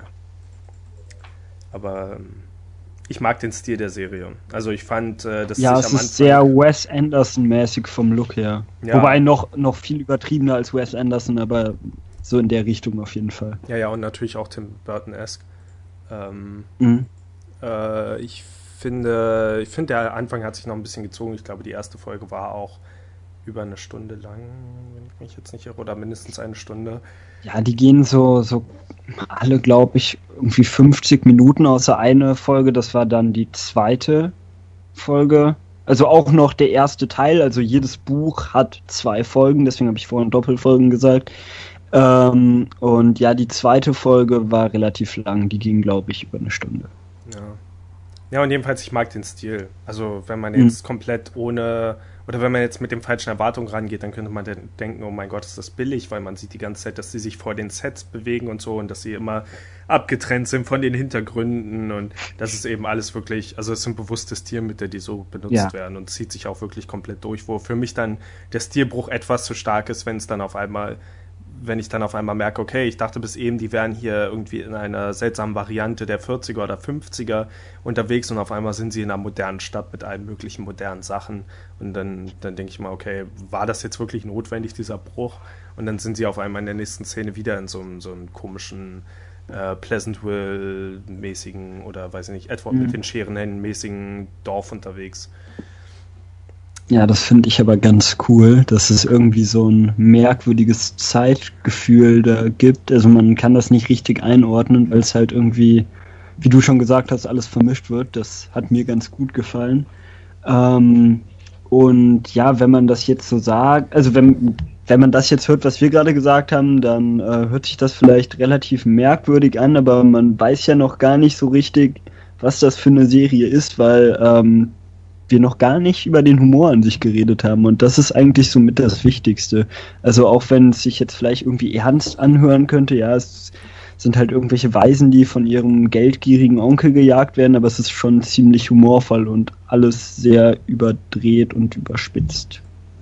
Speaker 2: Aber ich mag den Stil der Serie. Also ich fand, dass
Speaker 3: ja, es ist sehr Wes Anderson-mäßig vom Look her. Ja. Wobei noch viel übertriebener als Wes Anderson, aber so in der Richtung auf jeden Fall.
Speaker 2: Ja, und natürlich auch Tim Burton-esque. Ich finde, der Anfang hat sich noch ein bisschen gezogen. Ich glaube, die erste Folge war auch über eine Stunde lang, wenn ich mich jetzt nicht irre, oder mindestens eine Stunde.
Speaker 3: Ja, die gehen so alle, glaube ich, irgendwie 50 Minuten außer eine Folge. Das war dann die zweite Folge. Also auch noch der erste Teil. Also jedes Buch hat 2 Folgen. Deswegen habe ich vorhin Doppelfolgen gesagt. Und ja, die zweite Folge war relativ lang. Die ging, glaube ich, über eine Stunde.
Speaker 2: Ja, und jedenfalls, ich mag den Stil. Also wenn man jetzt komplett ohne... Oder wenn man jetzt mit den falschen Erwartungen rangeht, dann könnte man denken, oh mein Gott, ist das billig, weil man sieht die ganze Zeit, dass sie sich vor den Sets bewegen und so und dass sie immer abgetrennt sind von den Hintergründen und das ist eben alles wirklich, also es sind bewusste Stilmittel, die so benutzt werden und zieht sich auch wirklich komplett durch, wo für mich dann der Stilbruch etwas zu stark ist, wenn ich dann auf einmal merke, okay, ich dachte bis eben, die wären hier irgendwie in einer seltsamen Variante der 40er oder 50er unterwegs und auf einmal sind sie in einer modernen Stadt mit allen möglichen modernen Sachen und dann denke ich mal, okay, war das jetzt wirklich notwendig, dieser Bruch? Und dann sind sie auf einmal in der nächsten Szene wieder in so einem komischen Pleasantville-mäßigen oder weiß ich nicht, Edward mit den Scherenhänden-mäßigen Dorf unterwegs.
Speaker 3: Ja, das finde ich aber ganz cool, dass es irgendwie so ein merkwürdiges Zeitgefühl da gibt. Also man kann das nicht richtig einordnen, weil es halt irgendwie, wie du schon gesagt hast, alles vermischt wird. Das hat mir ganz gut gefallen. Und ja, wenn man das jetzt so sagt, also wenn man das jetzt hört, was wir gerade gesagt haben, dann hört sich das vielleicht relativ merkwürdig an, aber man weiß ja noch gar nicht so richtig, was das für eine Serie ist, weil wir noch gar nicht über den Humor an sich geredet haben und das ist eigentlich somit das Wichtigste. Also auch wenn es sich jetzt vielleicht irgendwie ernst anhören könnte, ja, es sind halt irgendwelche Waisen, die von ihrem geldgierigen Onkel gejagt werden, aber es ist schon ziemlich humorvoll und alles sehr überdreht und überspitzt.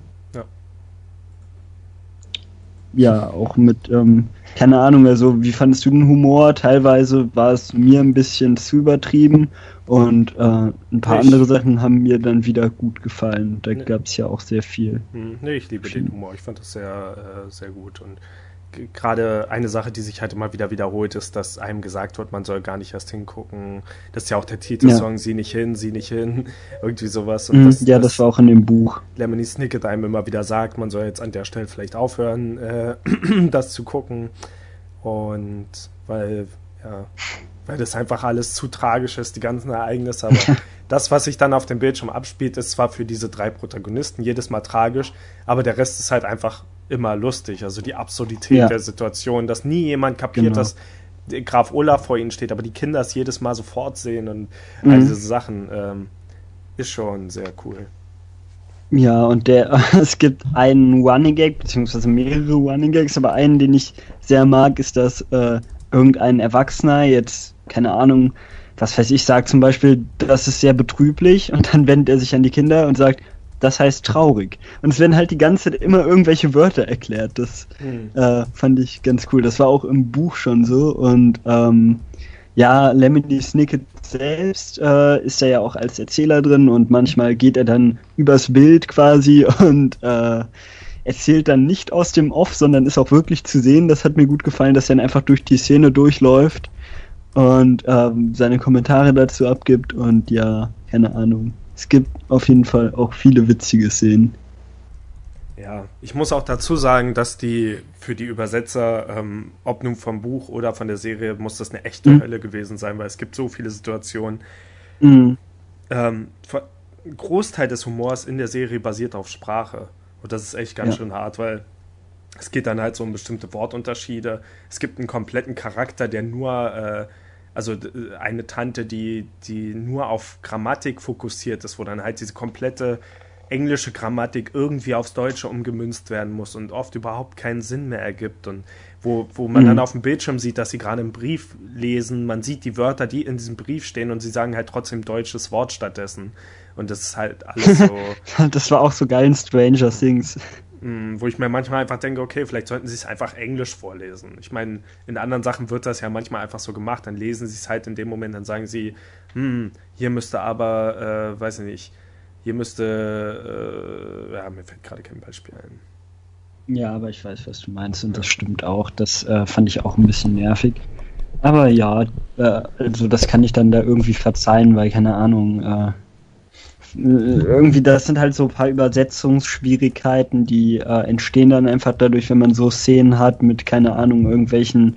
Speaker 3: Ja, auch mit, keine Ahnung, also wie fandest du den Humor? Teilweise war es mir ein bisschen zu übertrieben und ein paar andere Sachen haben mir dann wieder gut gefallen. Da gab es ja auch sehr viel.
Speaker 2: Nee, ich liebe den Humor. Ich fand das sehr, sehr gut und gerade eine Sache, die sich halt immer wieder wiederholt, ist, dass einem gesagt wird, man soll gar nicht erst hingucken. Das ist ja auch der Titelsong, sieh nicht hin, irgendwie sowas. Und
Speaker 3: das war auch in dem Buch.
Speaker 2: Lemony Snicket einem immer wieder sagt, man soll jetzt an der Stelle vielleicht aufhören, das zu gucken. Und weil das einfach alles zu tragisch ist, die ganzen Ereignisse, aber das, was sich dann auf dem Bildschirm abspielt, ist zwar für diese 3 Protagonisten jedes Mal tragisch, aber der Rest ist halt einfach immer lustig, also die Absurdität der Situation, dass nie jemand kapiert, dass Graf Olaf vor ihnen steht, aber die Kinder es jedes Mal sofort sehen und all diese Sachen ist schon sehr cool.
Speaker 3: Ja, und es gibt einen Running Gag, beziehungsweise mehrere Running Gags, aber einen, den ich sehr mag, ist, dass irgendein Erwachsener jetzt, keine Ahnung, was weiß ich, sagt zum Beispiel, das ist sehr betrüblich und dann wendet er sich an die Kinder und sagt, das heißt traurig. Und es werden halt die ganze Zeit immer irgendwelche Wörter erklärt. Das fand ich ganz cool. Das war auch im Buch schon so. Und ja, Lemony Snicket selbst ist ja auch als Erzähler drin und manchmal geht er dann übers Bild quasi und erzählt dann nicht aus dem Off, sondern ist auch wirklich zu sehen. Das hat mir gut gefallen, dass er dann einfach durch die Szene durchläuft und seine Kommentare dazu abgibt und ja, keine Ahnung. Es gibt auf jeden Fall auch viele witzige Szenen.
Speaker 2: Ja, ich muss auch dazu sagen, dass für die Übersetzer, ob nun vom Buch oder von der Serie, muss das eine echte Hölle gewesen sein, weil es gibt so viele Situationen. Ein Großteil des Humors in der Serie basiert auf Sprache. Und das ist echt ganz schön hart, weil es geht dann halt so um bestimmte Wortunterschiede. Es gibt einen kompletten Charakter, der nur, also eine Tante, die nur auf Grammatik fokussiert ist, wo dann halt diese komplette englische Grammatik irgendwie aufs Deutsche umgemünzt werden muss und oft überhaupt keinen Sinn mehr ergibt und wo man dann auf dem Bildschirm sieht, dass sie gerade einen Brief lesen, man sieht die Wörter, die in diesem Brief stehen und sie sagen halt trotzdem deutsches Wort stattdessen und das ist halt alles so...
Speaker 3: Das war auch so geil in Stranger Things.
Speaker 2: Wo ich mir manchmal einfach denke, okay, vielleicht sollten sie es einfach Englisch vorlesen. Ich meine, in anderen Sachen wird das ja manchmal einfach so gemacht, dann lesen sie es halt in dem Moment, dann sagen sie, hier müsste aber, weiß ich nicht, hier müsste, ja, mir fällt gerade kein Beispiel ein.
Speaker 3: Ja, aber ich weiß, was du meinst und das stimmt auch. Das fand ich auch ein bisschen nervig. Aber ja, also das kann ich dann da irgendwie verzeihen, weil, keine Ahnung, irgendwie, das sind halt so ein paar Übersetzungsschwierigkeiten, die entstehen dann einfach dadurch, wenn man so Szenen hat mit, keine Ahnung, irgendwelchen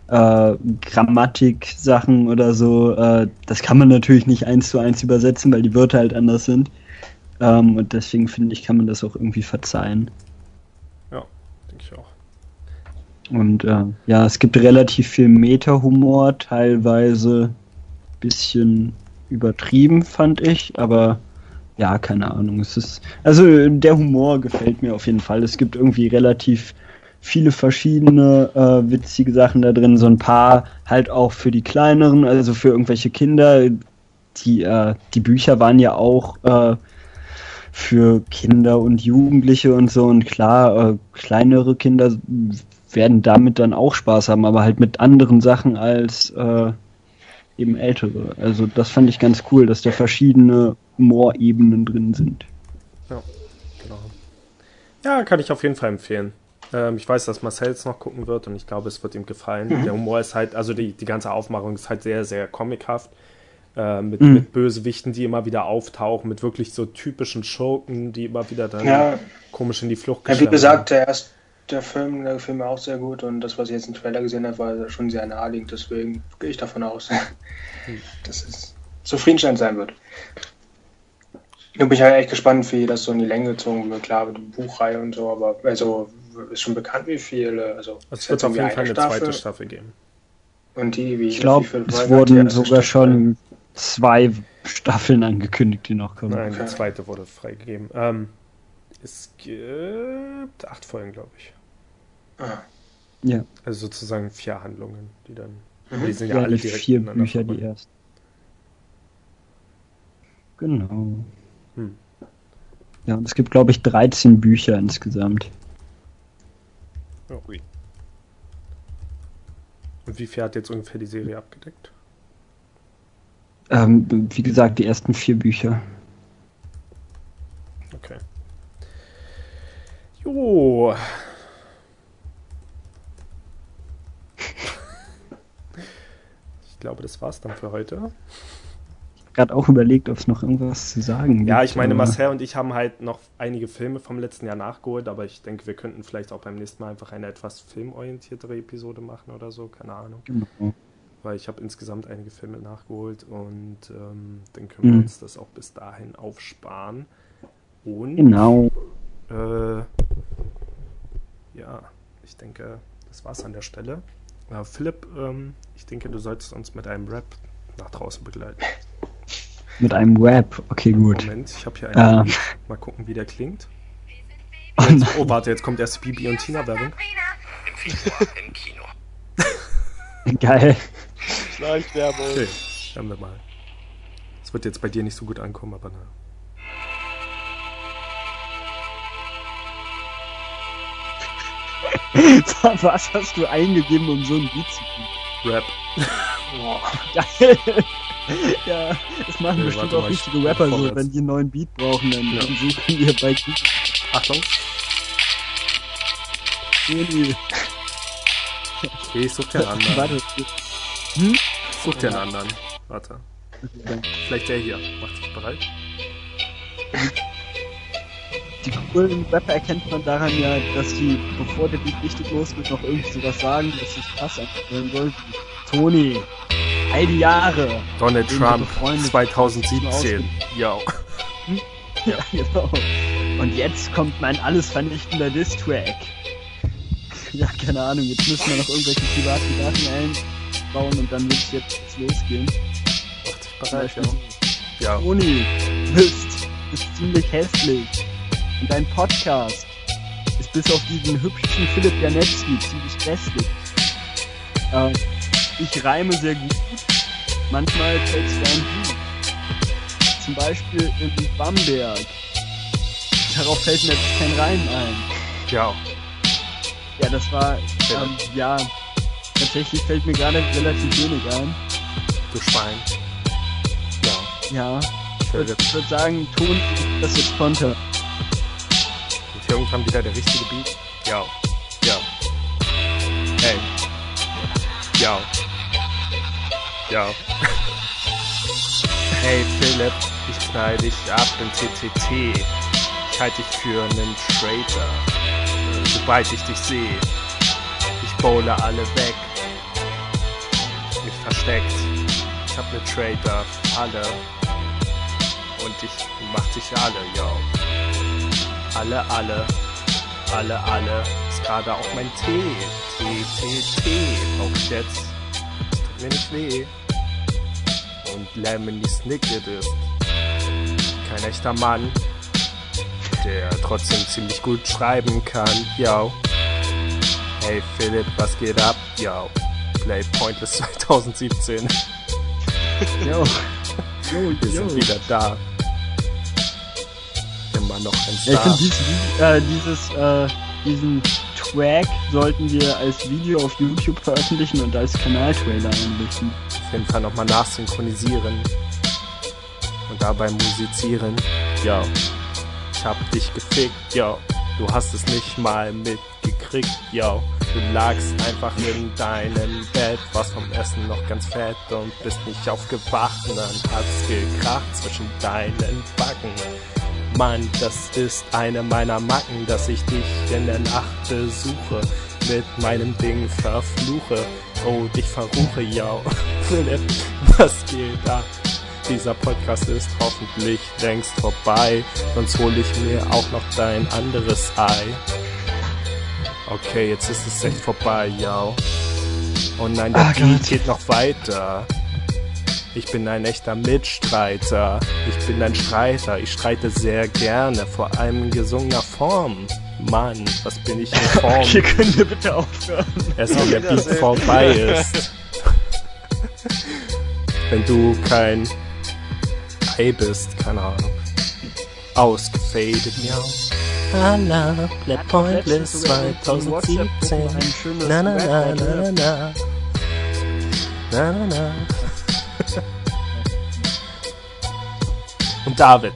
Speaker 3: Grammatik-Sachen oder so. Das kann man natürlich nicht 1:1 übersetzen, weil die Wörter halt anders sind. Und deswegen finde ich, kann man das auch irgendwie verzeihen.
Speaker 2: Ja, denke ich auch.
Speaker 3: Und ja, es gibt relativ viel Meta-Humor, teilweise ein bisschen übertrieben, fand ich, aber ja, keine Ahnung. Es ist, also der Humor gefällt mir auf jeden Fall. Es gibt irgendwie relativ viele verschiedene witzige Sachen da drin, so ein paar halt auch für die Kleineren, also für irgendwelche Kinder. Die Bücher waren ja auch für Kinder und Jugendliche und so und klar, kleinere Kinder werden damit dann auch Spaß haben, aber halt mit anderen Sachen als eben ältere. Also das fand ich ganz cool, dass da verschiedene Humorebenen drin sind.
Speaker 2: Ja, genau. Ja, kann ich auf jeden Fall empfehlen. Ich weiß, dass Marcel es noch gucken wird und ich glaube, es wird ihm gefallen. Der Humor ist halt, also die ganze Aufmachung ist halt sehr, sehr comichaft. Mit Bösewichten, die immer wieder auftauchen, mit wirklich so typischen Schurken, die immer wieder dann komisch in die Flucht
Speaker 4: geschlagen. Ja, wie gesagt, der Film gefiel mir auch sehr gut und das, was ich jetzt im Trailer gesehen habe, war schon sehr naheliegend, deswegen gehe ich davon aus, dass es zufriedenstellend sein wird. Da bin ich halt echt gespannt, wie das so in die Länge gezogen wird. Klar, die Buchreihe und so, aber also ist schon bekannt, wie viele. Also
Speaker 2: es wird auf jeden Fall eine zweite Staffel geben.
Speaker 4: Und
Speaker 3: ich glaube, es wurden sogar schon 2 Staffeln angekündigt, die noch kommen.
Speaker 2: Nein, die zweite wurde freigegeben. Es gibt 8 Folgen, glaube ich.
Speaker 3: Ja.
Speaker 2: Also sozusagen 4 Handlungen, die dann.
Speaker 3: Die sind ja alle direkt 4 Bücher, die ersten. Genau. Ja, und es gibt, glaube ich, 13 Bücher insgesamt.
Speaker 2: Oh, ui. Und wie viel hat jetzt ungefähr die Serie abgedeckt?
Speaker 3: Wie gesagt, die ersten 4 Bücher.
Speaker 2: Okay. Jo. Ich glaube, das war's dann für heute.
Speaker 3: Ich habe gerade auch überlegt, ob es noch irgendwas zu sagen gibt.
Speaker 2: Ja, ich meine, Marcel und ich haben halt noch einige Filme vom letzten Jahr nachgeholt, aber ich denke, wir könnten vielleicht auch beim nächsten Mal einfach eine etwas filmorientiertere Episode machen oder so, keine Ahnung.
Speaker 3: Genau.
Speaker 2: Weil ich habe insgesamt einige Filme nachgeholt und dann können wir uns das auch bis dahin aufsparen. Und
Speaker 3: genau.
Speaker 2: Ja, ich denke, das war's an der Stelle. Philipp, ich denke, du solltest uns mit einem Rap nach draußen begleiten.
Speaker 3: Mit einem Rap? Okay, gut.
Speaker 2: Moment, ich habe hier einen. Mal gucken, wie der klingt. Oh, warte, jetzt kommt erst Bibi und Tina-Werbung.
Speaker 5: Im Kino.
Speaker 3: Geil.
Speaker 5: Schleichwerbung.
Speaker 2: Okay, hören wir mal. Es wird jetzt bei dir nicht so gut ankommen, aber na.
Speaker 3: Was hast du eingegeben, um so ein Beat zu kriegen?
Speaker 2: Rap.
Speaker 3: Geil. Ja, das machen
Speaker 2: Ja,
Speaker 3: bestimmt
Speaker 2: warte
Speaker 3: auch
Speaker 2: mal,
Speaker 3: richtige
Speaker 2: ich-
Speaker 3: Rapper so,
Speaker 2: vorwärts.
Speaker 3: wenn die einen neuen Beat brauchen, dann
Speaker 2: Ja.
Speaker 3: suchen wir bei Google.
Speaker 2: Achtung.
Speaker 3: Nee.
Speaker 2: Okay, ich such den anderen.
Speaker 3: Warte.
Speaker 2: Ich such den anderen. Warte. Vielleicht der hier. Macht sich bereit?
Speaker 3: Die coolen Rapper erkennt man daran ja, dass die, bevor der Beat richtig losgeht, noch irgendwie sowas sagen, dass sich krass anhören soll. Toni, all die Jahre.
Speaker 2: Donald
Speaker 3: Sind wir
Speaker 2: Trump
Speaker 3: befreundet?
Speaker 2: 2017. Ja.
Speaker 3: Ja, genau. Und jetzt kommt mein alles vernichtender Diss-Track. Ja, keine Ahnung, jetzt müssen wir noch irgendwelche privaten Daten einbauen und dann wird es jetzt losgehen.
Speaker 2: Macht sich
Speaker 3: Zum
Speaker 2: bereit,
Speaker 3: Beispiel,
Speaker 2: ja.
Speaker 3: Toni, du bist ziemlich hässlich. Und dein Podcast ist bis auf diesen hübschen Philipp Janetzki ziemlich hässlich. Ich reime sehr gut. Manchmal trägst du ein Buch. Zum Beispiel in Bamberg. Darauf fällt mir jetzt kein Reim ein.
Speaker 2: Ja.
Speaker 3: Ja, das war, ja, tatsächlich fällt mir gerade relativ wenig ein.
Speaker 2: Du Schwein. Ja.
Speaker 3: Ja, ich würd sagen, Ton, das jetzt Konter.
Speaker 2: Und hier irgendwann wieder der richtige Beat. Ja. Ja. Hey. Ja. Ja. Hey Philipp, ich knall dich ab im TTT. Ich halte dich für einen Traitor. Sobald ich dich sehe, ich bowle alle weg. Mich versteckt. Ich hab ne Traitor, alle. Und ich mach dich alle, yo. Alle. Ist gerade auch mein T. Brauch ich jetzt. Tut mir nicht weh. Und Lemony Snicket ist kein echter Mann, der trotzdem ziemlich gut schreiben kann, yo. Hey Philipp, was geht ab, yo? Play Pointless 2017.
Speaker 3: Jo.
Speaker 2: Wir sind wieder da. Immer noch ein
Speaker 3: Ja, ich
Speaker 2: Star.
Speaker 3: finde, diesen Track sollten wir als Video auf YouTube veröffentlichen und als Kanaltrailer einrichten.
Speaker 2: Auf jeden Fall nochmal nachsynchronisieren. Und dabei musizieren. Yo. Ich hab dich gefickt, yo. Du hast es nicht mal mitgekriegt, yo. Du lagst einfach in deinem Bett, warst vom Essen noch ganz fett und bist nicht aufgewacht und dann hat's gekracht zwischen deinen Backen. Mann, das ist eine meiner Macken, dass ich dich in der Nacht besuche, mit meinem Ding verfluche, oh, dich verruche, yo. Philipp, was geht ab? Dieser Podcast ist hoffentlich längst vorbei, sonst hol ich mir auch noch dein anderes Ei. Okay, jetzt ist es echt vorbei, yo. Oh nein, der Beat geht noch weiter. Ich bin ein echter Mitstreiter. Ich bin ein Streiter. Ich streite sehr gerne, vor allem in gesungener Form. Mann, was bin ich in Form?
Speaker 3: Hier können wir bitte aufhören.
Speaker 2: Erst wenn der Beat vorbei ist. Wenn du kein Ei bist, keine Ahnung. Ausgefadet, miau. Hala, Black Pointless 2017. Na na na na na. Na na na. Und David.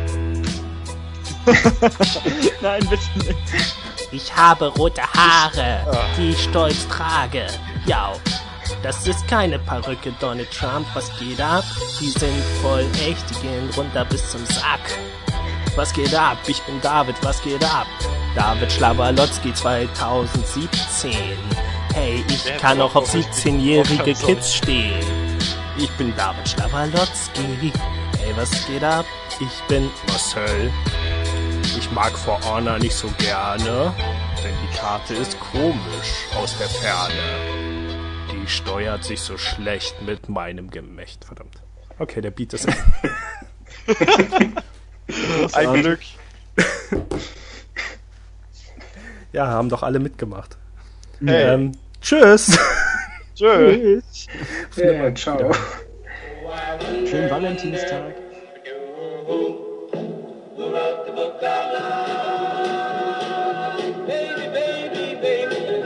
Speaker 3: Nein, bitte nicht.
Speaker 6: Ich habe rote Haare, die ich stolz trage. Ja, das ist keine Perücke, Donald Trump, was geht ab? Die sind voll echt, die gehen runter bis zum Sack. Was geht ab? Ich bin David, was geht ab? David Schlawalotzki 2017. Hey, ich kann auch auf 17-jährige Kids stehen. Ich bin David Schlawalotzki. Hey, was geht ab?
Speaker 2: Ich bin Marcel. Ich mag For Honor nicht so gerne, denn die Karte ist komisch aus der Ferne. Die steuert sich so schlecht mit meinem Gemächt. Verdammt. Okay, der Beat ist...
Speaker 5: Ein Glück.
Speaker 2: Ja, haben doch alle mitgemacht.
Speaker 5: Hey.
Speaker 2: Tschüss.
Speaker 5: Tschö.
Speaker 4: Ja, ciao.
Speaker 3: Schönen Valentinstag.
Speaker 1: Baby, baby, baby,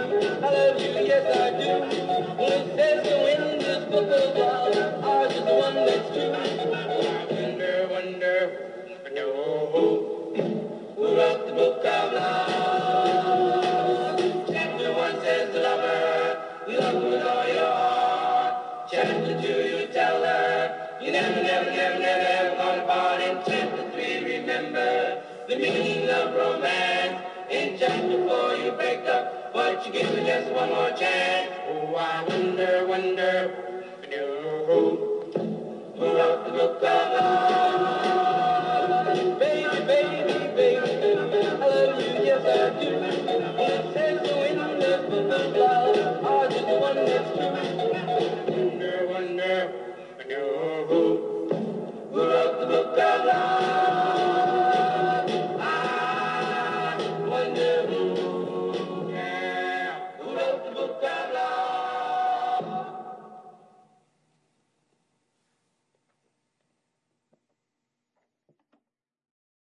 Speaker 1: the meaning of romance. In just before you break up, but you give it just one more chance. Oh, I wonder, who wrote the book of love?